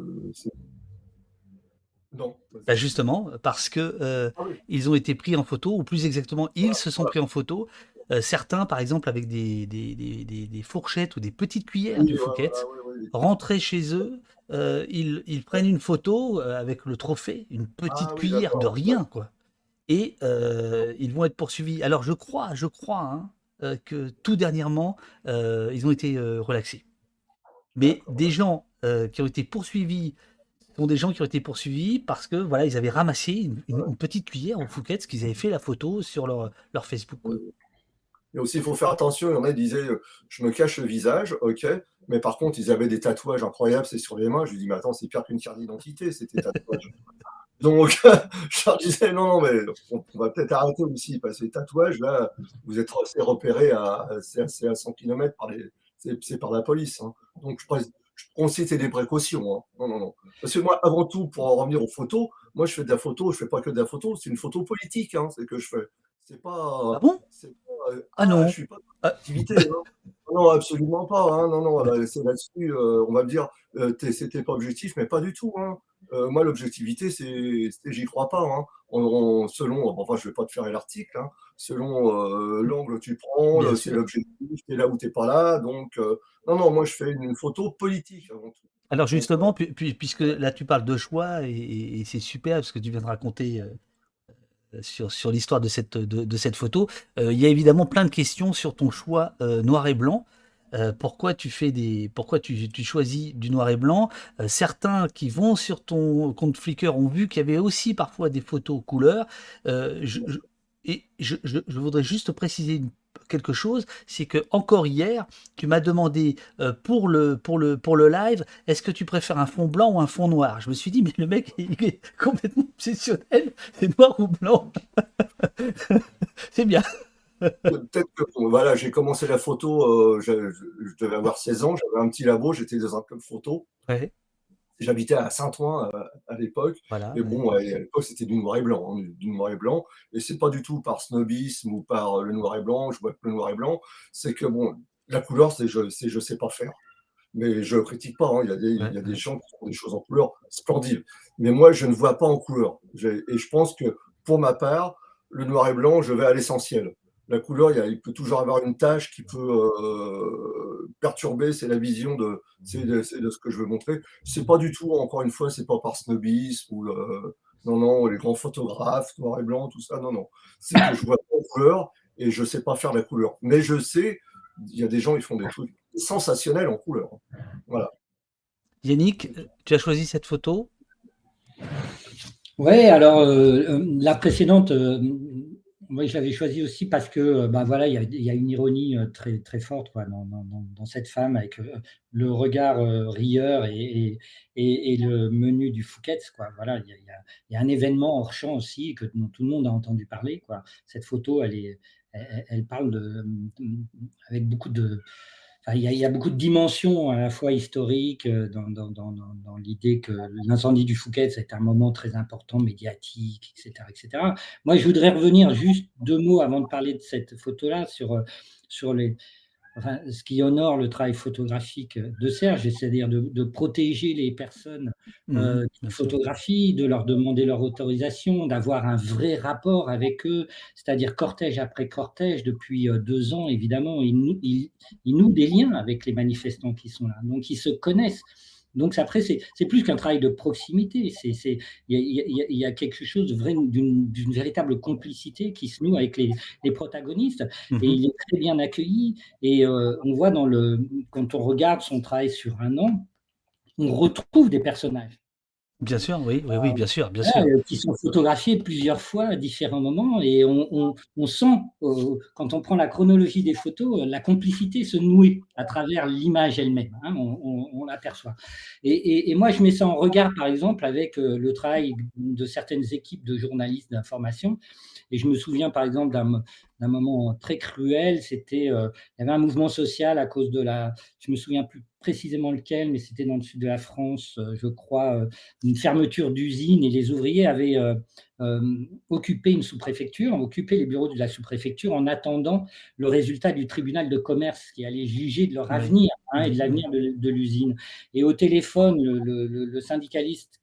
S3: Non.
S1: Bah justement, parce que ils ont été pris en photo, ou plus exactement, ils se sont pris en photo. Certains, par exemple, avec des fourchettes ou des petites cuillères du Fouquet's, rentrés chez eux, ils prennent une photo avec le trophée, une petite cuillère de rien, quoi. Et ils vont être poursuivis. Alors, je crois que tout dernièrement, ils ont été relaxés. Mais des gens qui ont été poursuivis sont des gens qui ont été poursuivis parce que voilà, ils avaient ramassé une petite cuillère au Phuket, qu'ils avaient fait la photo sur leur Facebook, quoi.
S3: Et aussi, il faut faire attention. Il y en a qui disaient je me cache le visage, ok, mais par contre, ils avaient des tatouages incroyables, c'est sur les mains. Je lui dis mais attends, c'est pire qu'une carte d'identité, c'était tatouages. Donc, je leur disais non, non, mais on va peut-être arrêter aussi, parce que les tatouages, là, vous êtes assez repérés c'est à 100 km c'est par la police. Hein. Donc, je prends aussi des précautions. Hein. Non, non, non. Parce que moi, avant tout, pour en revenir aux photos, moi, je fais de la photo, je fais pas que de la photo, c'est une photo politique, hein, c'est que je fais. C'est
S1: Ah
S3: pas,
S1: bon? Ah
S3: je
S1: non.
S3: suis pas dans
S1: Ah,
S3: l'activité. Hein. Non, absolument pas. Hein. Non, non, c'est là-dessus, on va me dire, c'était pas objectif, mais pas du tout. Hein. Moi, l'objectivité, j'y crois pas. Hein. Selon, enfin, je vais pas te faire l'article, hein. Selon l'angle que tu prends,
S1: bien
S3: c'est
S1: sûr.
S3: l'objectif, t'es là ou t'es pas là. Donc, non, non, moi, je fais une photo politique avant tout.
S1: Alors
S3: Donc,
S1: justement, puisque là tu parles de choix et c'est super parce que tu viens de raconter sur l'histoire de cette photo, il y a évidemment plein de questions sur ton choix noir et blanc. Pourquoi tu choisis du noir et blanc? Certains qui vont sur ton compte Flickr ont vu qu'il y avait aussi parfois des photos couleurs. Euh, je, je- je voudrais juste préciser quelque chose, c'est que encore hier, tu m'as demandé pour le live, est-ce que tu préfères un fond blanc ou un fond noir? Je me suis dit, mais le mec il est complètement obsessionnel, c'est noir ou blanc. C'est bien.
S3: peut-être que voilà, j'ai commencé la photo, je devais avoir 16 ans, j'avais un petit labo, j'étais dans un club photo.
S1: Ouais,
S3: J'habitais à Saint-Ouen à l'époque,
S1: voilà.
S3: et
S1: Ouais.
S3: bon, à l'époque c'était du noir et blanc, hein, du noir et blanc, et c'est pas du tout par snobisme ou par le noir et blanc, je vois que le noir et blanc, c'est que bon, la couleur, je sais pas faire, mais je critique pas, hein, il
S1: Ouais,
S3: y a des
S1: ouais.
S3: gens qui font des choses en couleur splendides, mais moi je ne vois pas en couleur, et je pense que pour ma part, le noir et blanc, je vais à l'essentiel. La couleur, il peut toujours avoir une tache qui peut perturber, c'est la vision c'est de ce que je veux montrer. C'est pas du tout, encore une fois, c'est pas par snobisme ou non, non, les grands photographes, noir et blanc, tout ça, non, non. C'est que je vois pas en couleur et je sais pas faire la couleur. Mais je sais, il y a des gens, ils font des trucs sensationnels en couleur. Voilà.
S1: Yannick, tu as choisi cette photo?
S2: Ouais, alors la précédente, moi je l'avais choisie aussi parce que bah, voilà, il y a une ironie très, très forte quoi, dans cette femme avec le regard rieur et le menu du Phuket. Quoi. Voilà, il y a un événement hors champ aussi dont tout le monde a entendu parler. Quoi. Cette photo, elle parle avec beaucoup de. Enfin, il y a beaucoup de dimensions à la fois historiques dans l'idée que l'incendie du Phuket, c'est un moment très important, médiatique, etc., etc. Moi, je voudrais revenir juste 2 mots avant de parler de cette photo-là sur ce qui honore le travail photographique de Serge, c'est-à-dire de protéger les personnes
S1: Mhm,
S2: qui
S1: bien sûr.
S2: photographient, de leur demander leur autorisation, d'avoir un vrai rapport avec eux, c'est-à-dire cortège après cortège depuis 2 ans, évidemment, ils nouent des liens avec les manifestants qui sont là, donc ils se connaissent. Donc après, c'est plus qu'un travail de proximité, il y a quelque chose d'une véritable complicité qui se noue avec les protagonistes, et
S1: Mhm.
S2: il est très bien accueilli. Et on voit quand on regarde son travail sur un an, on retrouve des personnages
S1: Bien sûr, oui, oui, oui, bien sûr, bien
S2: voilà,
S1: sûr.
S2: qui sont photographiés plusieurs fois à différents moments. Et on sent, quand on prend la chronologie des photos, la complicité se nouer à travers l'image elle-même. Hein, on l'aperçoit. Et moi, je mets ça en regard, par exemple, avec le travail de certaines équipes de journalistes d'information. Et je me souviens, par exemple, d'un moment très cruel. Il y avait un mouvement social à cause je me souviens plus précisément lequel, mais c'était dans le sud de la France, je crois, une fermeture d'usine, et les ouvriers avaient occupé une sous-préfecture, occupé les bureaux de la sous-préfecture en attendant le résultat du tribunal de commerce qui allait juger de leur
S1: Oui,
S2: avenir, hein, et de
S1: oui, oui.
S2: l'avenir de l'usine. Et au téléphone, le syndicaliste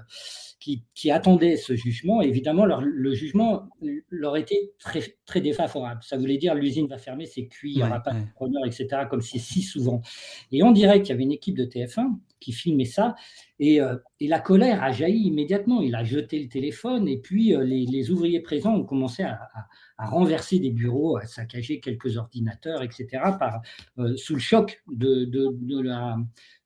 S2: qui attendait ce jugement, évidemment, le jugement leur était très, très défavorable. Ça voulait dire l'usine va fermer, c'est cuit, il n'y
S1: Ouais,
S2: aura pas de
S1: ouais.
S2: repreneur, etc., comme c'est si souvent. Et on dirait qu'il y avait une équipe de TF1 qui filmait ça, et la colère a jailli immédiatement. Il a jeté le téléphone, et puis les ouvriers présents ont commencé à renverser des bureaux, à saccager quelques ordinateurs, etc., sous le choc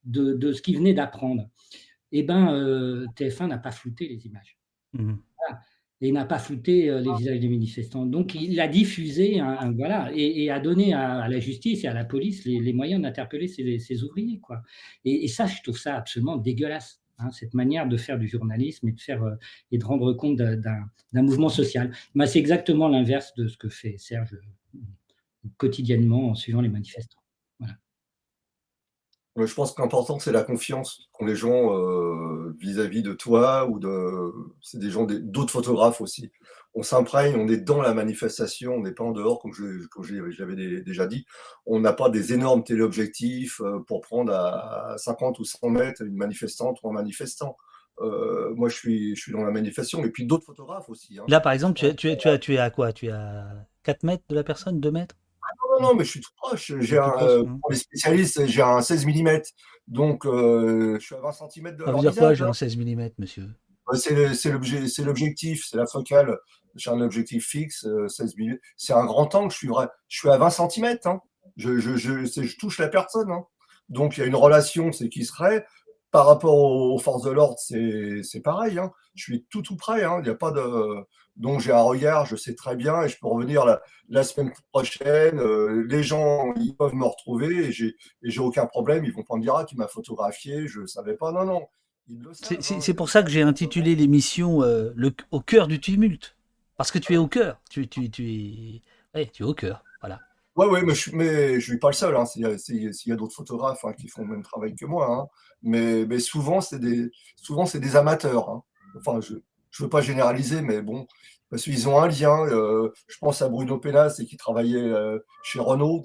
S2: de ce qu'il venait d'apprendre. Eh ben, TF1 n'a pas flouté les images.
S1: Mmh.
S2: Voilà. Et n'a pas flouté les visages des manifestants. Donc il a diffusé, voilà, et a donné à la justice et à la police les moyens d'interpeller ces ouvriers, quoi. Et ça, je trouve ça absolument dégueulasse, hein, cette manière de faire du journalisme et et de rendre compte d'un mouvement social. Ben, c'est exactement l'inverse de ce que fait Serge quotidiennement en suivant les manifestants. Voilà.
S3: Ouais, je pense que l'important, c'est la confiance qu'ont les gens, vis-à-vis de toi ou c'est des gens d'autres photographes aussi. On s'imprègne, on est dans la manifestation, on n'est pas en dehors comme j'avais déjà dit. On n'a pas des énormes téléobjectifs, pour prendre à 50 ou 100 mètres une manifestante ou un manifestant. Moi, je suis dans la manifestation et puis d'autres photographes aussi, hein.
S1: Là, par exemple, tu es à quoi? Tu es à 4 mètres de la personne, 2 mètres?
S3: Non, non, mais je suis tout proche.
S1: Tu es tout proche? Mmh.
S3: Pour les spécialistes, j'ai un 16 millimètres, donc je suis à 20 centimètres de
S1: Ça veut
S3: leur
S1: dire quoi,
S3: visage,
S1: j'ai
S3: hein.
S1: un 16 millimètres, monsieur?
S3: C'est l'objectif, c'est la focale. J'ai un objectif fixe, 16 millimètres. C'est un grand angle, je suis à 20 centimètres, hein. Je touche la personne, hein. Donc il y a une relation, c'est qui serait. Par rapport aux forces de l'ordre, c'est pareil, hein. Je suis tout près, hein. Il y a pas de. Donc j'ai un regard, je sais très bien, et je peux revenir la semaine prochaine. Les gens, ils peuvent me retrouver, et j'ai aucun problème. Ils vont pas me dire, ah, tu m'as photographié, je savais pas. Non, non, ils le savent, hein.
S1: C'est pour ça que j'ai intitulé l'émission Au cœur du tumulte. Parce que tu es au cœur. Ouais, tu es au cœur. Voilà.
S3: Ouais, ouais, mais je suis pas le seul, hein. S'il y a d'autres photographes, hein, qui font le même travail que moi, hein. Mais souvent c'est des amateurs, hein. Enfin, je veux pas généraliser, mais bon, parce qu'ils ont un lien. Je pense à Bruno Penas et qui travaillait chez Renault.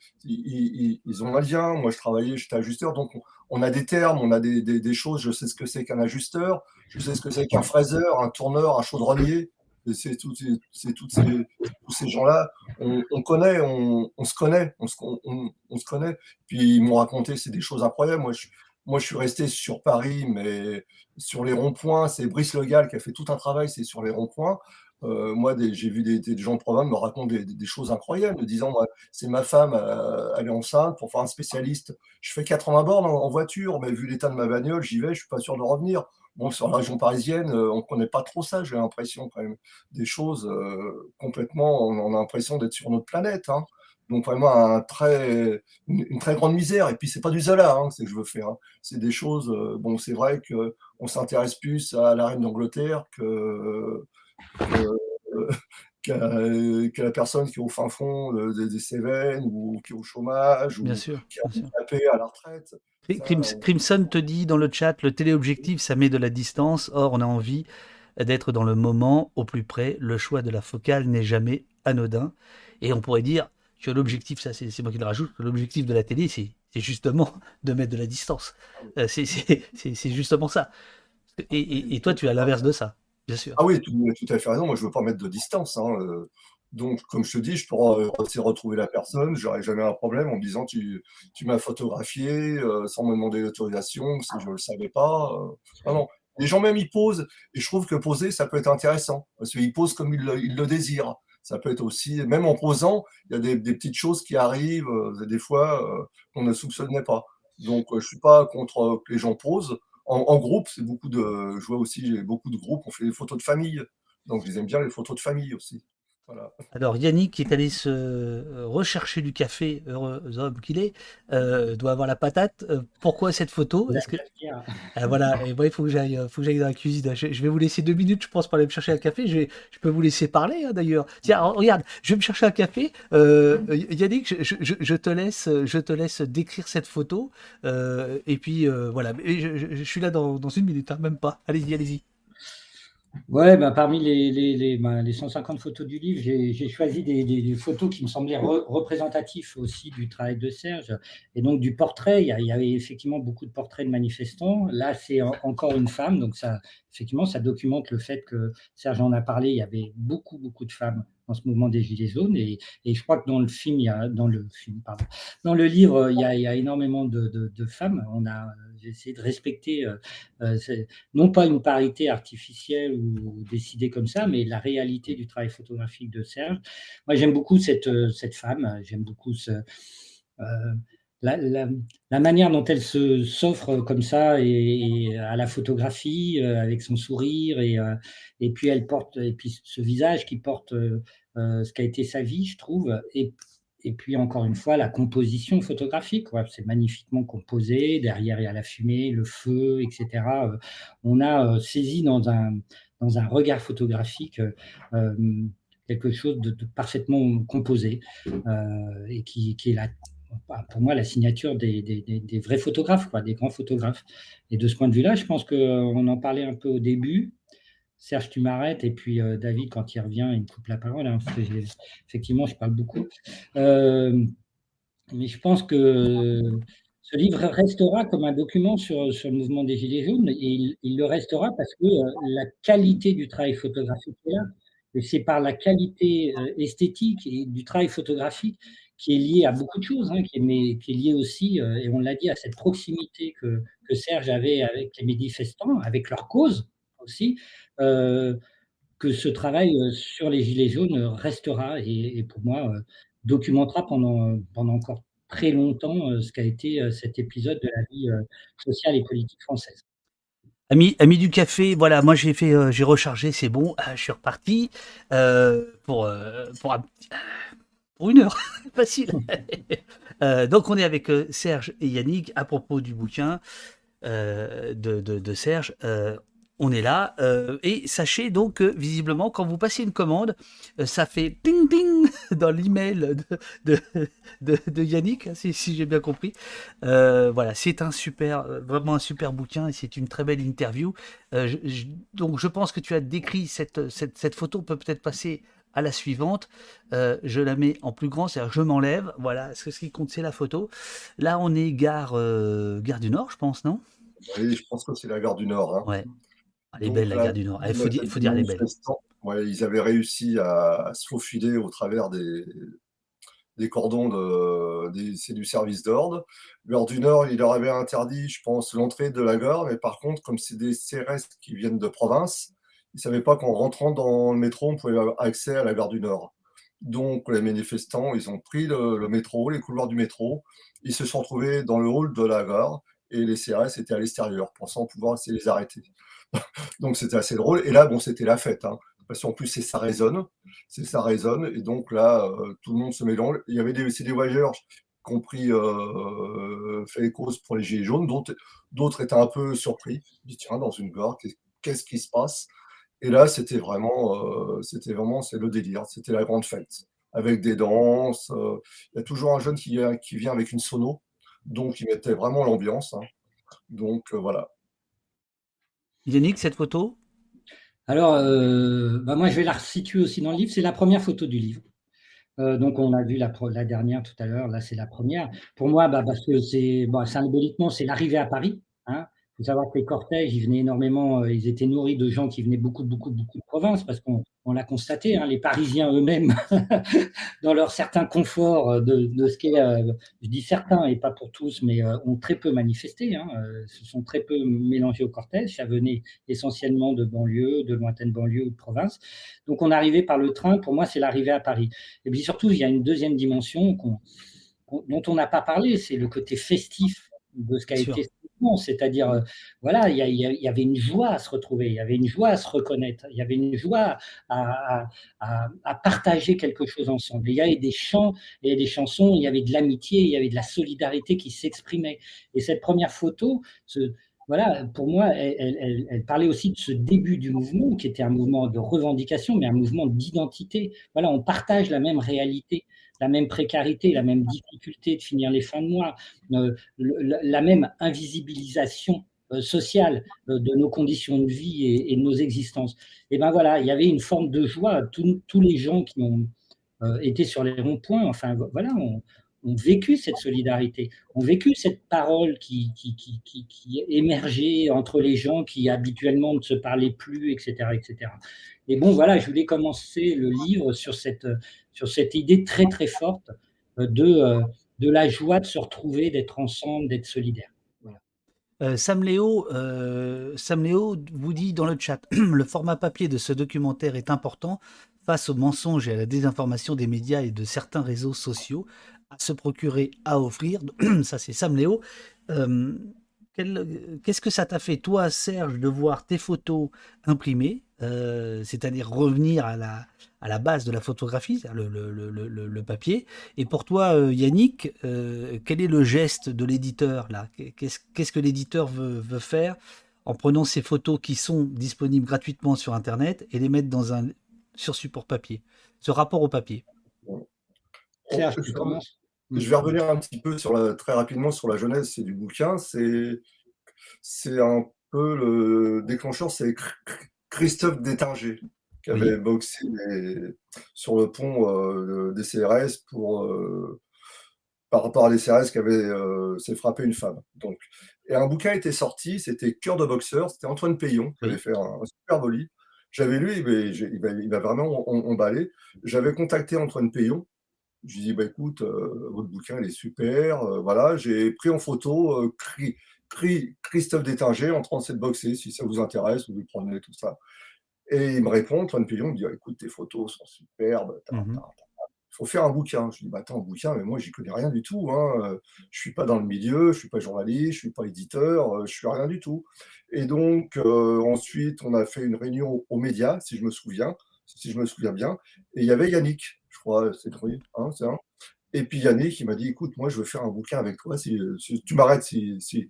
S3: Ils ont un lien. Moi, j'étais ajusteur, donc on a des termes, on a des choses. Je sais ce que c'est qu'un ajusteur, je sais ce que c'est qu'un fraiseur, un tourneur, un chaudronnier. Et tous ces gens-là, on connaît, on se connaît, on se connaît. Puis ils m'ont raconté, c'est des choses incroyables. Moi, je suis resté sur Paris, mais sur les ronds-points, c'est Brice Le Gall qui a fait tout un travail, c'est sur les ronds-points. Moi, j'ai vu des gens de province me raconter des choses incroyables, me disant, moi, c'est ma femme, elle est enceinte, pour faire un spécialiste. Je fais 80 bornes en voiture, mais vu l'état de ma bagnole, j'y vais, je suis pas sûr de revenir. Bon, sur la région parisienne, on ne connaît pas trop ça, j'ai l'impression quand même. Des choses complètement, on a l'impression d'être sur notre planète, hein. Donc vraiment une très grande misère. Et puis c'est pas du Zola, hein, c'est que je veux faire, hein. C'est des choses. Bon, c'est vrai que on s'intéresse plus à la reine d'Angleterre que- qu'à la personne qui est au fin fond des Cévennes ou qui est au chômage
S1: Bien
S3: ou
S1: sûr,
S3: qui est
S1: bien sûr.
S3: handicapé à la retraite. Ça,
S1: Crimson te dit dans le chat, le téléobjectif, ça met de la distance. Or, on a envie d'être dans le moment, au plus près. Le choix de la focale n'est jamais anodin. Et on pourrait dire que l'objectif, ça c'est moi qui le rajoute, que l'objectif de la télé, c'est justement de mettre de la distance. C'est justement ça. Et toi, tu es à l'inverse de ça, bien sûr.
S3: Ah oui, tout à fait raison. Moi, je veux pas mettre de distance, hein. Donc, comme je te dis, je pourrais retrouver la personne. J'aurais jamais un problème en me disant, tu m'as photographié sans me demander l'autorisation, si je le savais pas. Non, non. Les gens même, ils posent. Et je trouve que poser, ça peut être intéressant. Parce qu'ils posent comme ils le désirent. Ça peut être aussi, même en posant, il y a des petites choses qui arrivent, des fois, qu'on ne soupçonnait pas. Donc, je suis pas contre que les gens posent. En groupe, je vois aussi, j'ai beaucoup de groupes, on fait des photos de famille. Donc, je les aime bien, les photos de famille aussi. Voilà.
S1: Alors Yannick qui est allé se rechercher du café, heureux homme qu'il est, doit avoir la patate. Pourquoi cette photo?
S2: La
S1: Est-ce que
S2: cafetière.
S1: voilà, et moi il faut que j'aille dans la cuisine. Je vais vous laisser 2 minutes, je pense, pour aller me chercher un café. Je peux vous laisser parler, hein, d'ailleurs. Tiens, regarde, je vais me chercher un café. Yannick, je te laisse décrire cette photo. Et puis voilà. Et je suis là dans 1 minute, hein, même pas. Allez-y, allez-y.
S2: Ouais, bah, parmi les 150 photos du livre, j'ai choisi des photos qui me semblaient représentatifs aussi du travail de Serge et donc du portrait. Il y avait effectivement beaucoup de portraits de manifestants. Là, c'est encore une femme, donc ça, effectivement, ça documente le fait que Serge en a parlé. Il y avait beaucoup de femmes dans ce mouvement des Gilets jaunes et je crois que dans le film, pardon, dans le livre, il y a énormément de femmes. J'ai essayé de respecter non pas une parité artificielle ou décidée comme ça, mais la réalité du travail photographique de Serge. Moi, j'aime beaucoup cette femme, j'aime beaucoup euh, la manière dont elle s'offre comme ça et à la photographie avec son sourire et puis elle porte et puis ce visage qui porte ce qu'a été sa vie, je trouve. Et puis encore une fois, la composition photographique, ouais, c'est magnifiquement composé. Derrière, il y a la fumée, le feu, etc. On a saisi dans un regard photographique euh, quelque chose de parfaitement composé et qui est la pour moi, la signature des vrais photographes, quoi, des grands photographes. Et de ce point de vue-là, je pense qu'on en parlait un peu au début. Serge, tu m'arrêtes, et puis David, quand il revient, il me coupe la parole, hein, parce que effectivement, je parle beaucoup. Mais je pense que ce livre restera comme un document sur le mouvement des Gilets jaunes, et il le restera parce que la qualité du travail photographique est là. Et c'est par la qualité esthétique et du travail photographique qui est lié à beaucoup de choses, hein, mais qui est lié aussi, et on l'a dit, à cette proximité que Serge avait avec les manifestants, avec leur cause aussi, euh, que ce travail sur les Gilets jaunes restera et pour moi documentera pendant encore très longtemps ce qu'a été cet épisode de la vie sociale et politique française.
S1: Ami du café, voilà, moi j'ai rechargé, c'est bon, je suis reparti pour 1 heure, facile. Donc on est avec Serge et Yannick à propos du bouquin de Serge. On est là et sachez donc que visiblement quand vous passez une commande, ça fait ping ping dans l'email de Yannick, hein, si j'ai bien compris. Voilà, c'est vraiment un super bouquin et c'est une très belle interview. Donc je pense que tu as décrit cette photo. On peut peut-être passer à la suivante. Je la mets en plus grand, c'est-à-dire je m'enlève. Voilà, ce qui compte c'est la photo. Là on est gare du Nord, je pense, non?
S3: Oui, je pense que c'est la gare du Nord, hein.
S1: Ouais. Elle est
S3: Donc
S1: belle, la
S3: là,
S1: gare du Nord. Il faut dire, elle est belle.
S3: manifestants, ouais, ils avaient réussi à se faufiler au travers des cordons c'est du service d'ordre. Gare du Nord, il leur avait interdit, je pense, l'entrée de la gare, mais par contre, comme c'est des CRS qui viennent de province, ils ne savaient pas qu'en rentrant dans le métro, on pouvait avoir accès à la gare du Nord. Donc les manifestants, ils ont pris le métro, les couloirs du métro, ils se sont trouvés dans le hall de la gare, et les CRS étaient à l'extérieur, pensant pouvoir essayer de les arrêter. Donc c'était assez drôle. Et là, bon, c'était la fête, hein, parce qu'en plus, ça résonne. Et donc là, tout le monde se mélange. Il y avait des voyageurs qui ont fait les causes pour les Gilets jaunes, d'autres étaient un peu surpris. Ils disent, tiens, dans une gare, qu'est-ce qui se passe? Et là, c'est le délire, c'était la grande fête, avec des danses. Il y a toujours un jeune qui vient avec une sono, donc il mettait vraiment l'ambiance, hein. Donc voilà.
S1: Yannick, cette photo?
S2: Alors, moi, je vais la resituer aussi dans le livre. C'est la première photo du livre. Donc, on a vu la dernière tout à l'heure. Là, c'est la première. Pour moi, parce que symboliquement, c'est l'arrivée à Paris, hein. Il faut savoir que les cortèges, ils venaient énormément, ils étaient nourris de gens qui venaient beaucoup, beaucoup, beaucoup de provinces, parce qu'on l'a constaté, hein, les Parisiens eux-mêmes, dans leur certain confort de ce qu'est, je dis certains et pas pour tous, mais ont très peu manifesté, hein, se sont très peu mélangés au cortège. Ça venait essentiellement de banlieues, de lointaines banlieues ou de provinces. Donc on arrivait par le train. Pour moi, c'est l'arrivée à Paris. Et puis surtout, il y a une deuxième dimension dont on n'a pas parlé, c'est le côté festif de ce qu'a été ce mouvement. C'est-à-dire, voilà, il y avait une joie à se retrouver, il y avait une joie à se reconnaître, il y avait une joie à partager quelque chose ensemble. Il y avait des chants, il y avait des chansons, il y avait de l'amitié, il y avait de la solidarité qui s'exprimait. Et cette première photo, voilà, pour moi, elle parlait aussi de ce début du mouvement, qui était un mouvement de revendication, mais un mouvement d'identité. Voilà, on partage la même réalité, la même précarité, la même difficulté de finir les fins de mois, la même invisibilisation sociale de nos conditions de vie et de nos existences. Et ben voilà, il y avait une forme de joie. Tous les gens qui ont été sur les ronds-points, enfin voilà, ont vécu cette solidarité, ont vécu cette parole qui émergeait entre les gens qui habituellement ne se parlaient plus, etc., etc. Et bon, voilà, je voulais commencer le livre sur cette idée très, très forte de la joie de se retrouver, d'être ensemble, d'être solidaire. Voilà.
S1: Sam Léo vous dit dans le chat, le format papier de ce documentaire est important face aux mensonges et à la désinformation des médias et de certains réseaux sociaux. à se procurer, à offrir. Ça, c'est Sam Léo. Euh, Qu'est-ce que ça t'a fait, toi, Serge, de voir tes photos imprimées, c'est-à-dire revenir à la base de la photographie, c'est-à-dire le papier. Et pour toi, Yannick, quel est le geste de l'éditeur là? Qu'est-ce que l'éditeur veut faire en prenant ces photos qui sont disponibles gratuitement sur Internet et les mettre sur support papier? Ce rapport au papier.
S2: Serge, tu commences.
S3: Je vais revenir un petit peu très rapidement sur la genèse du bouquin. C'est un peu le déclencheur, c'est Christophe Détinger qui avait boxé sur le pont des CRS par rapport à des CRS qui avaient s'est frappé une femme. Donc, et un bouquin était sorti, c'était Cœur de boxeur, c'était Antoine Payon qui avait fait un super beau livre. J'avais lu, il m'a vraiment emballé. J'avais contacté Antoine Payon. Je lui ai dit, écoute, votre bouquin, il est super. Voilà, j'ai pris en photo Christophe Détinger en train de se boxer, si ça vous intéresse, vous le prenez, tout ça. Et il me répond, Antoine Payon, il me dit, écoute, tes photos sont superbes, il faut faire un bouquin. Je lui dis, attends, un bouquin, mais moi, j'y connais rien du tout. Hein. Je suis pas dans le milieu, je suis pas journaliste, je suis pas éditeur, je suis rien du tout. Et donc, ensuite, on a fait une réunion aux médias, si je me souviens bien. Et il y avait Yannick, je crois, c'est lui, hein, c'est un. Et puis Yannick, il m'a dit, écoute, moi, je veux faire un bouquin avec toi. Si tu m'arrêtes si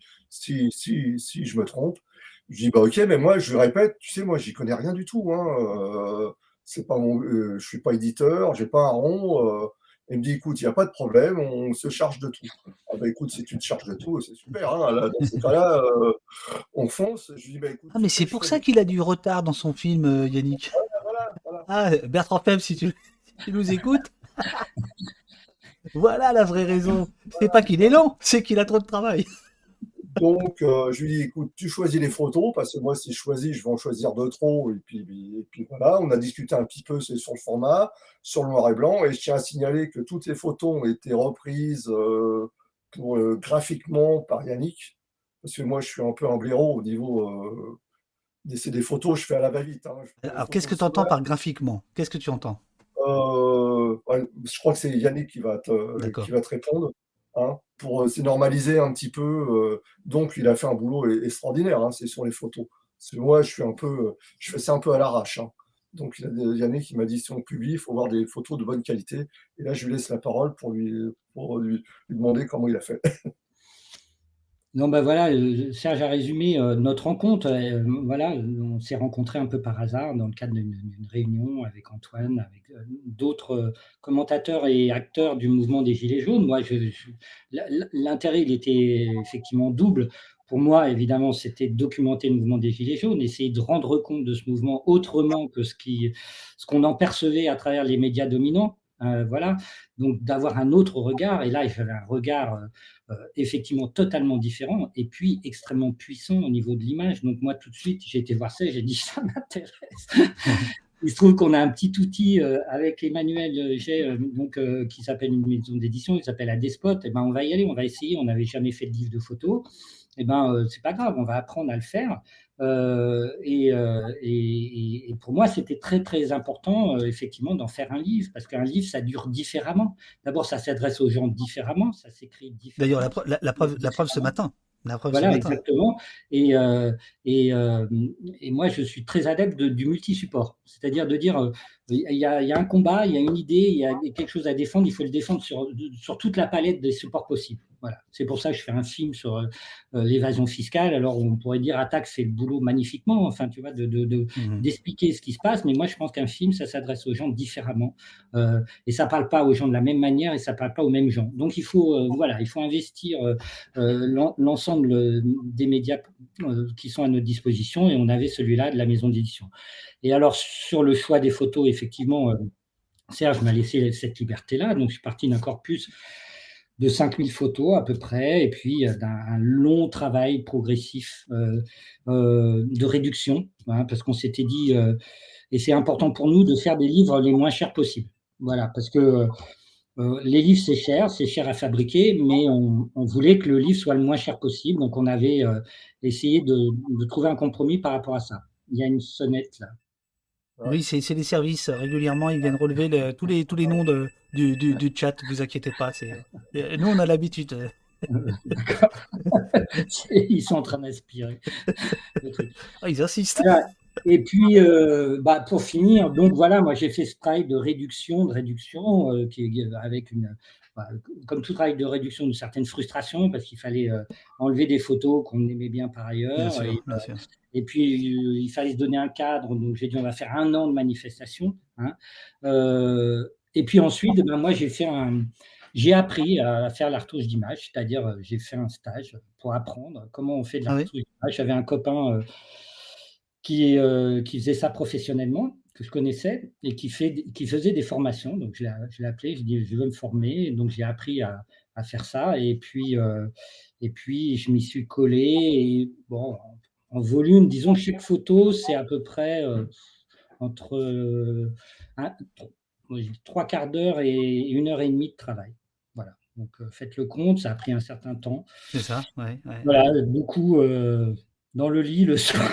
S3: je me trompe. Je dis, ok, mais moi, je lui répète, tu sais, moi, j'y connais rien du tout. Hein. C'est pas je suis pas éditeur, j'ai pas un rond. Il me dit, écoute, il n'y a pas de problème, on se charge de tout. Ah écoute, si tu te charges de tout, c'est super. Hein. Là, dans ces cas-là, on fonce. Je lui dis, écoute.
S1: Ah, mais c'est pour ça qu'il a du retard dans son film, Yannick.
S3: Voilà.
S1: Ah, Bertrand Feb, si tu nous écoutes. Voilà la vraie raison. C'est pas qu'il est lent, c'est qu'il a trop de travail.
S3: Donc, je lui dis, écoute, tu choisis les photos, parce que moi, si je choisis, je vais en choisir deux trop. Et puis voilà, on a discuté un petit peu sur le format, sur le noir et blanc. Et je tiens à signaler que toutes les photos ont été reprises graphiquement par Yannick. Parce que moi, je suis un peu un blaireau au niveau c'est des photos, je fais à la va-vite. Hein.
S1: Alors, qu'est-ce que tu entends par graphiquement? Qu'est-ce que tu entends?
S3: Je crois que c'est Yannick qui va te répondre. Hein, pour c'est normaliser un petit peu. Donc, il a fait un boulot extraordinaire, hein, c'est sur les photos. Parce que moi, je fais ça un peu à l'arrache. Hein. Donc, Yannick qui m'a dit, si on publie, il faut avoir des photos de bonne qualité. Et là, je lui laisse la parole pour lui demander comment il a fait.
S2: Non, voilà, Serge a résumé notre rencontre. Voilà, on s'est rencontrés un peu par hasard dans le cadre d'une réunion avec Antoine, avec d'autres commentateurs et acteurs du mouvement des Gilets jaunes. Moi, l'intérêt, il était effectivement double. Pour moi, évidemment, c'était de documenter le mouvement des Gilets jaunes, essayer de rendre compte de ce mouvement autrement que ce qu'on en percevait à travers les médias dominants. Voilà, donc d'avoir un autre regard. Et là, j'avais un regard effectivement totalement différent et puis extrêmement puissant au niveau de l'image. Donc moi, tout de suite, j'ai été voir ça et j'ai dit, ça m'intéresse. Il se trouve qu'on a un petit outil avec Emmanuel Jay, qui s'appelle une maison d'édition, il s'appelle Adespot. Et on va y aller, on va essayer. On n'avait jamais fait de livre de photos. C'est pas grave, on va apprendre à le faire. Et pour moi, c'était très, très important, effectivement, d'en faire un livre, parce qu'un livre, ça dure différemment. D'abord, ça s'adresse aux gens différemment, ça s'écrit différemment.
S1: D'ailleurs, la preuve ce matin.
S2: Voilà, exactement. Et moi, je suis très adepte du multi-support. C'est-à-dire de dire, il y a un combat, il y a une idée, il y a quelque chose à défendre, il faut le défendre sur toute la palette des supports possibles. Voilà. C'est pour ça que je fais un film sur l'évasion fiscale. Alors, on pourrait dire Attaque fait le boulot magnifiquement, enfin, tu vois, d'expliquer ce qui se passe. Mais moi, je pense qu'un film, ça s'adresse aux gens différemment. Et ça ne parle pas aux gens de la même manière et ça ne parle pas aux mêmes gens. Donc, il faut investir l'ensemble des médias qui sont à notre disposition. Et on avait celui-là de la maison d'édition. Et alors, sur le choix des photos, effectivement, Serge m'a laissé cette liberté-là. Donc, je suis parti d'un corpus de 5000 photos à peu près, et puis d'un long travail progressif de réduction, hein, parce qu'on s'était dit, et c'est important pour nous de faire des livres les moins chers possibles. Voilà, parce que les livres, c'est cher à fabriquer, mais on voulait que le livre soit le moins cher possible, donc on avait essayé de trouver un compromis par rapport à ça. Il y a une sonnette là.
S1: Oui, c'est les services. Régulièrement, ils viennent relever tous les noms du chat. Vous inquiétez pas. Nous, on a l'habitude.
S2: D'accord. Ils sont en train d'aspirer le truc.
S1: Ah, ils insistent.
S2: Voilà. Et puis, pour finir, donc voilà, moi j'ai fait ce travail de réduction, avec comme tout travail de réduction, d'une certaine frustration, parce qu'il fallait enlever des photos qu'on aimait bien par
S1: Bien
S2: ailleurs.
S1: sûr, bien sûr.
S2: Et puis, il fallait se donner un cadre. Donc, j'ai dit, on va faire 1 an de manifestation, hein. Et puis ensuite, moi, j'ai appris à faire la retouche d'image, c'est-à-dire j'ai fait un stage pour apprendre comment on fait de la
S1: Ah oui?
S2: retouche d'image. J'avais un copain qui faisait ça professionnellement, que je connaissais, et qui faisait des formations. Donc, je l'ai appelé, je dis, je veux me former. Et donc, j'ai appris à faire ça. Et puis, je m'y suis collé. Et bon, en volume, disons que chaque photo, c'est à peu près entre un- moi, je dis 3/4 d'heure et 1 heure et demie de travail. Voilà. Donc, faites le compte, ça a pris un certain temps.
S1: C'est ça, ouais, ouais, ouais.
S2: Voilà, beaucoup dans le lit le soir,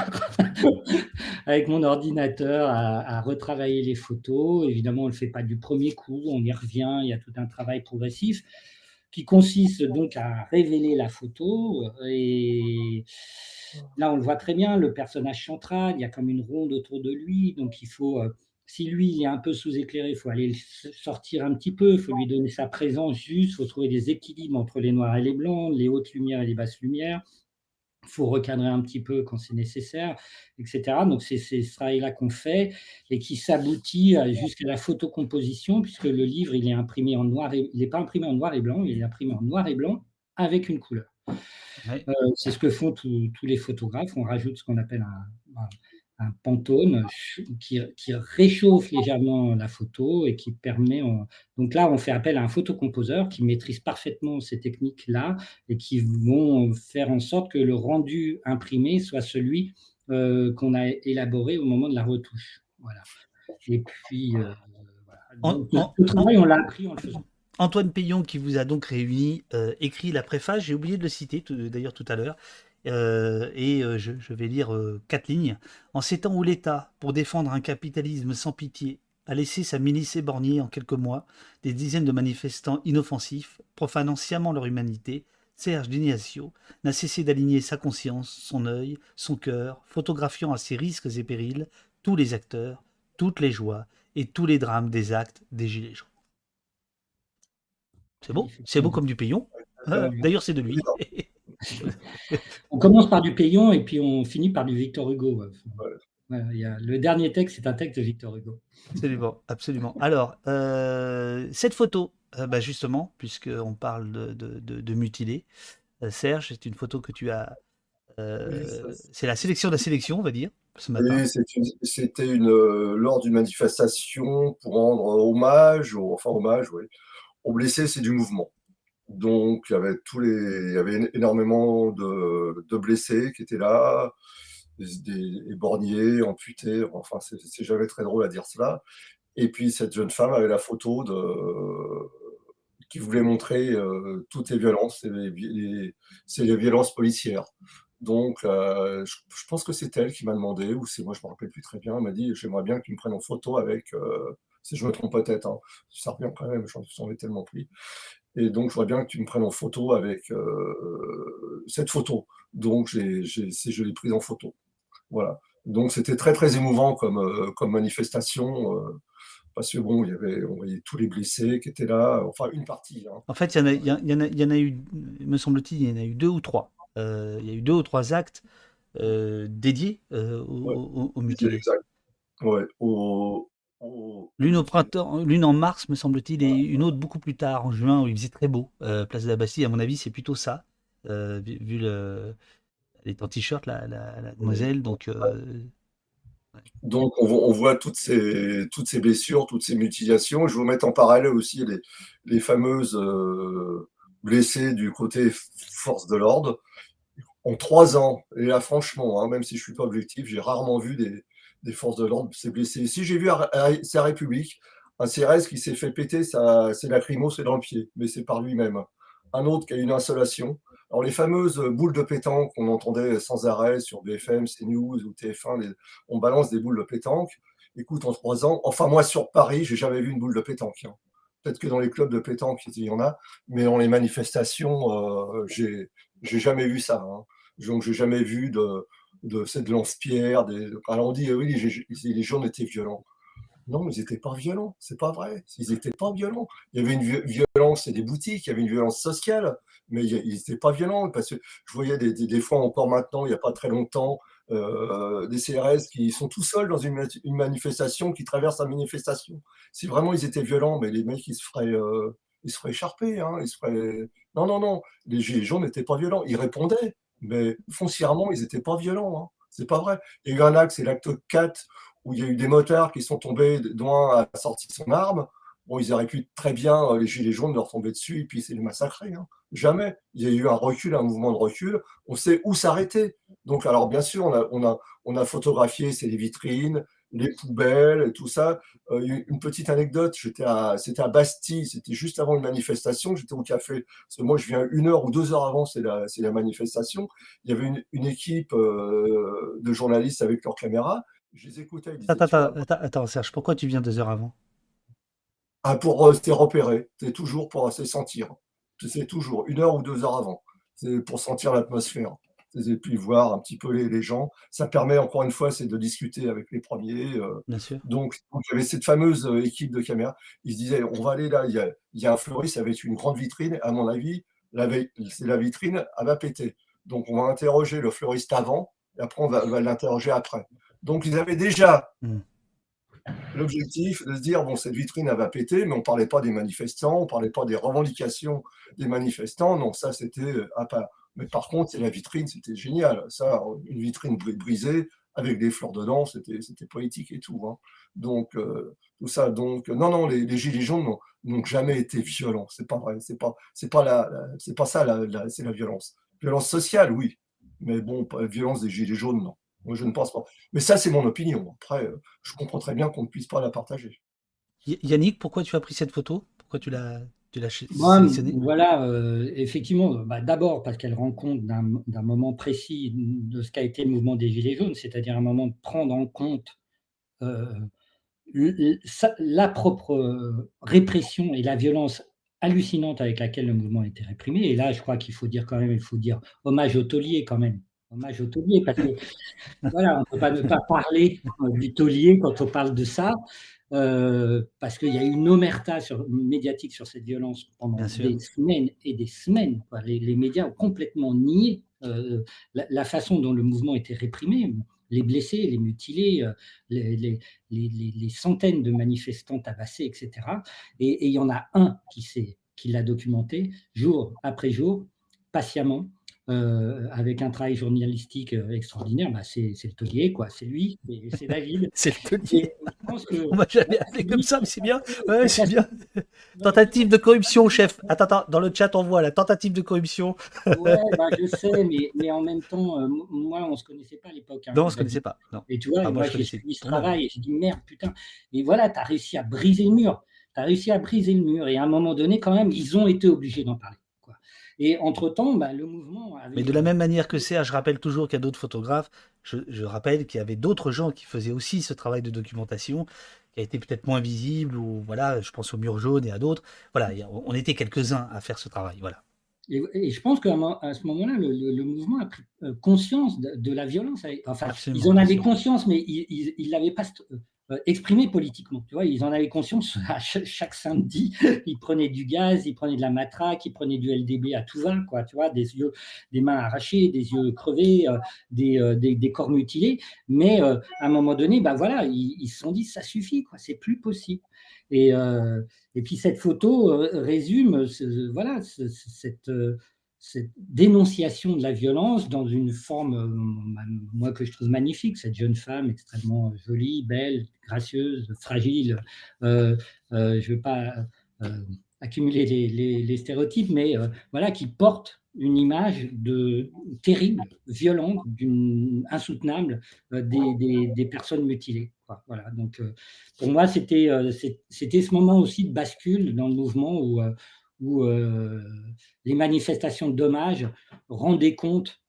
S2: avec mon ordinateur à retravailler les photos. Évidemment, on ne le fait pas du premier coup, on y revient, il y a tout un travail progressif qui consiste donc à révéler la photo. Et là, on le voit très bien, le personnage central, il y a comme une ronde autour de lui, donc il faut, si lui, il est un peu sous-éclairé, il faut aller le sortir un petit peu, il faut lui donner sa présence juste, il faut trouver des équilibres entre les noirs et les blancs, les hautes lumières et les basses lumières. Il faut recadrer un petit peu quand c'est nécessaire, etc. Donc, c'est ce travail-là qu'on fait et qui s'aboutit jusqu'à la photocomposition, puisque le livre, il n'est pas imprimé en noir et blanc, il est imprimé en noir et blanc avec une couleur.
S1: Ouais.
S2: C'est ce que font tous les photographes. On rajoute ce qu'on appelle un Pantone qui réchauffe légèrement la photo et qui permet. Donc là, on fait appel à un photocomposeur qui maîtrise parfaitement ces techniques-là et qui vont faire en sorte que le rendu imprimé soit celui qu'on a élaboré au moment de la retouche. Voilà. Et puis, voilà. Donc, le travail, on l'a appris en le faisant.
S1: Antoine Payon, qui vous a donc réuni, écrit la préface. J'ai oublié de le citer d'ailleurs tout à l'heure. Je vais lire 4 lignes. En ces temps où l'État, pour défendre un capitalisme sans pitié, a laissé sa milice éborgner en quelques mois des dizaines de manifestants inoffensifs, profanant sciemment leur humanité, Serge D'Ignazio n'a cessé d'aligner sa conscience, son œil, son cœur, photographiant à ses risques et périls tous les acteurs, toutes les joies et tous les drames des actes des Gilets jaunes. C'est beau comme du Payon. D'ailleurs, c'est de lui.
S2: On commence par du Payon et puis on finit par du Victor Hugo. Le dernier texte, c'est un texte de Victor Hugo.
S1: Absolument, absolument. Alors, cette photo, justement, puisqu'on parle de mutilé, Serge, c'est une photo que tu as. C'est la sélection de la sélection, on va dire, ce matin.
S3: C'était lors d'une manifestation pour rendre hommage, aux blessés, c'est du mouvement. Donc, il y avait énormément de blessés qui étaient là, des borgnés, amputés. Enfin, c'est jamais très drôle à dire cela. Et puis, cette jeune femme avait la photo qui voulait montrer toutes les violences, les violences policières. Donc, je pense que c'est elle qui m'a demandé, ou c'est moi, je ne me rappelle plus très bien. Elle m'a dit, j'aimerais bien que tu me prennes en photo avec, si je me trompe peut-être, hein, ça revient quand même, j'en ai tellement pris. Et donc, je voudrais bien que tu me prennes en photo avec cette photo. Donc, je l'ai prise en photo. Voilà. Donc, c'était très, très émouvant comme manifestation. Parce que bon, on voyait tous les blessés qui étaient là, enfin une partie. Hein.
S1: En fait, il y en a eu, me semble-t-il, il y en a eu 2 ou 3. Il y a eu 2 ou 3 actes dédiés aux mutilés.
S3: Exact. Ouais,
S1: L'une au printemps, l'une en mars, me semble-t-il, et une autre beaucoup plus tard, en juin, où il faisait très beau. Place de la Bastille, à mon avis, c'est plutôt ça, vu elle est en t-shirt, la demoiselle, donc...
S3: Donc, on voit toutes ces blessures, toutes ces mutilations. Je vais vous mettre en parallèle aussi les fameuses blessés du côté force de l'ordre. En 3 ans, et là, franchement, hein, même si je ne suis pas objectif, j'ai rarement vu des forces de l'ordre s'est blessé. Ici, j'ai vu sa République, un CRS qui s'est fait péter ses lacrymos, c'est dans le pied, mais c'est par lui-même. Un autre qui a une insolation, Alors, les fameuses boules de pétanque qu'on entendait sans arrêt sur BFM, CNews ou TF1, on balance des boules de pétanque. Écoute, en 3 ans, enfin, moi, sur Paris, j'ai jamais vu une boule de pétanque, hein. Peut-être que dans les clubs de pétanque, il y en a, mais dans les manifestations, j'ai jamais vu ça, hein. Donc, j'ai jamais vu c'est de lance-pierre. Alors, on dit, oui, les gens étaient violents. Non, ils n'étaient pas violents, c'est pas vrai. Ils n'étaient pas violents. Il y avait une violence, c'est des boutiques, il y avait une violence sociale, mais ils n'étaient pas violents. Parce que je voyais des fois encore maintenant, il n'y a pas très longtemps, des CRS qui sont tout seuls dans une manifestation, qui traversent la manifestation. Si vraiment ils étaient violents, mais les mecs, ils se feraient écharper, hein, Non, non, non, les gilets jaunes n'étaient pas violents. Ils répondaient, mais foncièrement, ils n'étaient pas violents, hein. C'est pas vrai. Il y a eu un acte, c'est l'acte 4, où il y a eu des motards qui sont tombés, dont un a sorti son arme. Bon, ils auraient pu très bien, les gilets jaunes, leur tomber dessus et puis c'est les massacrer, hein. Jamais. Il y a eu un recul, un mouvement de recul. On sait où s'arrêter. Donc, alors bien sûr, on a photographié, c'est les vitrines, les poubelles, et tout ça. Une petite anecdote, c'était à Bastille, c'était juste avant une manifestation, j'étais au café, parce que moi je viens 1 heure ou 2 heures avant, c'est la manifestation. Il y avait une équipe de journalistes avec leurs caméras. Je les écoutais, ils disaient,
S1: Attends, Serge, pourquoi tu viens 2 heures avant?
S3: pour se repérer, c'est toujours pour se sentir. C'est toujours 1 heure ou 2 heures avant. C'est pour sentir l'atmosphère. Et puis voir un petit peu les gens. Ça permet, encore une fois, c'est de discuter avec les premiers.
S1: Bien sûr.
S3: Donc, il y avait cette fameuse équipe de caméras. Ils se disaient, on va aller là, il y a un fleuriste avec une grande vitrine. À mon avis, la vitrine, elle va péter. Donc, on va interroger le fleuriste avant, et après, on va l'interroger après. Donc, ils avaient déjà l'objectif de se dire, bon, cette vitrine, elle va péter, mais on ne parlait pas des manifestants, on ne parlait pas des revendications des manifestants. Non, ça, c'était à part. Mais par contre, c'est la vitrine, c'était génial. Ça, une vitrine brisée avec des fleurs dedans, c'était poétique et tout, hein. Donc, tout ça. Donc, non, les gilets jaunes n'ont jamais été violents. C'est pas vrai. C'est pas ça, c'est la violence. Violence sociale, oui. Mais bon, pas la violence des gilets jaunes, non. Moi, je ne pense pas. Mais ça, c'est mon opinion. Après, je comprends très bien qu'on ne puisse pas la partager.
S1: Yannick, pourquoi tu as pris cette photo? Pourquoi tu l'as
S2: Moi,
S1: sélectionnée?
S2: voilà, effectivement, d'abord parce qu'elle rend compte d'un moment précis de ce qu'a été le mouvement des Gilets jaunes, c'est-à-dire un moment de prendre en compte euh, la propre répression et la violence hallucinante avec laquelle le mouvement a été réprimé. Et là, je crois qu'il faut dire quand même, il faut dire hommage au taulier quand même. Hommage au taulier, parce que voilà, on ne peut pas ne pas parler du taulier quand on parle de ça, parce qu'il y a eu une omerta médiatique sur cette violence pendant des semaines et des semaines, quoi. Les médias ont complètement nié la façon dont le mouvement était réprimé. Les blessés, les mutilés, les centaines de manifestants tabassés, etc. Et il y en a un qui l'a documenté jour après jour, patiemment, avec un travail journalistique extraordinaire. C'est le taulier, quoi. C'est lui, c'est David.
S1: C'est le taulier.
S2: On
S1: m'a jamais appelé comme ça, mais c'est bien. Ouais, c'est bien. Tentative de corruption, chef. Attends, dans le chat, on voit la tentative de corruption.
S2: Ouais, je sais, mais en même temps, moi, on ne se connaissait pas à l'époque, hein.
S1: Non, on ne se connaissait pas. Non.
S2: Et tu vois, moi, j'ai suivi ce travail et j'ai dit, merde, putain. Et voilà, tu as réussi à briser le mur. Et à un moment donné, quand même, ils ont été obligés d'en parler, quoi. Et entre-temps, le mouvement avait...
S1: Mais de la même manière que c'est, je rappelle toujours qu'il y a d'autres photographes, je rappelle qu'il y avait d'autres gens qui faisaient aussi ce travail de documentation, qui a été peut-être moins visible, ou voilà, je pense au Mur Jaune et à d'autres. Voilà, on était quelques-uns à faire ce travail, voilà.
S2: Et je pense qu'à ce moment-là, le mouvement a pris conscience de la violence. Enfin, absolument, ils en avaient conscience, mais ils ne l'avaient pas exprimé politiquement. Tu vois, ils en avaient conscience à chaque samedi. Ils prenaient du gaz, ils prenaient de la matraque, ils prenaient du LDB à tout va, quoi. Tu vois, des mains arrachées, des yeux crevés, des corps mutilés. Mais à un moment donné, voilà, ils se sont dit, ça suffit, quoi. C'est plus possible. Et puis cette photo résume voilà, cette dénonciation de la violence dans une forme, moi, que je trouve magnifique, cette jeune femme extrêmement jolie, belle, gracieuse, fragile. Je ne veux pas accumuler les stéréotypes, mais voilà, qui porte une image terrible, violente, insoutenable des personnes mutilées, quoi. Voilà, donc pour moi, c'était ce moment aussi de bascule dans le mouvement où où les manifestations de dommages rendaient compte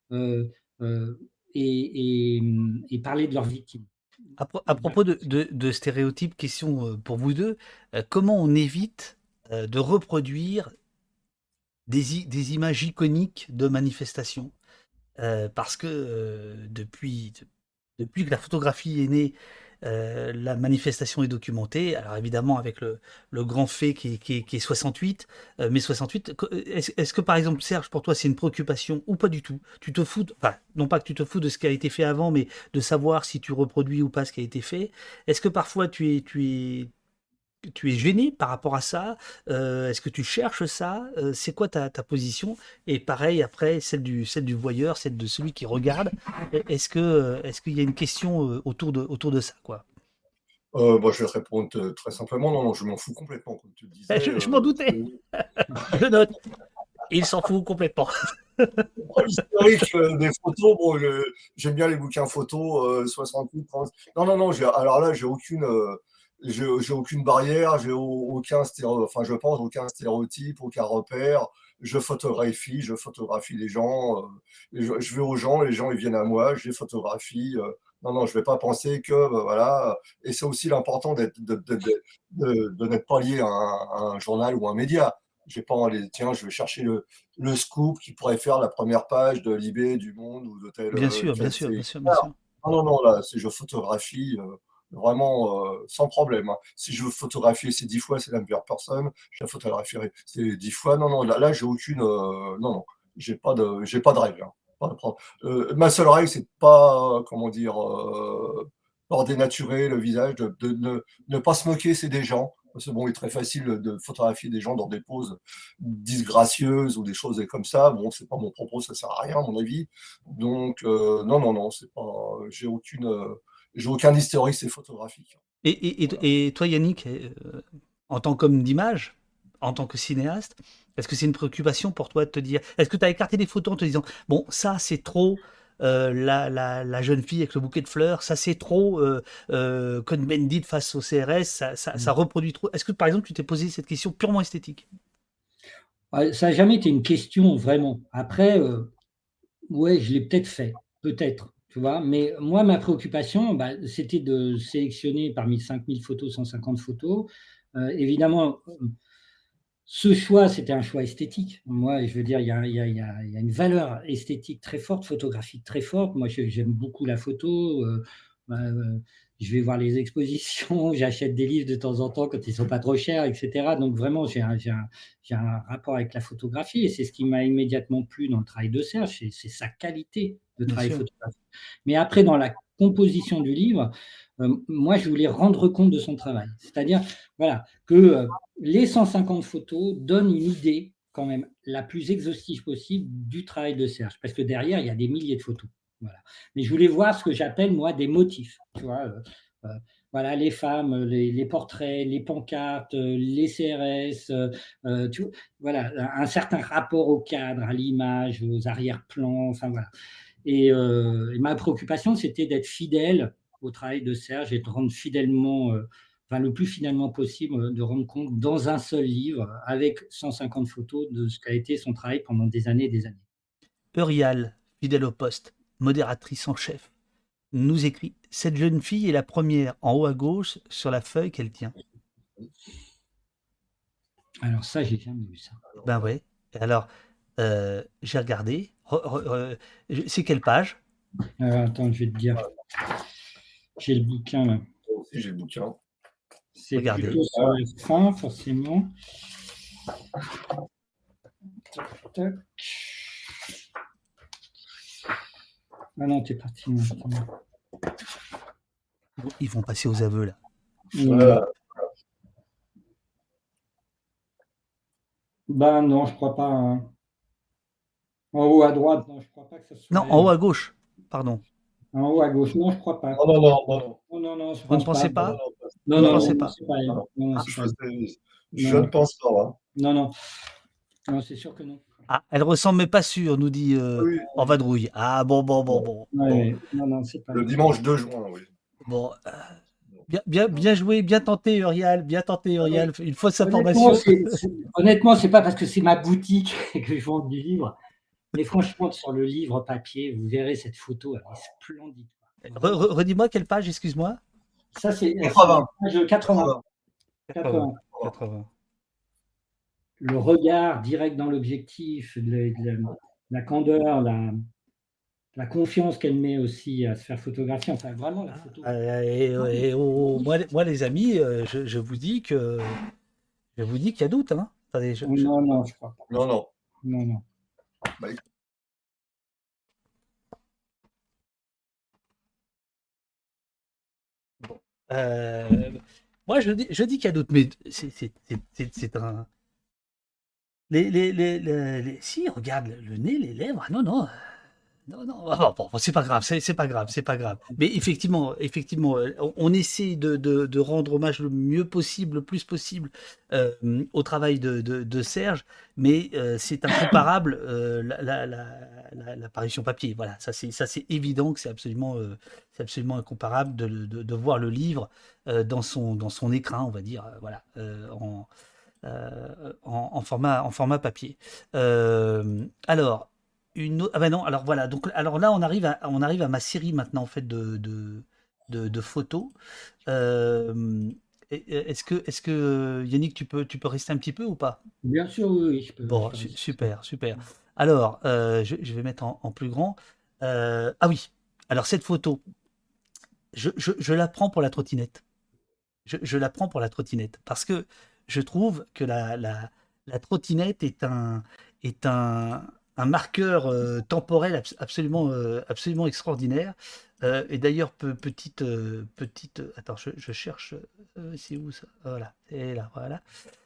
S2: et parlaient de leurs victimes.
S1: À propos de stéréotypes, question pour vous deux, comment on évite de reproduire des images iconiques de manifestations? Parce que depuis que la photographie est née, la manifestation est documentée. Alors évidemment avec le grand fait qui est 68, mai 68. Est-ce que par exemple, Serge, pour toi c'est une préoccupation ou pas du tout? Tu te fous, enfin non pas que tu te fous de ce qui a été fait avant, mais de savoir si tu reproduis ou pas ce qui a été fait. Est-ce que parfois tu es gêné par rapport à ça? Est-ce que tu cherches ça? C'est quoi ta position? Et pareil, après, celle du voyeur, celle de celui qui regarde. Est-ce qu'il y a une question autour de ça, quoi?
S3: Je vais te répondre très simplement. Non, non, je m'en fous complètement, comme tu le disais.
S1: Je m'en doutais, je note. Il s'en fout complètement.
S3: L'historique des photos, bon, j'aime bien les bouquins photos, 68, 30. Non, non, non, alors là, j'ai aucune barrière, j'ai aucun enfin, je pense, aucun stéréotype, aucun repère. Je photographie les gens, je vais aux gens, les gens ils viennent à moi, je les photographie. Non, non, je ne vais pas penser que, voilà. Et c'est aussi l'important de n'être pas lié à un journal ou un média. J'ai pas aller, tiens, je vais chercher le scoop qui pourrait faire la première page de Libé, du Monde ou de tel.
S1: Bien sûr, bien sûr, bien sûr, bien sûr.
S3: Non, non, non, là, je photographie vraiment sans problème, hein. Si je veux photographier c'est 10 fois, c'est la meilleure personne, je la photographierai. C'est 10 fois, non, non, là j'ai aucune. Non, non, j'ai pas de règle, hein. Pas de ma seule règle, c'est de pas, comment dire, pas dénaturer le visage, de ne pas se moquer, c'est des gens. Parce que bon, il est très facile de photographier des gens dans des poses disgracieuses ou des choses comme ça. Bon, c'est pas mon propos, ça sert à rien, à mon avis. Donc, non, non, non, c'est pas. J'ai aucun historique, c'est photographique.
S1: Et toi, Yannick, en tant qu'homme d'image, en tant que cinéaste, est-ce que c'est une préoccupation pour toi de te dire, est-ce que tu as écarté des photos en te disant, bon, ça c'est trop la jeune fille avec le bouquet de fleurs, ça c'est trop Cohn-Bendit face au CRS, ça reproduit trop. Est-ce que par exemple tu t'es posé cette question purement esthétique?
S2: Ça n'a jamais été une question vraiment. Après, ouais, je l'ai peut-être fait, peut-être, tu vois. Mais moi, ma préoccupation, c'était de sélectionner parmi 5000 photos, 150 photos. Évidemment, ce choix, c'était un choix esthétique. Moi, je veux dire, il y a une valeur esthétique très forte, photographique très forte. Moi, j'aime beaucoup la photo. Je vais voir les expositions, j'achète des livres de temps en temps quand ils ne sont pas trop chers, etc. Donc, vraiment, j'ai un rapport avec la photographie et c'est ce qui m'a immédiatement plu dans le travail de Serge, c'est sa qualité de
S1: Bien
S2: travail
S1: sûr.
S2: photographique. Mais après, dans la composition du livre, moi, je voulais rendre compte de son travail. C'est-à-dire, voilà, que les 150 photos donnent une idée quand même la plus exhaustive possible du travail de Serge, parce que derrière, il y a des milliers de photos. Voilà. Mais je voulais voir ce que j'appelle, moi, des motifs. Tu vois, voilà, les femmes, les portraits, les pancartes, les CRS, voilà, un certain rapport au cadre, à l'image, aux arrière-plans, enfin voilà. Et ma préoccupation, c'était d'être fidèle au travail de Serge et de rendre fidèlement, le plus fidèlement possible, de rendre compte dans un seul livre, avec 150 photos, de ce qu'a été son travail pendant des années et des années.
S1: Eurial, fidèle au poste, modératrice en chef, nous écrit: cette jeune fille est la première en haut à gauche sur la feuille qu'elle tient.
S2: Alors ça, j'ai jamais vu ça.
S1: Ben ouais. Et alors, j'ai regardé. C'est quelle page?
S2: Attends, je vais te dire. J'ai le bouquin là.
S3: Moi aussi, j'ai le bouquin.
S2: C'est
S1: Regardez.
S2: plutôt sur la fin, forcément. Tac, tac. Ah non, t'es parti.
S1: Ils vont passer aux aveux là.
S2: Non, je crois pas. Hein. En haut à droite, non, je crois pas que ça soit.
S1: Non, en haut à gauche, pardon.
S2: En haut à gauche, non, je crois pas.
S3: Non, non, non, non.
S2: Non, non, je
S1: Vous ne
S2: pense
S1: pensez
S2: pas.
S1: pas?
S2: Non,
S1: Vous ne
S2: non,
S1: pensez
S2: non,
S1: pas?
S2: c'est pas elle. Non, c'est pas elle.
S3: Je ne pense pas. Hein.
S2: Non, non. Non, c'est sûr que non.
S1: Ah, elle ressemble mais pas sûre, nous dit
S3: Oui.
S1: en vadrouille. Ah bon.
S2: Ouais, non, c'est pas
S3: Le
S2: elle.
S3: dimanche 2 juin, oui.
S1: Bon, Bien joué, bien tenté, Uriel, bien tenté, Uriel. Une fausse
S2: Honnêtement,
S1: information.
S2: honnêtement, c'est pas parce que c'est ma boutique que je vends du livre, mais franchement, sur le livre papier, vous verrez cette photo, elle est splendide.
S1: Redis-moi quelle page, excuse-moi.
S2: Ça, c'est
S3: 80.
S2: page 80.
S1: 80. 80.
S2: Le regard direct dans l'objectif, la candeur, la confiance qu'elle met aussi à se faire photographier. Enfin, vraiment, la photo.
S1: Moi, les amis, je vous dis qu'il y a doute. Hein. Attendez,
S2: Non, non, je crois pas.
S3: Non, non.
S2: Non, non.
S3: Bah,
S1: moi, je dis qu'il y a doute, mais c'est un. Si, regarde le nez, les lèvres. Non, non. Non, non, bon, c'est pas grave, c'est pas grave, c'est pas grave. Mais effectivement, on essaie de rendre hommage le mieux possible, le plus possible au travail de Serge, mais c'est incomparable l'apparition papier. Voilà, ça c'est évident que c'est absolument incomparable de voir le livre dans son écrin, on va dire, voilà, en format papier. Alors. Ah ben non, alors voilà, donc alors là on arrive à ma série maintenant en fait de photos. Est-ce que Yannick tu peux rester un petit peu ou pas?
S2: Bien sûr, oui, je peux.
S1: Bon, super, super. Alors je vais mettre en plus grand. Ah oui, alors cette photo, je la prends pour la trottinette. Je la prends pour la trottinette parce que je trouve que la trottinette est un marqueur temporel absolument extraordinaire. Et d'ailleurs, petite. Attends, je cherche. C'est où ça? Voilà, c'est là, voilà.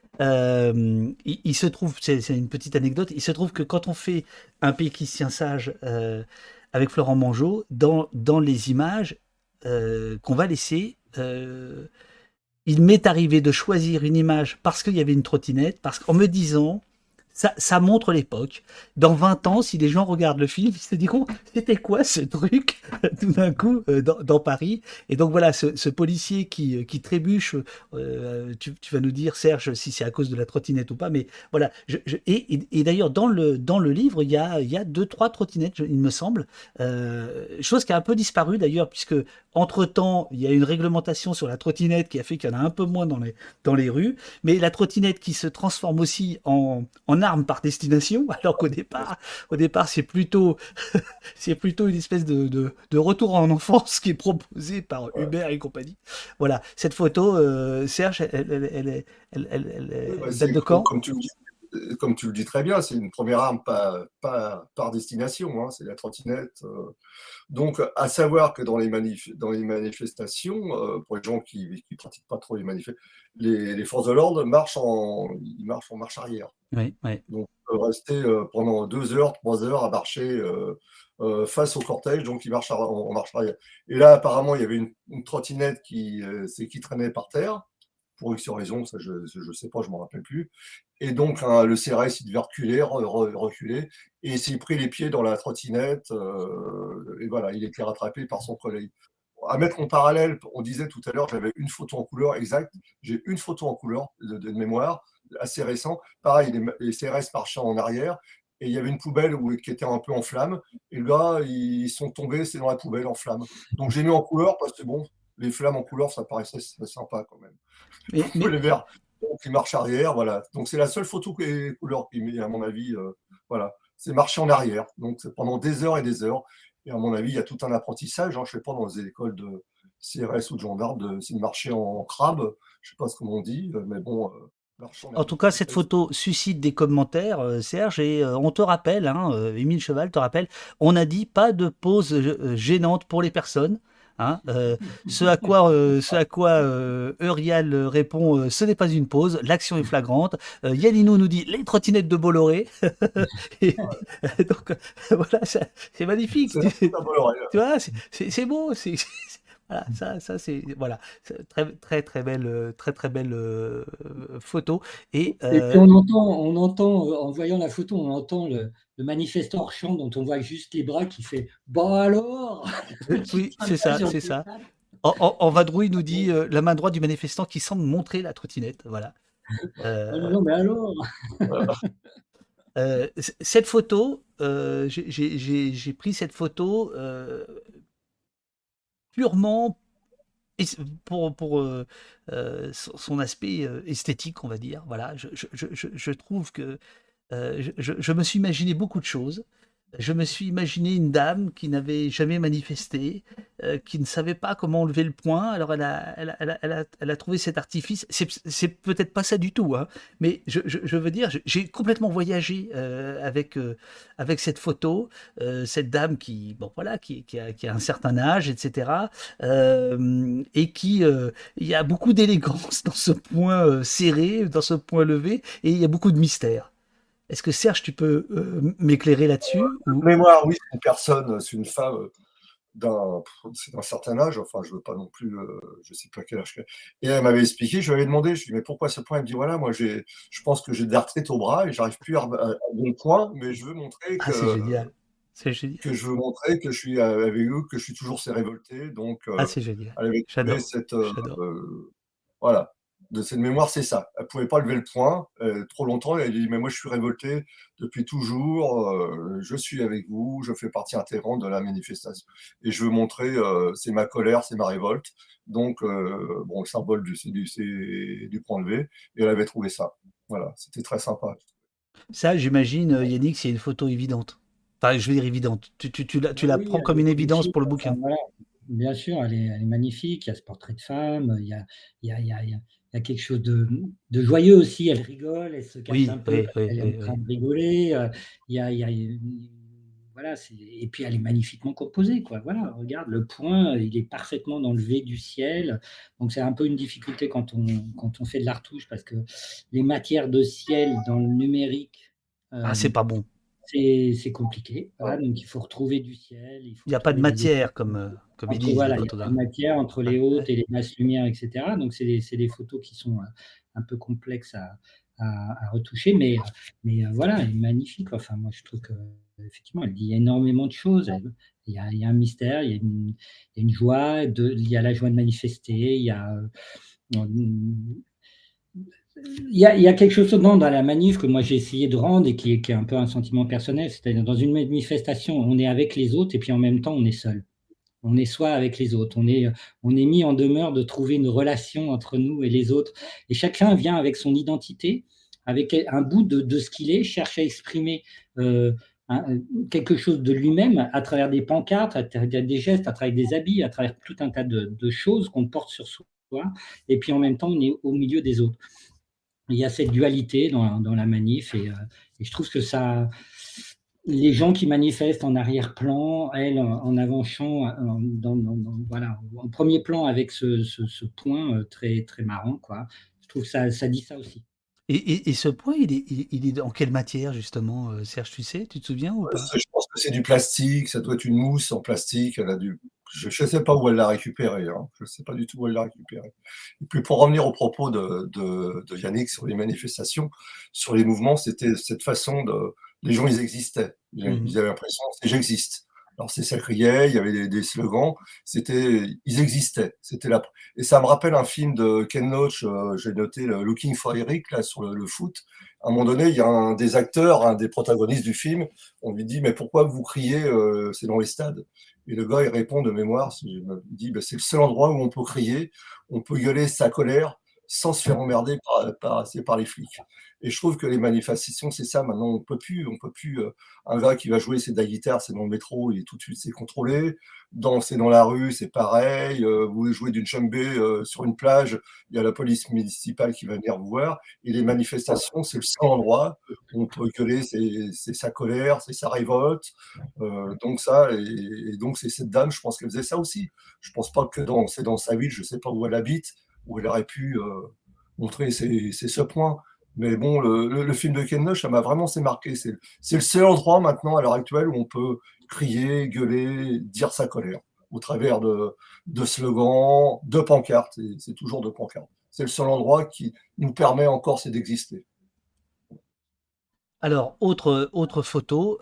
S1: Il se trouve, c'est une petite anecdote, il se trouve que quand on fait un pays qui se tient sage avec Florent Mangeot, dans les images qu'on va laisser, il m'est arrivé de choisir une image parce qu'il y avait une trottinette, parce qu'en me disant, ça montre l'époque. Dans 20 ans, si les gens regardent le film, ils se diront, c'était quoi ce truc tout d'un coup dans Paris? Et donc voilà, ce policier qui trébuche, tu vas nous dire, Serge, si c'est à cause de la trottinette ou pas, mais voilà. Et d'ailleurs, dans le livre, il y a deux, trois trottinettes, il me semble, chose qui a un peu disparu d'ailleurs, puisque entre-temps, il y a une réglementation sur la trottinette qui a fait qu'il y en a un peu moins dans les rues, mais la trottinette qui se transforme aussi en arme par destination, alors qu'au départ c'est plutôt une espèce de retour en enfance qui est proposé par
S3: ouais.
S1: Uber et compagnie. Voilà, cette photo, Serge, elle date de quand?
S3: Comme tu le dis très bien, c'est une première arme pas par destination, hein, c'est la trottinette. Donc, à savoir que dans les manifestations, pour les gens qui ne pratiquent pas trop les manifestations, les forces de l'ordre marchent en marche arrière.
S1: Oui, oui.
S3: Donc, rester pendant 2 heures, 3 heures à marcher face au cortège, donc ils marchent en marche arrière. Et là, apparemment, il y avait une trottinette qui traînait par terre, pour X raison, ça je ne sais pas, je ne m'en rappelle plus. Et donc, le CRS, il devait reculer, et il s'est pris les pieds dans la trottinette, et voilà, il était rattrapé par son collègue. À mettre en parallèle, on disait tout à l'heure, j'avais une photo en couleur, exact, j'ai une photo en couleur de mémoire, assez récent. Pareil, les CRS marchaient en arrière, et il y avait une poubelle qui était un peu en flammes, et là, ils sont tombés, c'est dans la poubelle en flammes. Donc j'ai mis en couleur, parce que bon, les flammes en couleur, ça paraissait sympa quand même.
S1: Mais
S3: Les verts, donc ils marchent arrière, voilà. Donc c'est la seule photo qui est couleur qui met, à mon avis, voilà. C'est marcher en arrière, donc c'est pendant des heures et des heures. Et à mon avis, il y a tout un apprentissage, hein, je ne sais pas, dans les écoles de CRS ou de gendarmes, c'est de marcher en crabe, je ne sais pas ce qu'on dit, mais bon, marcher en
S1: en
S3: arrière.
S1: tout cas, cette photo suscite des commentaires, Serge, et on te rappelle, hein, Émile Cheval te rappelle, on a dit pas de pause gênante pour les personnes. Hein, ce à quoi Eurial répond, ce n'est pas une pause, l'action est flagrante. Yanninou nous dit les trottinettes de Bolloré. Et, donc voilà, c'est magnifique. Tu vois, c'est beau. Voilà, ça c'est voilà, très très belle, très belle photo. Et
S2: Et puis on entend, en voyant la photo, on entend le manifestant hors champ dont on voit juste les bras qui fait bah alors
S1: oui, c'est ça, c'est ça. En vadrouille nous dit la main droite du manifestant qui semble montrer la trottinette. Voilà.
S2: Oh
S1: Euh,
S2: non, mais alors?
S1: Cette photo, j'ai pris cette photo purement pour son aspect esthétique, on va dire. Voilà, je trouve que je me suis imaginé beaucoup de choses. Je me suis imaginé une dame qui n'avait jamais manifesté, qui ne savait pas comment lever le poing. Alors elle a trouvé cet artifice. C'est peut-être pas ça du tout, hein, mais je veux dire, j'ai complètement voyagé avec cette photo, cette dame qui, bon voilà, qui a un certain âge, etc. Et qui, il y a beaucoup d'élégance dans ce point serré, dans ce point levé, et il y a beaucoup de mystère. Est-ce que Serge, tu peux m'éclairer là-dessus ou...
S3: De mémoire, oui, c'est une personne, c'est une femme d'un certain âge, enfin, je veux pas non plus, je sais pas quel âge. Et elle m'avait expliqué, je lui avais demandé, je lui ai dit, mais pourquoi ce point? Elle me dit, voilà, moi, je pense que j'ai de l'arthrite au bras et j'arrive plus à lever le point, mais je veux montrer
S1: Ah, c'est génial. C'est génial.
S3: que je veux montrer que je suis avec eux, que je suis toujours révolté. Donc,
S1: Ah, c'est génial.
S3: elle avait trouvé
S1: J'adore. J'adore.
S3: voilà, de cette mémoire, c'est ça. Elle pouvait pas lever le poing trop longtemps. Et elle dit, mais moi, je suis révolté depuis toujours. Je suis avec vous. Je fais partie intégrante de la manifestation. Et je veux montrer, c'est ma colère, c'est ma révolte. Donc, bon, le symbole du point levé. Et elle avait trouvé ça. Voilà, c'était très sympa.
S1: Ça, j'imagine, Yannick, c'est une photo évidente. Enfin, je veux dire évidente. Tu
S2: Bah
S1: la
S2: oui,
S1: prends
S2: elle
S1: comme
S2: est
S1: une évidence
S2: magnifique.
S1: pour le
S2: Enfin,
S1: bouquin.
S2: voilà. Bien sûr, elle est magnifique. Il y a ce portrait de femme. Il y a quelque chose de joyeux aussi. Elle rigole, elle se cache un
S1: Oui,
S2: peu
S1: oui,
S2: parce
S1: oui,
S2: qu'elle est en
S1: oui,
S2: train
S1: oui.
S2: de rigoler. Voilà, et puis elle est magnifiquement composée, quoi. Voilà, regarde, le point, il est parfaitement dans le V du ciel. Donc c'est un peu une difficulté quand on fait de la retouche parce que les matières de ciel dans le numérique,
S1: Ah,
S2: euh,
S1: c'est pas bon.
S2: c'est compliqué. Voilà,
S3: Ouais.
S2: donc il faut retrouver du ciel, il
S1: Il
S2: faut
S1: n'y a pas de
S2: retrouver des
S1: matière, comme ils
S2: entre
S1: disent les
S2: voilà, il y a pas de
S1: photographes.
S2: matière entre
S1: Ouais,
S2: les
S1: ouais.
S2: hautes et les basses lumières, et cetera. Donc c'est des photos qui sont, un peu complexes à retoucher, mais voilà, elle est magnifique. Enfin, moi, je trouve qu'effectivement, elle dit énormément de choses. Il y a un mystère, il y a une joie, il y a la joie de manifester, il y a quelque chose dans la manif que moi j'ai essayé de rendre et qui est un peu un sentiment personnel, c'est-à-dire dans une manifestation, on est avec les autres et puis en même temps on est seul. On est soi avec les autres, on est mis en demeure de trouver une relation entre nous et les autres. Et chacun vient avec son identité, avec un bout de ce qu'il est, cherche à exprimer euh, quelque chose de lui-même à travers des pancartes, à travers des gestes, à travers des habits, à travers tout un tas de choses qu'on porte sur soi. Et puis en même temps, on est au milieu des autres. Il y a cette dualité dans la manif et je trouve que ça, les gens qui manifestent en arrière-plan, elles en avant-champ, voilà, en premier plan avec ce point très, très marrant, quoi. Je trouve que ça dit ça aussi.
S1: Et ce point, il est en quelle matière, justement, Serge, tu sais? Tu te souviens ou pas?
S3: Je pense que c'est du plastique, ça doit être une mousse en plastique. Je ne sais pas où elle l'a récupéré, hein. Je ne sais pas du tout où elle l'a récupéré. Et puis pour revenir au propos de Yannick sur les manifestations, sur les mouvements, c'était cette façon de. Les gens, ils existaient.
S1: Mhm.
S3: Ils avaient l'impression, c'est j'existe. Alors c'est ça criait, il y avait des slogans, ils existaient. Et ça me rappelle un film de Ken Loach, j'ai noté le Looking for Eric là sur le foot. À un moment donné, il y a un des acteurs, un des protagonistes du film, on lui dit, mais pourquoi vous criez, c'est dans les stades? Et le gars, il répond de mémoire, il dit, bah, c'est le seul endroit où on peut crier, on peut gueuler sa colère sans se faire emmerder par les flics. Et je trouve que les manifestations, c'est ça, maintenant, on peut plus un gars qui va jouer de la guitare, c'est dans le métro, il est tout de suite, c'est contrôlé. Danser dans la rue, c'est pareil. Vous jouez d'une chambée sur une plage, il y a la police municipale qui va venir vous voir. Et les manifestations, c'est le seul endroit où on peut gueuler, c'est sa colère, c'est sa révolte. Donc ça, et donc c'est cette dame, je pense qu'elle faisait ça aussi. Je pense pas que c'est dans sa ville, je sais pas où elle habite, où elle aurait pu montrer ce point. Mais bon, le film de Ken Loach, ça m'a vraiment marqué. C'est le seul endroit maintenant, à l'heure actuelle, où on peut crier, gueuler, dire sa colère, au travers de slogans, de pancartes. Et c'est toujours de pancartes. C'est le seul endroit qui nous permet encore, c'est d'exister.
S1: Alors, autre photo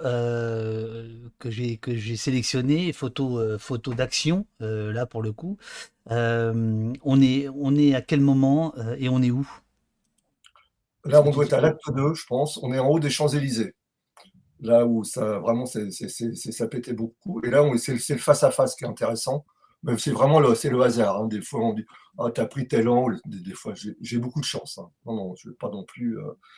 S1: que j'ai sélectionnée, photo d'action, là pour le coup. On est à quel moment et on est où? Est-ce
S3: Là,
S1: que
S3: on
S1: tu
S3: doit
S1: dis?
S3: être à l'acte 2, je pense. On est en haut des Champs-Élysées. Là où ça vraiment ça pétait beaucoup. Et là, c'est le face-à-face qui est intéressant. Même c'est vraiment c'est le hasard. Hein. Des fois, on dit ah, t'as pris tel angle. Des fois, j'ai beaucoup de chance. Hein. Non, non, je vais pas non plus.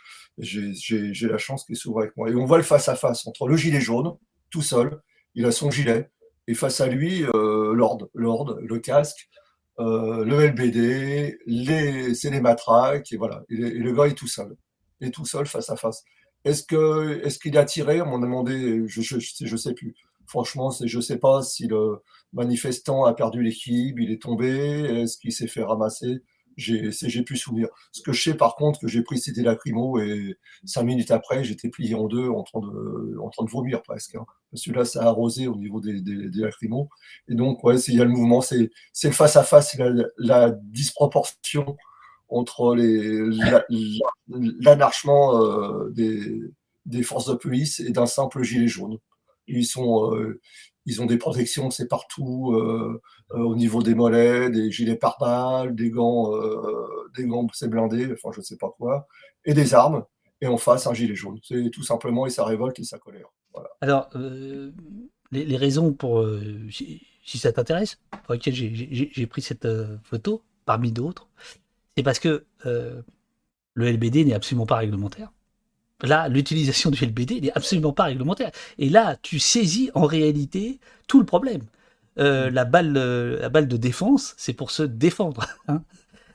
S3: J'ai la chance qui est souvent avec moi. Et on voit le face-à-face entre le gilet jaune, tout seul. Il a son gilet. Et face à lui, Lord, le casque, le LBD, c'est les matraques. Et voilà. Et le gars est tout seul. Il est tout seul face à face. Est-ce qu'il a tiré? On m'a demandé, je sais plus. Franchement, je sais pas si le manifestant a perdu l'équilibre, il est tombé, est-ce qu'il s'est fait ramasser? J'ai plus souvenir. Ce que je sais par contre, que j'ai pris c'était lacrymo et 5 minutes après, j'étais plié en deux en train de vomir presque. Hein. Parce que là, ça a arrosé au niveau des lacrymos. Et donc, ouais, il y a le mouvement, c'est le face-à-face, c'est la disproportion entre l'anarchement des forces de police et d'un simple gilet jaune. Ils ont des protections, c'est partout, au niveau des mollets, des gilets pare-balles, des gants c'est blindé, enfin je sais pas quoi, et des armes, et en face un gilet jaune. C'est tout simplement et sa révolte et sa colère. Voilà.
S1: Alors, les raisons pour, si ça t'intéresse, pour lesquelles j'ai pris cette photo, parmi d'autres, c'est parce que le LBD n'est absolument pas réglementaire. Là, l'utilisation du LBD n'est absolument pas réglementaire. Et là, tu saisis en réalité tout le problème. La balle de défense, c'est pour se défendre. Hein.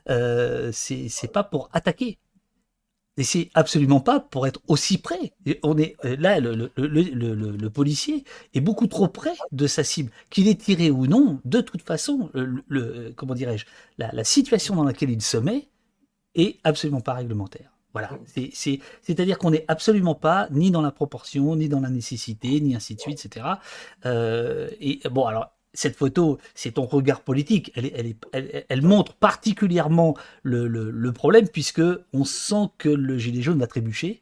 S1: C'est pas pour attaquer. Et c'est absolument pas pour être aussi près. Et on est là, le policier est beaucoup trop près de sa cible. Qu'il ait tiré ou non, de toute façon, comment dirais-je, la situation dans laquelle il se met est absolument pas réglementaire. Voilà. C'est-à-dire qu'on n'est absolument pas ni dans la proportion, ni dans la nécessité, ni ainsi de suite, etc. Et bon, alors, cette photo, c'est ton regard politique. Elle montre particulièrement le problème, puisque on sent que le gilet jaune va trébucher.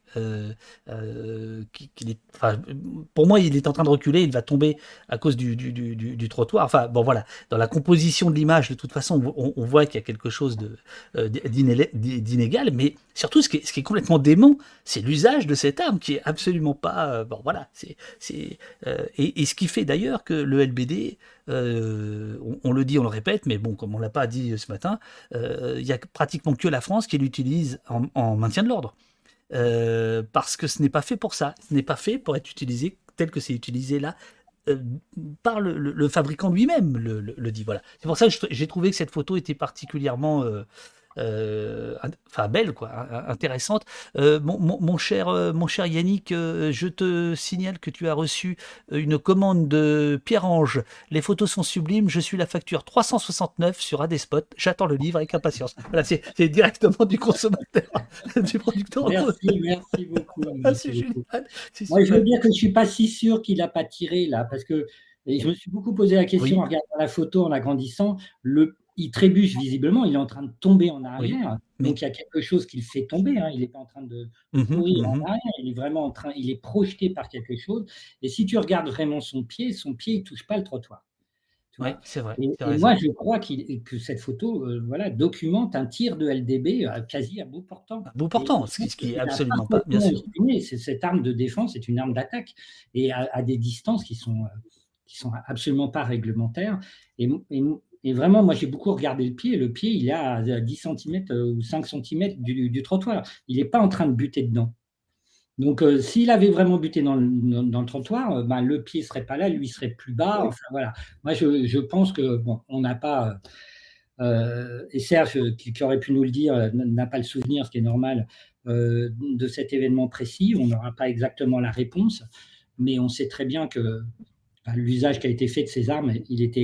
S1: Enfin, pour moi, il est en train de reculer, il va tomber à cause du trottoir. Enfin, bon, voilà. Dans la composition de l'image, de toute façon, on voit qu'il y a quelque chose d'inégal, mais surtout, ce qui est complètement dément, c'est l'usage de cette arme qui est absolument pas. Bon, voilà. Et ce qui fait d'ailleurs que le LBD, on le dit, on le répète, mais bon, comme on l'a pas dit ce matin, il y a pratiquement que la France qui l'utilise en maintien de l'ordre. Parce que ce n'est pas fait pour ça. Ce n'est pas fait pour être utilisé tel que c'est utilisé là. euh, Par le fabricant lui-même le dit. Voilà. C'est pour ça que j'ai trouvé que cette photo était particulièrement enfin belle, quoi, intéressante. Mon cher Yannick, je te signale que tu as reçu une commande de Pierre-Ange. Les photos sont sublimes. Je suis la facture 369 sur Adespot. J'attends le livre avec impatience. Voilà, c'est directement du consommateur, du producteur.
S2: Merci beaucoup.
S1: Ah, c'est
S2: Merci beaucoup.
S1: génial. C'est
S2: Moi, je veux
S1: super.
S2: dire que je ne suis pas si sûr qu'il n'a pas tiré là, parce que et je me suis beaucoup posé la question
S1: Oui,
S2: en regardant la photo, en agrandissant. Il trébuche visiblement, il est en train de tomber en
S1: oui.
S2: arrière.
S1: Mais
S2: Donc, il y a quelque chose qui le fait tomber. Hein. Il n'est pas en train de
S1: mhm,
S2: courir en
S1: mhm.
S2: arrière, il est vraiment il est projeté par quelque chose. Et si tu regardes vraiment son pied, il ne touche pas le trottoir. Tu
S1: Oui,
S2: vois.
S1: c'est vrai. Tu as
S2: Et
S1: raison.
S2: moi, je crois que cette photo voilà, documente un tir de LDB quasi à bout portant.
S1: Un bout
S2: Et
S1: portant,
S2: je pense
S1: ce
S2: que
S1: qui est
S2: il a
S1: absolument pas, bien
S2: parfaitement
S1: sûr.
S2: exprimé. Cette arme de défense c'est une arme d'attaque et à des distances qui sont absolument pas réglementaires. Et vraiment, moi, j'ai beaucoup regardé le pied. Le pied, il est à 10 cm ou 5 cm du trottoir. Il n'est pas en train de buter dedans. Donc, s'il avait vraiment buté dans le trottoir, ben, le pied ne serait pas là, lui serait plus bas. Enfin, voilà. Moi, je pense que, bon, on n'a pas. Et Serge, qui aurait pu nous le dire, n'a pas le souvenir, ce qui est normal, de cet événement précis. On n'aura pas exactement la réponse, mais on sait très bien que ben, l'usage qui a été fait de ces armes,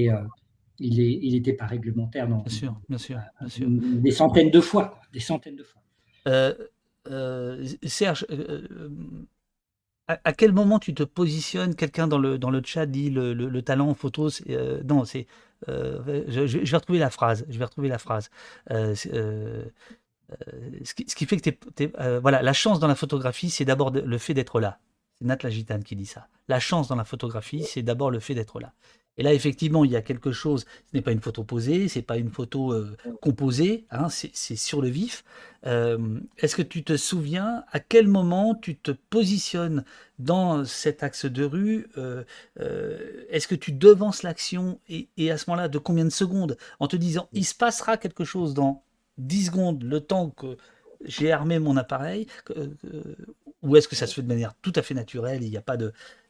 S2: il était pas réglementaire
S1: Bien sûr, bien sûr, bien sûr.
S2: des centaines de fois, quoi, des centaines de fois.
S1: Euh, Serge, à quel moment tu te positionnes? Quelqu'un dans le chat dit le talent en photo. Non, c'est. Je vais retrouver la phrase. Je vais retrouver la phrase. Ce qui fait que voilà, la chance dans la photographie, c'est d'abord le fait d'être là. C'est Nat la Gitane qui dit ça. La chance dans la photographie, c'est d'abord le fait d'être là. Et là, effectivement, il y a quelque chose. Ce n'est pas une photo posée, c'est pas une photo composée, hein, c'est sur le vif. Est-ce que tu te souviens à quel moment tu te positionnes dans cet axe de rue? Est-ce que tu devances l'action et à ce moment-là, de combien de secondes? En te disant, il se passera quelque chose dans 10 secondes, le temps que j'ai armé mon appareil, ou est-ce que ça se fait de manière tout à fait naturelle, il n'y a pas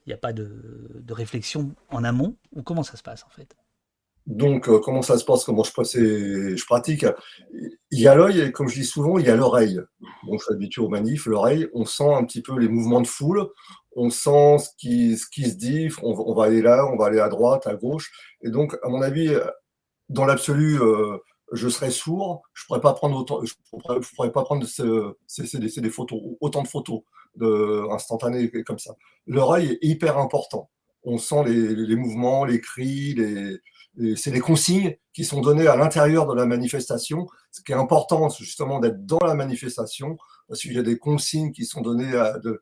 S1: de réflexion en amont, ou comment ça se passe en fait?
S3: Donc, comment ça se passe? Comment je pratique? Il y a l'œil et comme je dis souvent, il y a l'oreille. Bon, je suis habitué aux manifs, l'oreille, on sent un petit peu les mouvements de foule, on sent ce qui se dit, on va aller là, on va aller à droite, à gauche. Et donc, à mon avis, dans l'absolu, je serais sourd, je pourrais pas prendre autant, je pourrais pas prendre des photos, autant de photos instantanées comme ça. L'oreille est hyper important. On sent les mouvements, les cris, c'est les consignes qui sont données à l'intérieur de la manifestation. Ce qui est important, c'est justement d'être dans la manifestation, parce qu'il y a des consignes qui sont données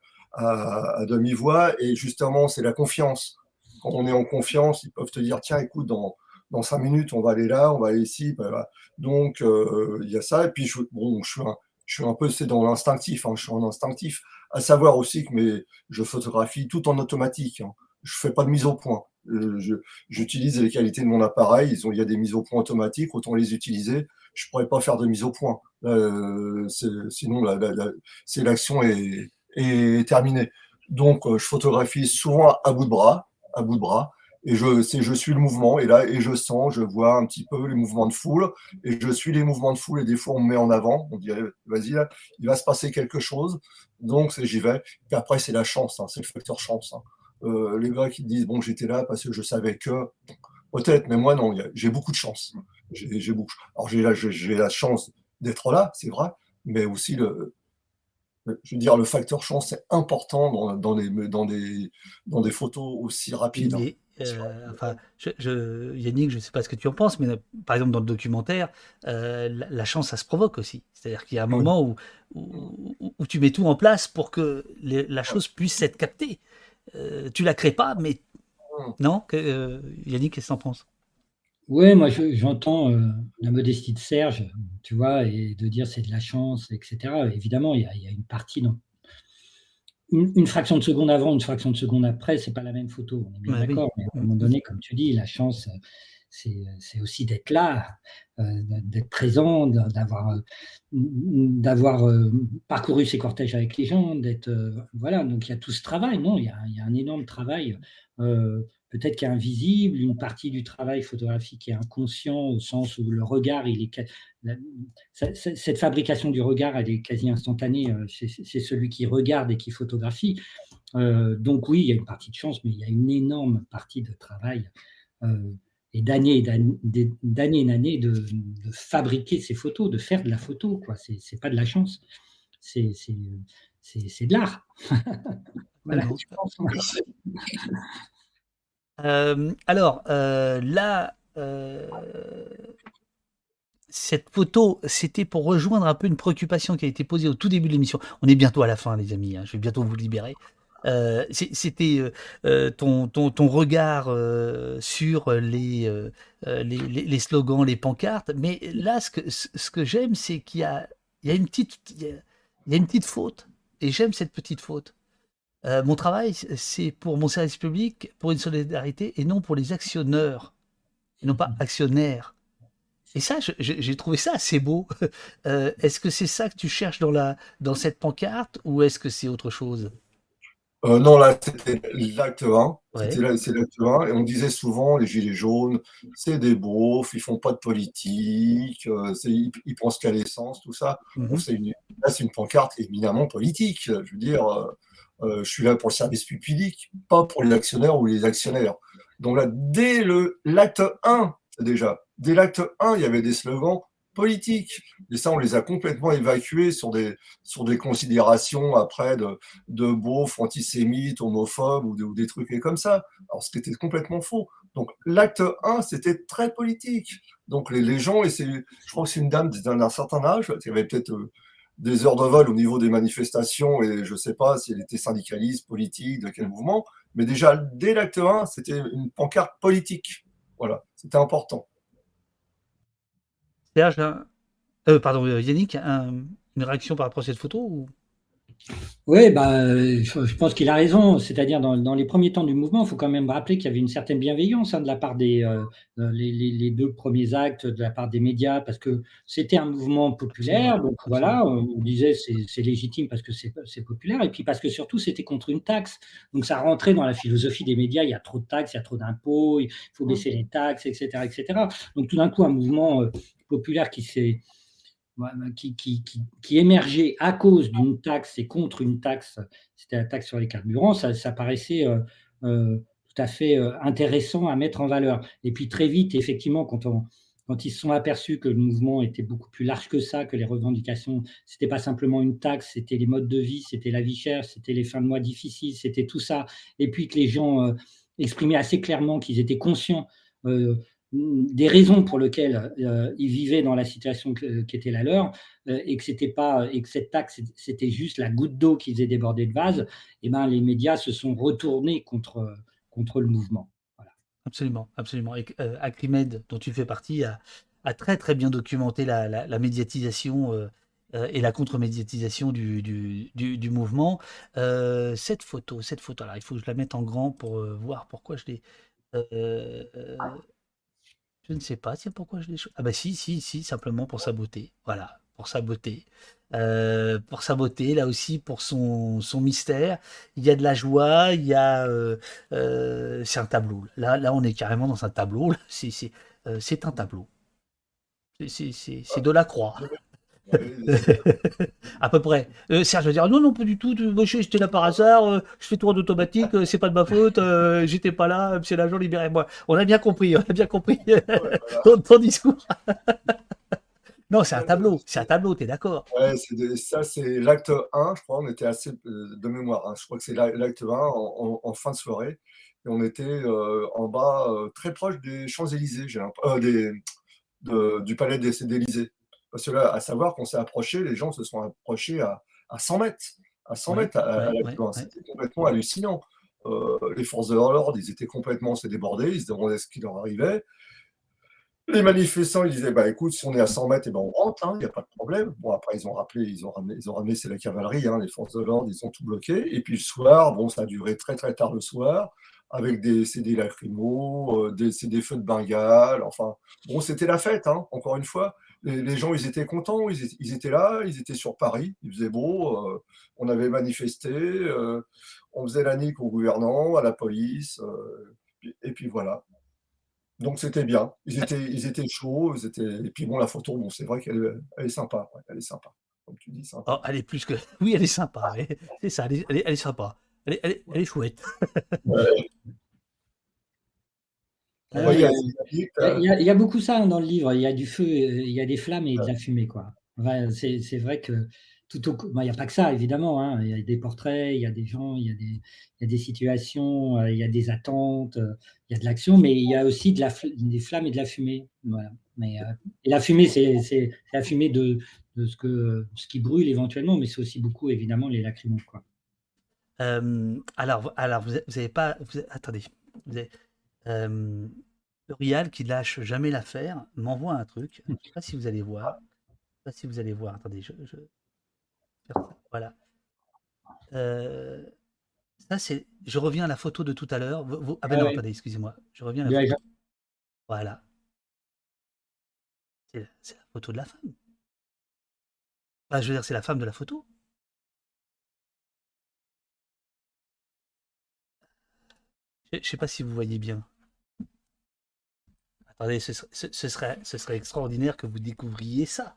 S3: à demi-voix, et justement, c'est la confiance. Quand on est en confiance, ils peuvent te dire, tiens, écoute, dans 5 minutes, on va aller là, on va aller ici. Voilà. Donc, il y a ça. Et puis, je suis un peu, c'est dans l'instinctif, hein, je suis en instinctif. À savoir aussi que je photographie tout en automatique. Hein. Je fais pas de mise au point. J'utilise les qualités de mon appareil. Il y a des mises au point automatiques, autant les utiliser. Je pourrais pas faire de mise au point. Sinon, c'est l'action est terminée. Donc, je photographie souvent à bout de bras, et je suis le mouvement, et là, et je sens, je vois un petit peu les mouvements de foule, et je suis les mouvements de foule, et des fois, on me met en avant, on dirait, vas-y, là, il va se passer quelque chose, donc j'y vais. Puis après, c'est la chance, hein, c'est le facteur chance. Hein. Les gars qui disent, bon, j'étais là parce que je savais que, peut-être, mais moi, non, j'ai beaucoup de chance. J'ai beaucoup. Alors, j'ai la chance d'être là, c'est vrai, mais aussi je veux dire, le facteur chance est important dans des photos aussi rapides. Hein.
S1: Mais, enfin, Yannick, je ne sais pas ce que tu en penses, mais par exemple dans le documentaire, la chance, ça se provoque aussi. C'est-à-dire qu'il y a un
S3: Oui.
S1: moment où tu mets tout en place pour que la chose puisse être captée. Tu la crées pas, mais non, Yannick, qu'est-ce que tu en penses?
S2: Oui, moi j'entends la modestie de Serge, tu vois, et de dire c'est de la chance, etc. Évidemment, il y a une partie dans une fraction de seconde avant, une fraction de seconde après, c'est pas la même photo, on est bien
S1: Ouais, oui.
S2: d'accord. Mais à un moment donné, comme tu dis, la chance, c'est aussi d'être là, d'être présent, d'avoir parcouru ces cortèges avec les gens, d'être voilà. Donc il y a tout ce travail, non, il y a un énorme travail. Peut-être qu'il y a invisible, une partie du travail photographique est inconscient au sens où le regard, la- cette fabrication du regard, elle est quasi instantanée. C'est celui qui regarde et qui photographie. Donc oui, il y a une partie de chance, mais il y a une énorme partie de travail et d'années et d'années de fabriquer ces photos, de faire de la photo. Quoi. C'est pas de la chance, c'est de l'art. Voilà,
S1: Tellement.
S2: je pense.
S1: Alors, là, cette photo, c'était pour rejoindre un peu une préoccupation qui a été posée au tout début de l'émission. On est bientôt à la fin, les amis, hein, je vais bientôt vous libérer. C'était ton regard sur les slogans, les pancartes. Mais là, ce que j'aime, c'est il y a une petite, il y a une petite faute. Et j'aime cette petite faute. Mon travail, c'est pour mon service public, pour une solidarité, et non pour les actionneurs, et non pas actionnaires. Et ça, j'ai trouvé ça assez beau. Est-ce que c'est ça que tu cherches dans cette pancarte, ou est-ce que c'est autre chose?
S3: Non, là, c'était l'acte 1.
S1: Ouais.
S3: C'est l'acte 1. Et on disait souvent, les gilets jaunes, c'est des beaufs, ils font pas de politique, ils pensent qu'à l'essence, tout ça. Bon,
S1: Mhm.
S3: là, c'est une pancarte éminemment politique. Je veux dire, je suis là pour le service public, pas pour les actionnaires ou les actionnaires. Donc là, l'acte 1, déjà, dès l'acte 1, il y avait des slogans politiques. Et ça, on les a complètement évacués sur des considérations après de beaufs, antisémites, homophobes ou des trucs comme ça. Alors, ce qui était complètement faux. Donc l'acte 1, c'était très politique. Donc les gens, et je crois que c'est une dame d'un certain âge, qui avait peut-être des heures de vol au niveau des manifestations, et je ne sais pas si elle était syndicaliste, politique, de quel mouvement, mais déjà, dès l'acte 1, c'était une pancarte politique. Voilà, c'était important.
S1: Serge, pardon, Yannick, une réaction par rapport à cette photo ou...
S2: Oui, je pense qu'il a raison. C'est-à-dire, dans les premiers temps du mouvement, il faut quand même rappeler qu'il y avait une certaine bienveillance de la part des les deux premiers actes, de la part des médias, parce que c'était un mouvement populaire.
S1: Absolument,
S2: Donc
S1: absolument.
S2: voilà, on disait c'est légitime parce que c'est populaire, et puis parce que surtout c'était contre une taxe. Donc ça rentrait dans la philosophie des médias. Il y a trop de taxes, il y a trop d'impôts, il faut baisser les taxes, etc., etc. Donc tout d'un coup, un mouvement populaire qui émergeait à cause d'une taxe et contre une taxe, c'était la taxe sur les carburants, ça paraissait tout à fait intéressant à mettre en valeur. Et puis très vite, effectivement, quand ils se sont aperçus que le mouvement était beaucoup plus large que ça, que les revendications, c'était pas simplement une taxe, c'était les modes de vie, c'était la vie chère, c'était les fins de mois difficiles, c'était tout ça. Et puis que les gens exprimaient assez clairement qu'ils étaient conscients euh, des raisons pour lesquelles ils vivaient dans la situation qui était la leur, et que c'était pas et que cette taxe c'était juste la goutte d'eau qui faisait déborder le vase. Et ben les médias se sont retournés contre le mouvement. Voilà.
S1: Absolument, absolument. Et Acrimed, dont tu fais partie, a très très bien documenté la médiatisation et la contre-médiatisation du mouvement. Cette photo, alors il faut que je la mette en grand pour voir pourquoi je l'ai. Je ne sais pas, tiens, pourquoi je l'ai Ah bah si, si, si, simplement pour sa beauté. Voilà, pour sa beauté. Pour sa beauté, là aussi, pour son mystère. Il y a de la joie, il y a... c'est un tableau. Là, on est carrément dans un tableau. Là. C'est un tableau. C'est de la croix. À peu près. Serge va dire non, non, pas du tout. Moi, j'étais là par hasard. Je fais tour d'automatique. C'est pas de ma faute. J'étais pas là. C'est l'agent, libérez-moi. On a bien compris. On a bien compris ton discours. Non, c'est un tableau. C'est un tableau. T'es d'accord?
S3: Ouais, ça, c'est l'acte 1, je crois. On était assez de mémoire. Hein. Je crois que c'est l'acte 1 en fin de soirée. Et on était en bas, très proche des Champs-Élysées, du palais des Élysées. Parce que là, à savoir qu'on s'est approché, les gens se sont approchés à 100 mètres. À 100
S1: Ouais,
S3: mètres à
S1: ouais,
S3: l'acte
S1: ouais,
S3: 1.
S1: ouais.
S3: C'était complètement hallucinant. Les forces de l'ordre, ils étaient complètement débordés. Ils se demandaient ce qui leur arrivait. Les manifestants, ils disaient, bah écoute, si on est à 100 mètres, eh ben, on rentre, il n'y a pas de problème. Bon, après, ils ont ramené, c'est la cavalerie, les forces de l'ordre, ils ont tout bloqué. Et puis le soir, bon, ça a duré très très tard le soir, avec c'est des lacrymos, c'est des feux de Bengale, enfin, bon, c'était la fête, encore une fois. Les gens, ils étaient contents, ils étaient là, ils étaient sur Paris, il faisait beau, on avait manifesté, on faisait la nique au gouvernant, à la police, et puis voilà. Donc c'était bien. Ils étaient chauds. Et puis bon, la photo, bon, c'est vrai elle est sympa. Ouais, elle est sympa. Comme tu dis,
S1: Oh,
S3: sympa.
S1: elle est plus que. Oui, elle est sympa. Ouais. C'est ça. Elle est sympa. Elle est chouette.
S3: Ouais.
S2: Ah
S3: Ouais,
S2: non, il y a beaucoup ça dans le livre. Il y a du feu, il y a des flammes et de la fumée, quoi. Enfin, c'est vrai que il n'y a pas que ça, évidemment. Hein. Il y a des portraits, il y a des gens, il y a des situations, il y a des attentes, il y a de l'action, mais il y a aussi des flammes et de la fumée. Voilà. Et la fumée, c'est la fumée de ce qui brûle éventuellement, mais c'est aussi beaucoup, évidemment, les lacrymos, quoi.
S1: Alors vous avez pas. Attendez. Vous avez, L'Oréal qui lâche jamais l'affaire m'envoie un truc. Je ne sais pas si vous allez voir. Je sais pas si vous allez voir. Attendez, voilà. Euh, Ça, c'est. Je reviens à la photo de tout à l'heure. Ah ben
S2: Ah
S1: non,
S2: ouais.
S1: attendez, excusez-moi. Je reviens à la
S2: Bien,
S1: photo. Voilà. C'est la photo de la femme. Ah, je veux dire, c'est la femme de la photo. Je sais pas si vous voyez bien. Attendez, ce serait extraordinaire que vous découvriez ça.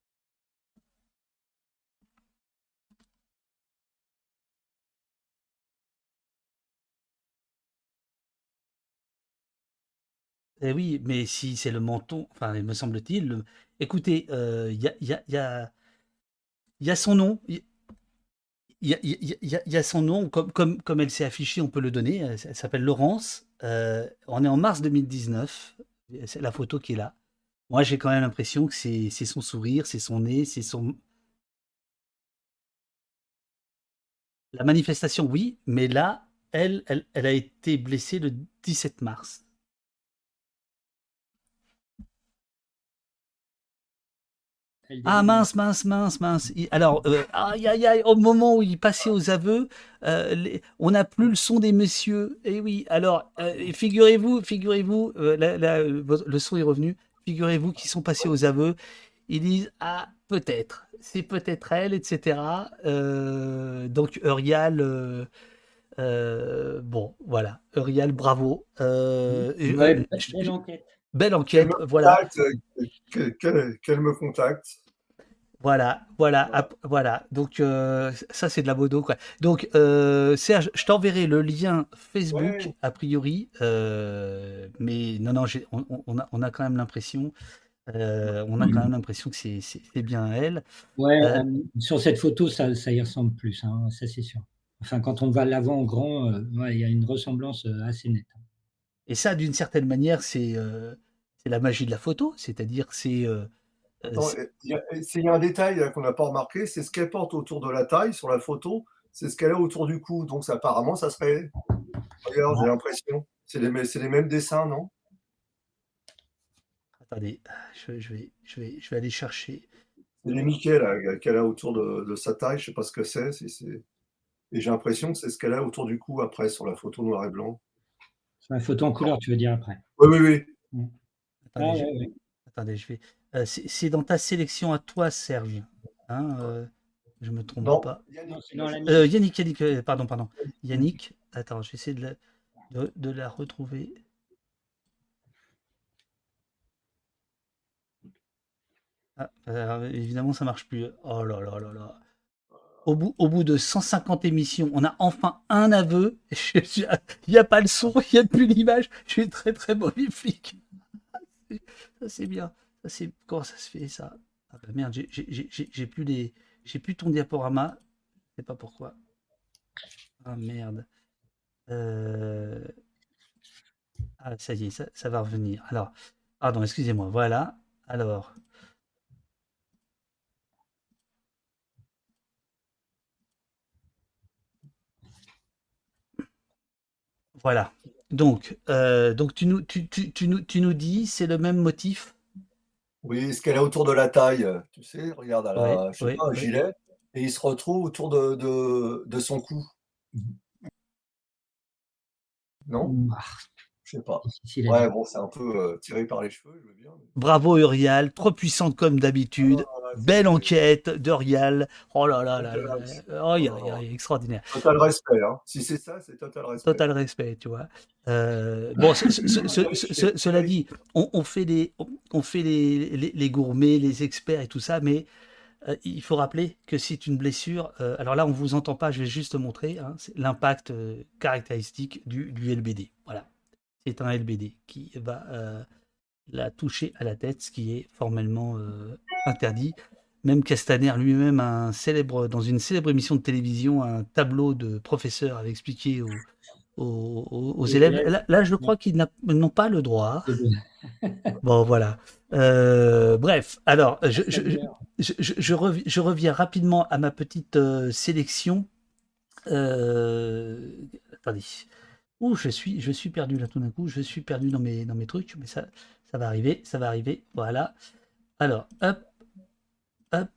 S1: Eh oui, mais si c'est le menton, enfin, il me semble-t-il. Écoutez, il y a son nom. Il y a son nom, comme elle s'est affichée, on peut le donner. Elle s'appelle Laurence. On est en mars 2019. C'est la photo qui est là. Moi, j'ai quand même l'impression que c'est son sourire, c'est son nez, c'est son. La manifestation, oui, mais là, elle a été blessée le 17 mars. Ah mince, mince, mince, mince. Alors, aïe, aïe, aïe, au moment où il passait aux aveux, on n'a plus le son des messieurs. Eh oui, alors, figurez-vous, le son est revenu. Figurez-vous qu'ils sont passés aux aveux. Ils disent, ah, peut-être, c'est peut-être elle, etc. Donc, Eurial, bon, voilà. Eurial, bravo.
S2: Ouais, belle enquête.
S1: Belle
S3: Qu'elle
S1: enquête,
S3: me
S1: voilà.
S3: contacte, qu'elle me contacte.
S1: Voilà,
S3: Voilà.
S1: voilà. Donc ça c'est de la modo quoi. Donc Serge, je t'enverrai le lien Facebook
S3: Ouais,
S1: a priori, mais non, on a quand même l'impression, que c'est bien elle.
S2: Ouais,
S1: Euh,
S2: sur cette photo, ça y ressemble plus, hein, ça c'est sûr. Enfin, quand on va de l'avant en grand, ouais, il y a une ressemblance assez nette.
S1: et ça, d'une certaine manière, c'est la magie de la photo, c'est-à-dire que
S3: attends, il y a un détail là, qu'on n'a pas remarqué, c'est ce qu'elle porte autour de la taille sur la photo, c'est ce qu'elle a autour du cou. Donc apparemment, ça serait. Regarde, j'ai l'impression. C'est les mêmes dessins, non?
S1: attendez, je vais aller chercher.
S3: C'est les Mickey là, qu'elle a autour de sa taille, je sais pas ce que c'est. Et j'ai l'impression que c'est ce qu'elle a autour du cou après sur la photo noir et blanc.
S2: Sur la photo en couleur, tu veux dire après.
S3: Oui, oui, oui.
S2: Mm. Ah
S1: Attendez,
S2: ouais, ouais.
S1: attendez, je vais. C'est dans ta sélection à toi, Serge. Hein, je me trompe
S3: Non,
S1: pas.
S2: Non, c'est dans la mienne.
S1: Yannick, pardon. Yannick, attends, je vais essayer de la retrouver. Ah, évidemment, ça marche plus. Oh là là là là. Au bout de 150 émissions, on a enfin un aveu. Il n'y a pas le son, il n'y a plus l'image. Je suis très très mauvais flic. Ça c'est bien. Comment ça se fait ça? Ah bah merde, j'ai plus ton diaporama. Je sais pas pourquoi. Ah merde. Euh, Ah ça y est, ça va revenir. Alors, pardon, excusez-moi. Voilà. Alors, voilà. Donc tu nous dis, c'est le même motif?
S3: Oui, ce qu'elle a autour de la taille, tu sais, regarde, elle
S1: Oui,
S3: a, je sais
S1: oui,
S3: pas, un
S1: oui.
S3: gilet, et il se retrouve autour de son cou, non?
S2: Ah,
S3: Je sais pas.
S2: difficile à dire.
S3: Ouais, bon, c'est un peu tiré par les cheveux, je veux bien.
S1: Bravo Urial, trop puissante comme d'habitude.
S3: Ah,
S1: Belle enquête d'Urial. Oh là là là là
S3: total,
S1: là. Aïe, aïe,
S3: oh,
S1: aïe, extraordinaire.
S3: total respect, hein. Si c'est ça, c'est total respect.
S1: Total respect, tu vois. Bon, cela
S3: Vérifier.
S1: dit, on fait les gourmets, les experts et tout ça, mais il faut rappeler que c'est une blessure. Alors là, on ne vous entend pas, je vais juste te montrer, hein, c'est l'impact caractéristique du LBD. Voilà. C'est un LBD qui va la toucher à la tête, ce qui est formellement interdit. Même Castaner lui-même, dans une célèbre émission de télévision, un tableau de professeur avait expliqué aux
S2: Aux
S1: élèves.
S2: élèves,
S1: Là, je crois qu'ils n'ont pas le droit.
S2: c'est
S1: Bon, voilà. Bref, alors,
S2: la douleur.
S1: je reviens rapidement à ma petite sélection. Attendez. Ouh, je suis perdu là tout d'un coup. Je suis perdu dans mes trucs, mais ça va arriver, ça va arriver. Voilà. Alors, hop, hop.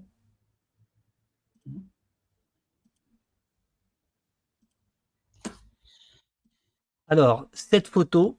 S1: Alors, cette photo,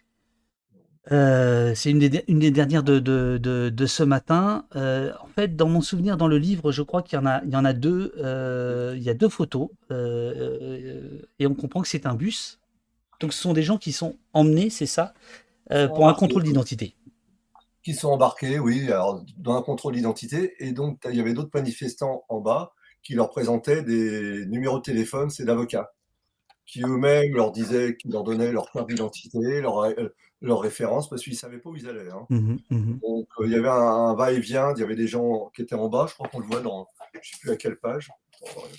S1: c'est une des dernières de ce matin. En fait, dans mon souvenir, dans le livre, je crois il y en a deux. Il y a deux photos. Et on comprend que c'est un bus. Donc, ce sont des gens qui sont emmenés, c'est ça, pour un
S3: Embarqués,
S1: contrôle d'identité.
S3: qui sont embarqués, oui, alors, dans un contrôle d'identité. Et donc, il y avait d'autres manifestants en bas qui leur présentaient des numéros de téléphone, c'est d'avocats, qui eux-mêmes leur disaient, qui leur donnaient leur carte d'identité, leur référence, parce qu'ils ne savaient pas où ils allaient, hein.
S1: Mhm, mhm.
S3: Donc, il y avait un va-et-vient, il y avait des gens qui étaient en bas, je crois qu'on le voit dans, je ne sais plus à quelle page.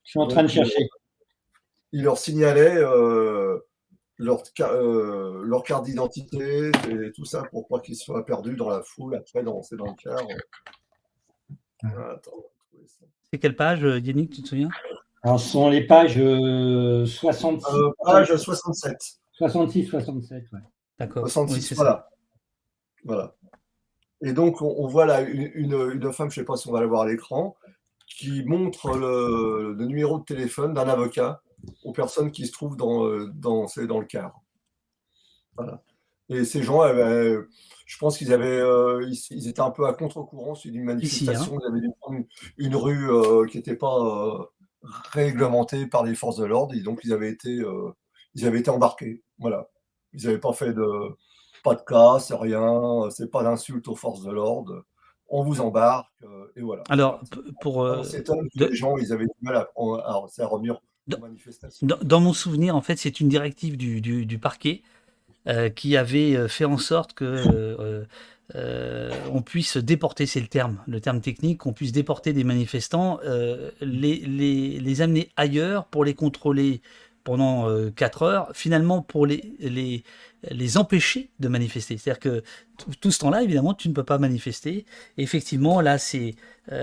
S2: Je suis en train de chercher.
S3: Il leur signalait leur carte d'identité et tout ça pour pas qu'ils soient perdus dans la foule après c'est dans le car. Attends,
S1: c'est quelle page, Yannick, tu te souviens?
S2: Alors, ce sont les pages 66.
S3: Page 67.
S2: 66, 67, ouais.
S1: D'accord.
S3: 66,
S1: Oui, c'est
S3: voilà.
S1: ça.
S3: Voilà. Et donc, on voit là une femme, je ne sais pas si on va la voir à l'écran, qui montre le numéro de téléphone d'un avocat aux personnes qui se trouvent dans le car. Voilà. Et ces gens, je pense qu'ils ils étaient un peu à contre-courant sur une manifestation. Ils avaient dû prendre une rue qui n'était pas réglementée par les forces de l'ordre, et donc ils avaient été embarqués. Voilà. Ils n'avaient pas fait pas de casse, rien, c'est pas d'insulte aux forces de l'ordre. On vous embarque, et voilà.
S1: Alors, pour
S3: les gens, ils avaient du mal à revenir aux manifestations.
S1: Dans mon souvenir, en fait, c'est une directive du parquet qui avait fait en sorte que on puisse déporter, c'est le terme technique, qu'on puisse déporter des manifestants, les amener ailleurs pour les contrôler pendant 4 heures, finalement pour les empêcher de manifester. C'est-à-dire que tout ce temps-là, évidemment, tu ne peux pas manifester. Et effectivement, là, c'est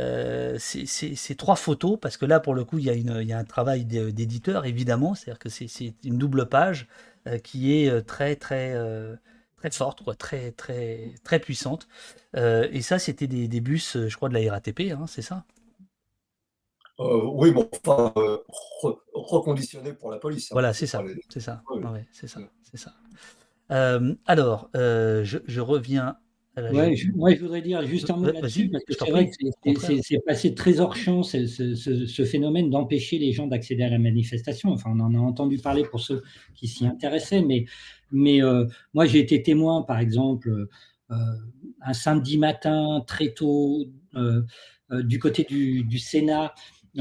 S1: 3 photos, parce que là, pour le coup, il y a un travail d'éditeur, évidemment. C'est-à-dire que c'est une double page qui est très forte, quoi, très puissante. Et ça, c'était des bus, je crois, de la RATP, hein, c'est ça?
S3: Oui, bon, enfin, reconditionné pour la police. Hein,
S1: voilà, c'est ça. C'est ça.
S3: Oui.
S1: Ouais, c'est ça. C'est ça. Alors, je reviens à la
S2: moi, je voudrais dire juste un mot là-dessus, parce que c'est vrai que c'est passé très hors champ, ce phénomène d'empêcher les gens d'accéder à la manifestation. Enfin, on en a entendu parler pour ceux qui s'y intéressaient, mais moi, j'ai été témoin, par exemple, un samedi matin, très tôt, du côté du Sénat.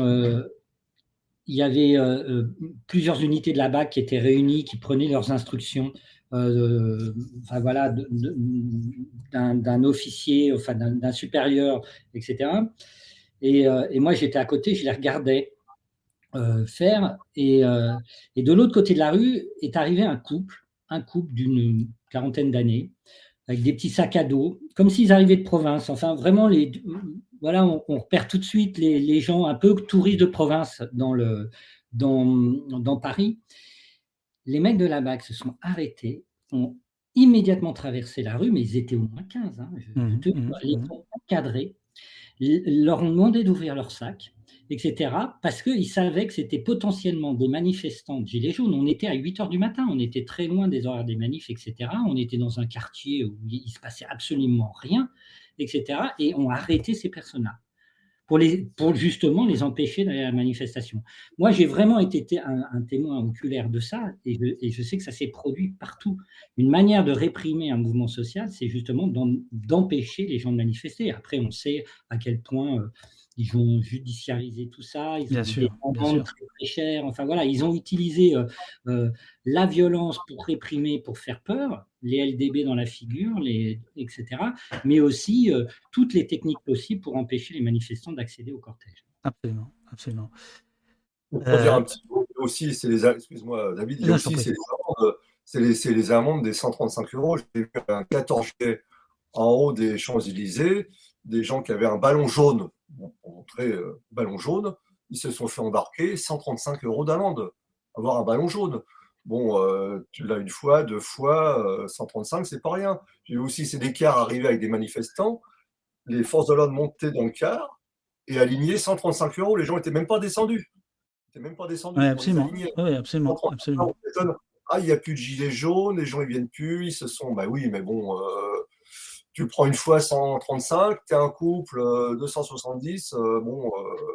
S2: Il y avait plusieurs unités de la BAC qui étaient réunies, qui prenaient leurs instructions enfin, voilà, d'un officier, enfin, d'un supérieur, etc. Et moi, j'étais à côté, je les regardais faire. Et de l'autre côté de la rue est arrivé un couple d'une quarantaine d'années, avec des petits sacs à dos, comme s'ils arrivaient de province. Enfin, vraiment, voilà, on repère tout de suite les gens un peu touristes de province dans Paris. Les mecs de la BAC se sont arrêtés, ont immédiatement traversé la rue, mais ils étaient au moins 15, hein, les ont encadrés, leur ont demandé d'ouvrir leur sac, etc., parce qu'ils savaient que c'était potentiellement des manifestants de Gilets jaunes. On était à 8 heures du matin, on était très loin des horaires des manifs, etc. On était dans un quartier où il ne se passait absolument rien, etc., et on a arrêté ces personnes-là pour justement les empêcher d'aller à la manifestation. Moi, j'ai vraiment été un témoin oculaire de ça, et je sais que ça s'est produit partout. Une manière de réprimer un mouvement social, c'est justement d'empêcher les gens de manifester. Après, on sait à quel point ils ont judiciarisé tout ça, ils ont des amendes très, très chères. Enfin voilà, ils ont utilisé la violence pour réprimer, pour faire peur, les LDB dans la figure, etc., mais aussi toutes les techniques possibles pour empêcher les manifestants d'accéder au cortège.
S1: Absolument, absolument.
S3: Pour dire un petit mot, aussi, excuse-moi David, il y a aussi c'est les amendes des 135 €. J'ai vu un 14 juillet en haut des Champs-Élysées, des gens qui avaient un ballon jaune, pour montrer ballon jaune, ils se sont fait embarquer 135 € d'amende. Avoir un ballon jaune. Bon, tu l'as une fois, 2 fois, 135, c'est pas rien. J'ai vu aussi des cars arriver avec des manifestants, les forces de l'ordre montaient dans le car et alignaient 135 €. Les gens n'étaient même pas descendus.
S1: Oui, absolument. Oui, absolument.
S3: Ah, il n'y a plus de gilets jaunes, les gens ils viennent plus, ils se sont. Bah oui, mais bon, tu prends une fois 135, tu es un couple 270, bon,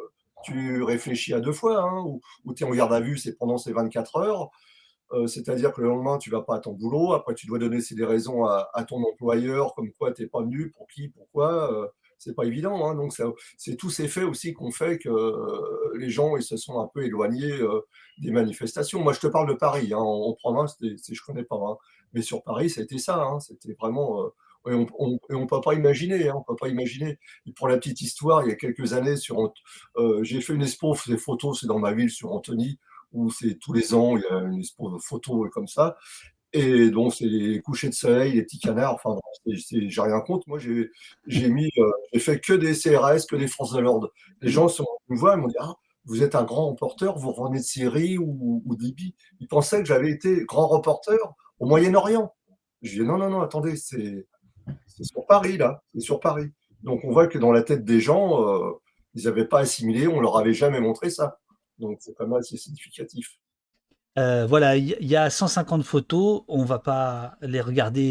S3: tu réfléchis à 2 fois, hein, ou tu es en garde à vue, c'est pendant ces 24 heures. C'est-à-dire que le lendemain, tu ne vas pas à ton boulot. Après, tu dois donner des raisons à ton employeur, comme quoi tu n'es pas venu, pour qui, pourquoi. C'est pas évident. Hein. Donc, c'est tous ces faits aussi qu'on fait que les gens ils se sont un peu éloignés des manifestations. Moi, je te parle de Paris. Hein. En province, je ne connais pas. Hein. Mais sur Paris, ça a été ça. Hein. C'était vraiment. Et on peut pas imaginer, hein, on peut pas imaginer. Et pour la petite histoire, il y a quelques années, j'ai fait une expo des photos, c'est dans ma ville, sur Antony, où c'est tous les ans, il y a une expo de photos comme ça. Et donc, c'est les couchers de soleil, les petits canards, enfin, j'ai rien contre. Moi, j'ai fait que des CRS, que des forces de l'ordre. Les gens sont venus me voir, ils m'ont dit, ah, vous êtes un grand reporter, vous revenez de Syrie ou de Libye. Ils pensaient que j'avais été grand reporter au Moyen-Orient. Je dis, non, non, non, attendez, c'est sur Paris, là, c'est sur Paris. Donc, on voit que dans la tête des gens, ils n'avaient pas assimilé, on leur avait jamais montré ça. Donc, c'est pas mal, c'est significatif.
S1: Voilà, il y a 150 photos. On va pas les regarder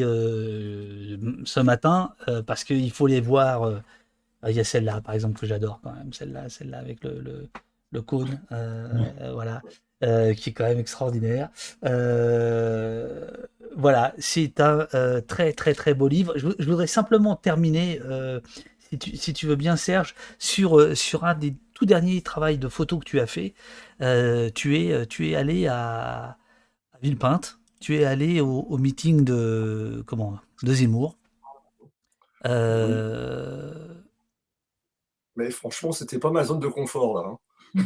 S1: ce matin parce qu'il faut les voir. Il y a celle-là, par exemple, que j'adore quand même. Celle-là avec le cône, voilà, qui est quand même extraordinaire. Euh, voilà, c'est un très très très beau livre. Je voudrais simplement terminer, si tu veux bien, Serge, sur un des tout derniers travaux de photos que tu as fait. Tu es allé à Villepinte. Tu es allé au meeting de Zemmour.
S3: Oui.
S1: Euh,
S3: Mais franchement, c'était pas ma zone de confort, là, hein.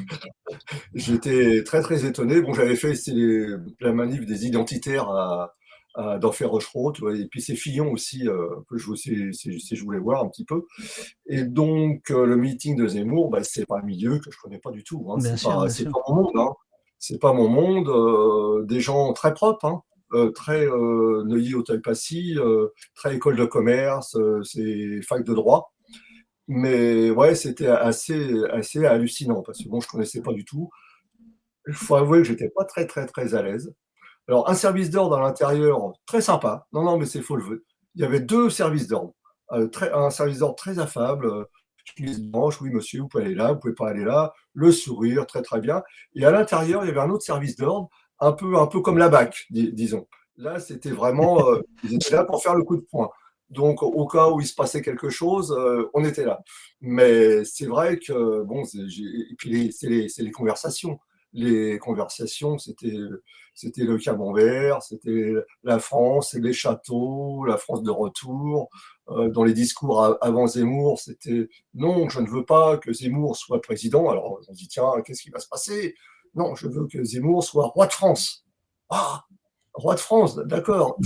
S3: J'étais très, très étonné. Bon, j'avais fait la manif des identitaires d'Enfer Rochereau, tu vois, et puis c'est Fillon aussi, que je voulais voir un petit peu. Et donc, le meeting de Zemmour, bah, c'est pas un milieu que je connais pas du tout, hein.
S1: Bien sûr, bien
S3: C'est
S1: sûr.
S3: pas mon monde, hein. C'est pas mon monde. Des gens très propres, hein. Très Neuilly-Auteuil-Passy, très école de commerce, c'est fac de droit. Mais ouais, c'était assez hallucinant parce que bon, je connaissais pas du tout. Il faut avouer que j'étais pas très, très, très à l'aise. Alors, un service d'ordre à l'intérieur, très sympa. Non, non, mais c'est faux le vœu. Il y avait deux services d'ordre. Un service d'ordre très affable. Chemise blanche, oui, monsieur, vous pouvez aller là, vous pouvez pas aller là. Le sourire, très, très bien. Et à l'intérieur, il y avait un autre service d'ordre, un peu comme la BAC, disons. Là, c'était vraiment, ils étaient là pour faire le coup de poing. Donc, au cas où il se passait quelque chose, on était là. Mais c'est vrai que, bon, et puis c'est les conversations. Les conversations, c'était le camembert, c'était la France et les châteaux, la France de retour. Dans les discours avant Zemmour, c'était non, je ne veux pas que Zemmour soit président. Alors on dit tiens, qu'est-ce qui va se passer? Non, je veux que Zemmour soit roi de France. Ah, roi de France, d'accord.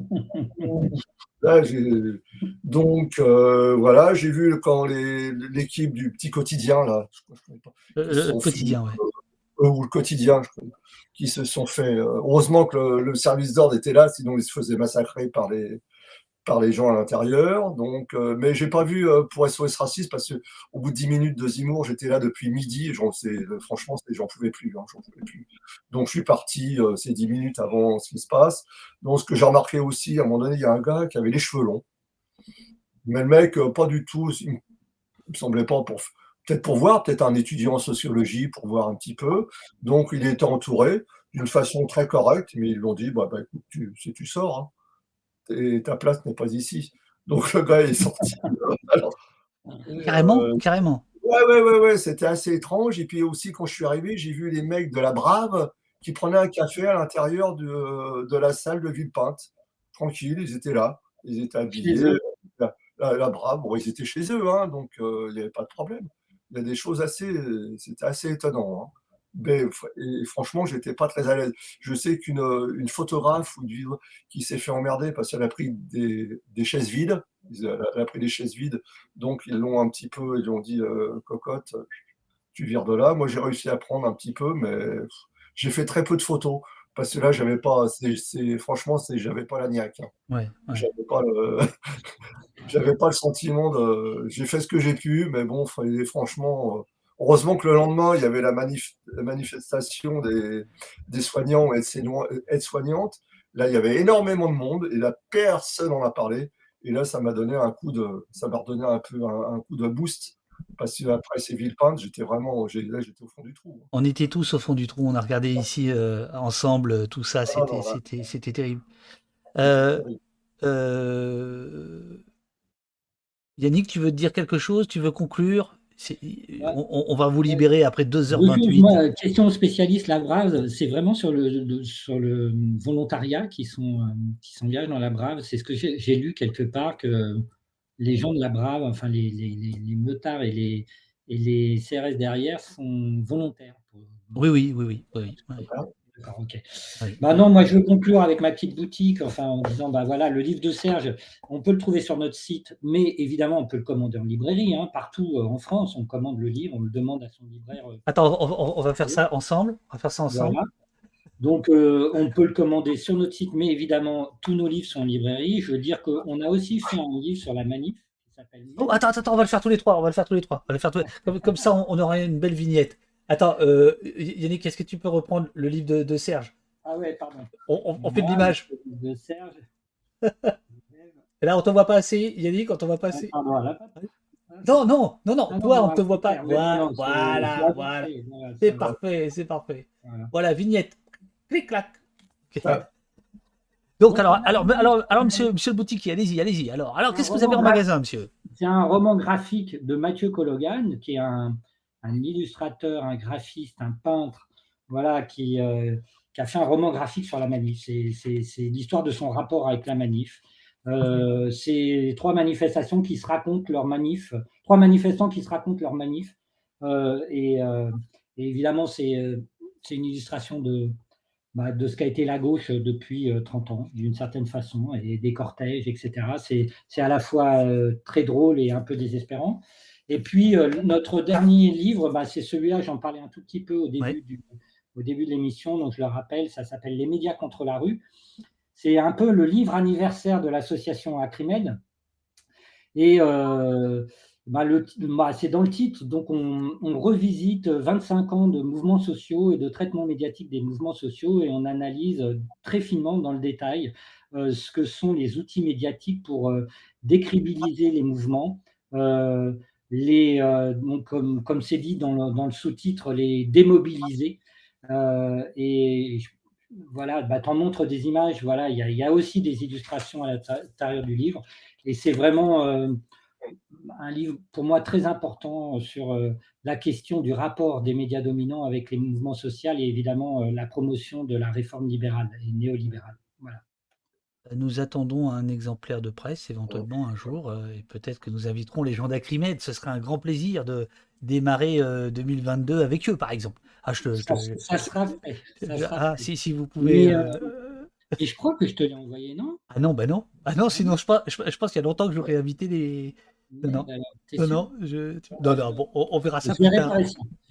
S3: Là, donc voilà, j'ai vu quand l'équipe du petit quotidien là, je connais pas, qui se
S1: Le
S3: sont fait
S1: quotidien, ouais.
S3: ou le quotidien, qui se sont fait. Heureusement que le service d'ordre était là, sinon ils se faisaient massacrer par les gens à l'intérieur. Donc, mais j'ai pas vu pour SOS Racisme parce que au bout de 10 minutes de Zemmour, j'étais là depuis midi. Et franchement, j'en pouvais plus, hein, j'en pouvais plus. Donc, je suis parti ces 10 minutes avant ce qui se passe. Donc, ce que j'ai remarqué aussi, à un moment donné, il y a un gars qui avait les cheveux longs. Mais le mec, pas du tout, il me semblait pas peut-être pour voir, peut-être un étudiant en sociologie pour voir un petit peu. Donc, il était entouré d'une façon très correcte, mais ils lui ont dit, bah, écoute, si tu sors, hein, et ta place n'est pas ici. Donc, le gars est sorti. Alors,
S1: Carrément, carrément.
S3: ouais, c'était assez étrange. Et puis aussi, quand je suis arrivé, j'ai vu les mecs de la Brave qui prenaient un café à l'intérieur de la salle de Villepinte. Tranquille, ils étaient là. Ils étaient habillés. La Brave, bon, ils étaient chez eux, hein, donc il n'y avait pas de problème. Il y a des choses c'était assez étonnant, hein. Mais, et franchement, j'étais pas très à l'aise. Je sais une photographe qui s'est fait emmerder parce qu'elle a pris des chaises vides. Elle a pris des chaises vides, donc ils l'ont un petit peu, ils lui ont dit cocotte, tu vires de là. Moi, j'ai réussi à prendre un petit peu, mais j'ai fait très peu de photos parce que là, j'avais pas, franchement, j'avais pas la niaque, hein.
S1: Ouais, ouais.
S3: J'avais pas le, j'avais pas le sentiment j'ai fait ce que j'ai pu, mais bon, franchement, heureusement que le lendemain, il y avait la manifestation des soignants et aides-soignantes. Là, il y avait énormément de monde et là, personne n'en a parlé. Et là, ça m'a redonné un peu un coup de boost parce que après ces Villepinte, j'étais au fond du trou.
S1: On était tous au fond du trou. On a regardé ici ensemble tout ça.
S3: Ah, non, là,
S1: C'était terrible.
S3: c'était
S1: Euh,
S3: terrible.
S1: euh, Yannick, tu veux te dire quelque chose? Tu veux conclure? On va vous libérer après 2h28.
S2: Moi, question aux spécialistes, la Brave, c'est vraiment sur le volontariat qui s'engagent dans la Brave. C'est ce que j'ai lu quelque part, que les gens de la Brave, enfin les meutards et les CRS derrière sont volontaires.
S1: Oui.
S2: D'accord, ok.
S1: Oui.
S2: Non, moi je veux conclure avec ma petite boutique, enfin en disant, voilà, le livre de Serge, on peut le trouver sur notre site, mais évidemment on peut le commander en librairie, hein, partout en France, on commande le livre, on le demande à son libraire.
S1: Attends, on va faire ça ensemble. On va faire ça ensemble.
S2: Voilà. Donc on peut le commander sur notre site, mais évidemment tous nos livres sont en librairie. Je veux dire qu'on a aussi fait un livre sur la manif qui s'appelle.
S1: Oh, attends, on va le faire tous les trois. On va le faire tous les trois. Comme ça, on aura une belle vignette. Attends, Yannick, est-ce que tu peux reprendre le livre de Serge?
S2: Ah ouais, pardon.
S1: On fait de l'image.
S2: Le livre de Serge.
S1: Et là, on te voit pas assez, Yannick, on te voit pas assez.
S2: Pardon, là.
S1: Non, toi, on te voit pas.
S2: Non,
S1: Voilà. C'est parfait. Voilà, vignette. Clic, clac. Donc, alors, monsieur le boutiquier, allez-y. Alors, qu'est-ce que vous avez en magasin, monsieur?
S2: C'est un roman graphique de Mathieu Cologan, qui est un illustrateur, un graphiste, un peintre, voilà, qui a fait un roman graphique sur la manif. C'est l'histoire de son rapport avec la manif. C'est trois manifestants qui se racontent leur manif. Et évidemment, c'est une illustration de ce qu'a été la gauche depuis 30 ans, d'une certaine façon, et des cortèges, etc. C'est à la fois très drôle et un peu désespérant. Et puis, notre dernier livre, c'est celui-là, j'en parlais un tout petit peu au début de l'émission, donc je le rappelle, ça s'appelle « Les médias contre la rue ». C'est un peu le livre anniversaire de l'association Acrimed. Et c'est dans le titre, donc on revisite 25 ans de mouvements sociaux et de traitement médiatique des mouvements sociaux, et on analyse très finement dans le détail ce que sont les outils médiatiques pour décrédibiliser les mouvements, donc, comme c'est dit dans le sous-titre, les démobiliser. Et voilà, t'en montres des images, voilà, il y a aussi des illustrations à l'intérieur du livre, et c'est vraiment un livre pour moi très important sur la question du rapport des médias dominants avec les mouvements sociaux et évidemment la promotion de la réforme libérale et néolibérale. Voilà.
S1: Nous attendons un exemplaire de presse éventuellement un jour, et peut-être que nous inviterons les gens d'Acrimed. Ce serait un grand plaisir de démarrer 2022 avec eux, par exemple.
S2: Ça sera fait.
S1: Si vous pouvez.
S2: Et je crois que je te l'ai envoyé, non?
S1: Ah non, sinon je pense qu'il y a longtemps que j'aurais invité les. Non, bon, on verra ça plus tard.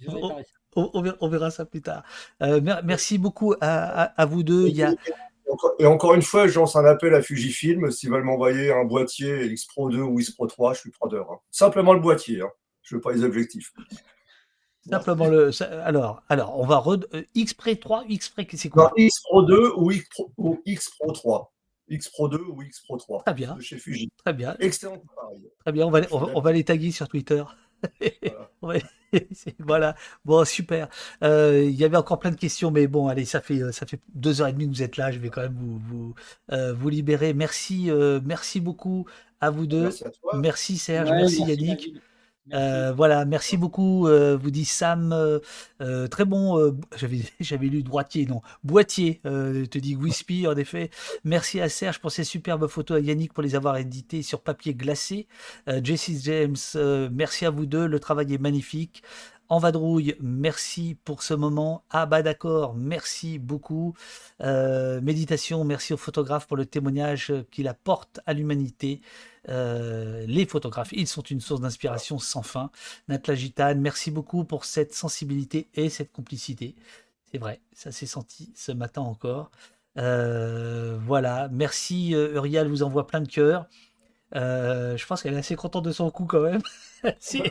S1: On verra ça plus tard. Merci beaucoup à vous deux.
S3: Et encore une fois, je lance un appel à Fujifilm. S'ils veulent m'envoyer un boîtier X Pro 2 ou X Pro 3, je suis preneur. Hein. Simplement le boîtier. Hein. Je veux pas les objectifs.
S1: Simplement alors, on va X Pro 3, X Pro, c'est quoi?
S3: Non, X Pro 2 ou X Pro 3. X Pro 2 ou X Pro 3.
S1: Très bien.
S3: De chez Fuji.
S1: Très bien.
S3: Excellent pareil.
S1: Très bien, on va les taguer sur Twitter. Voilà. Voilà. Bon, super. Il y avait encore plein de questions, mais bon, allez, ça fait 2h30 que vous êtes là. Je vais quand même vous libérer. Merci beaucoup à vous deux.
S3: Merci à toi.
S1: Merci Serge, merci Yannick. Voilà, merci beaucoup, vous dit Sam. Très bon, j'avais lu droitier, non, boîtier, te dit Wispy, en effet. Merci à Serge pour ces superbes photos, à Yannick pour les avoir éditées sur papier glacé. Jesse James, merci à vous deux, le travail est magnifique. En vadrouille, merci pour ce moment. Ah bah d'accord, merci beaucoup. Méditation, merci aux photographes pour le témoignage qu'il apporte à l'humanité. Les photographes, ils sont une source d'inspiration sans fin. Natla Gitane, merci beaucoup pour cette sensibilité et cette complicité. C'est vrai, ça s'est senti ce matin encore. Voilà, merci Uriel, vous envoie plein de cœurs. Je pense qu'elle est assez contente de son coup quand même. Si.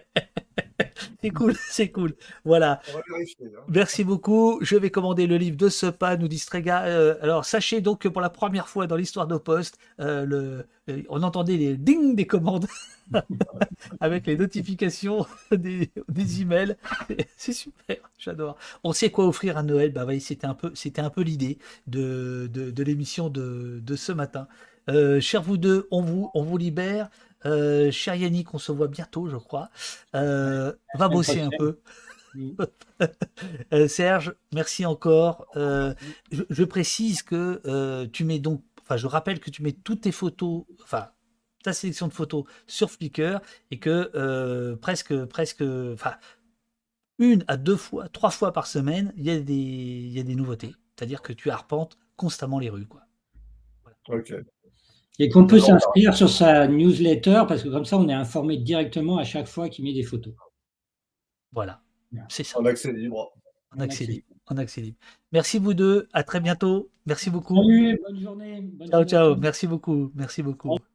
S1: C'est cool. Voilà.
S3: On va vérifier, hein.
S1: Merci beaucoup. Je vais commander le livre de Sepa, nous dit Strega. Alors, sachez donc que pour la première fois dans l'histoire de Post, on entendait les ding des commandes avec les notifications des emails. C'est super, j'adore. On sait quoi offrir à Noël. Bah oui, c'était un peu l'idée de l'émission de ce matin. Chers vous deux, on vous libère. Cher Yannick, on se voit bientôt, je crois. Va
S2: Semaine
S1: bosser un
S2: prochaine.
S1: peu.
S2: Mm.
S1: Serge, merci encore. Je précise que tu mets donc, enfin, je rappelle que tu mets toutes tes photos, enfin, ta sélection de photos sur Flickr et que enfin, 1 à 2 fois, 3 fois par semaine, il y a des nouveautés. C'est-à-dire que tu arpentes constamment les rues, quoi.
S3: Ok.
S2: Et qu'on peut
S3: Alors,
S2: s'inscrire sur sa newsletter parce que comme ça, on est informé directement à chaque fois qu'il met des photos.
S1: Voilà,
S2: Voilà.
S1: c'est ça.
S3: en accès libre.
S1: En
S2: En
S1: accès
S2: accès
S1: libre.
S2: libre.
S1: En accès libre. Merci vous deux. À très bientôt. Merci beaucoup.
S2: Salut, bonne journée. Bonne
S1: Ciao,
S2: journée à
S1: ciao.
S2: tous.
S1: Merci beaucoup. Merci beaucoup.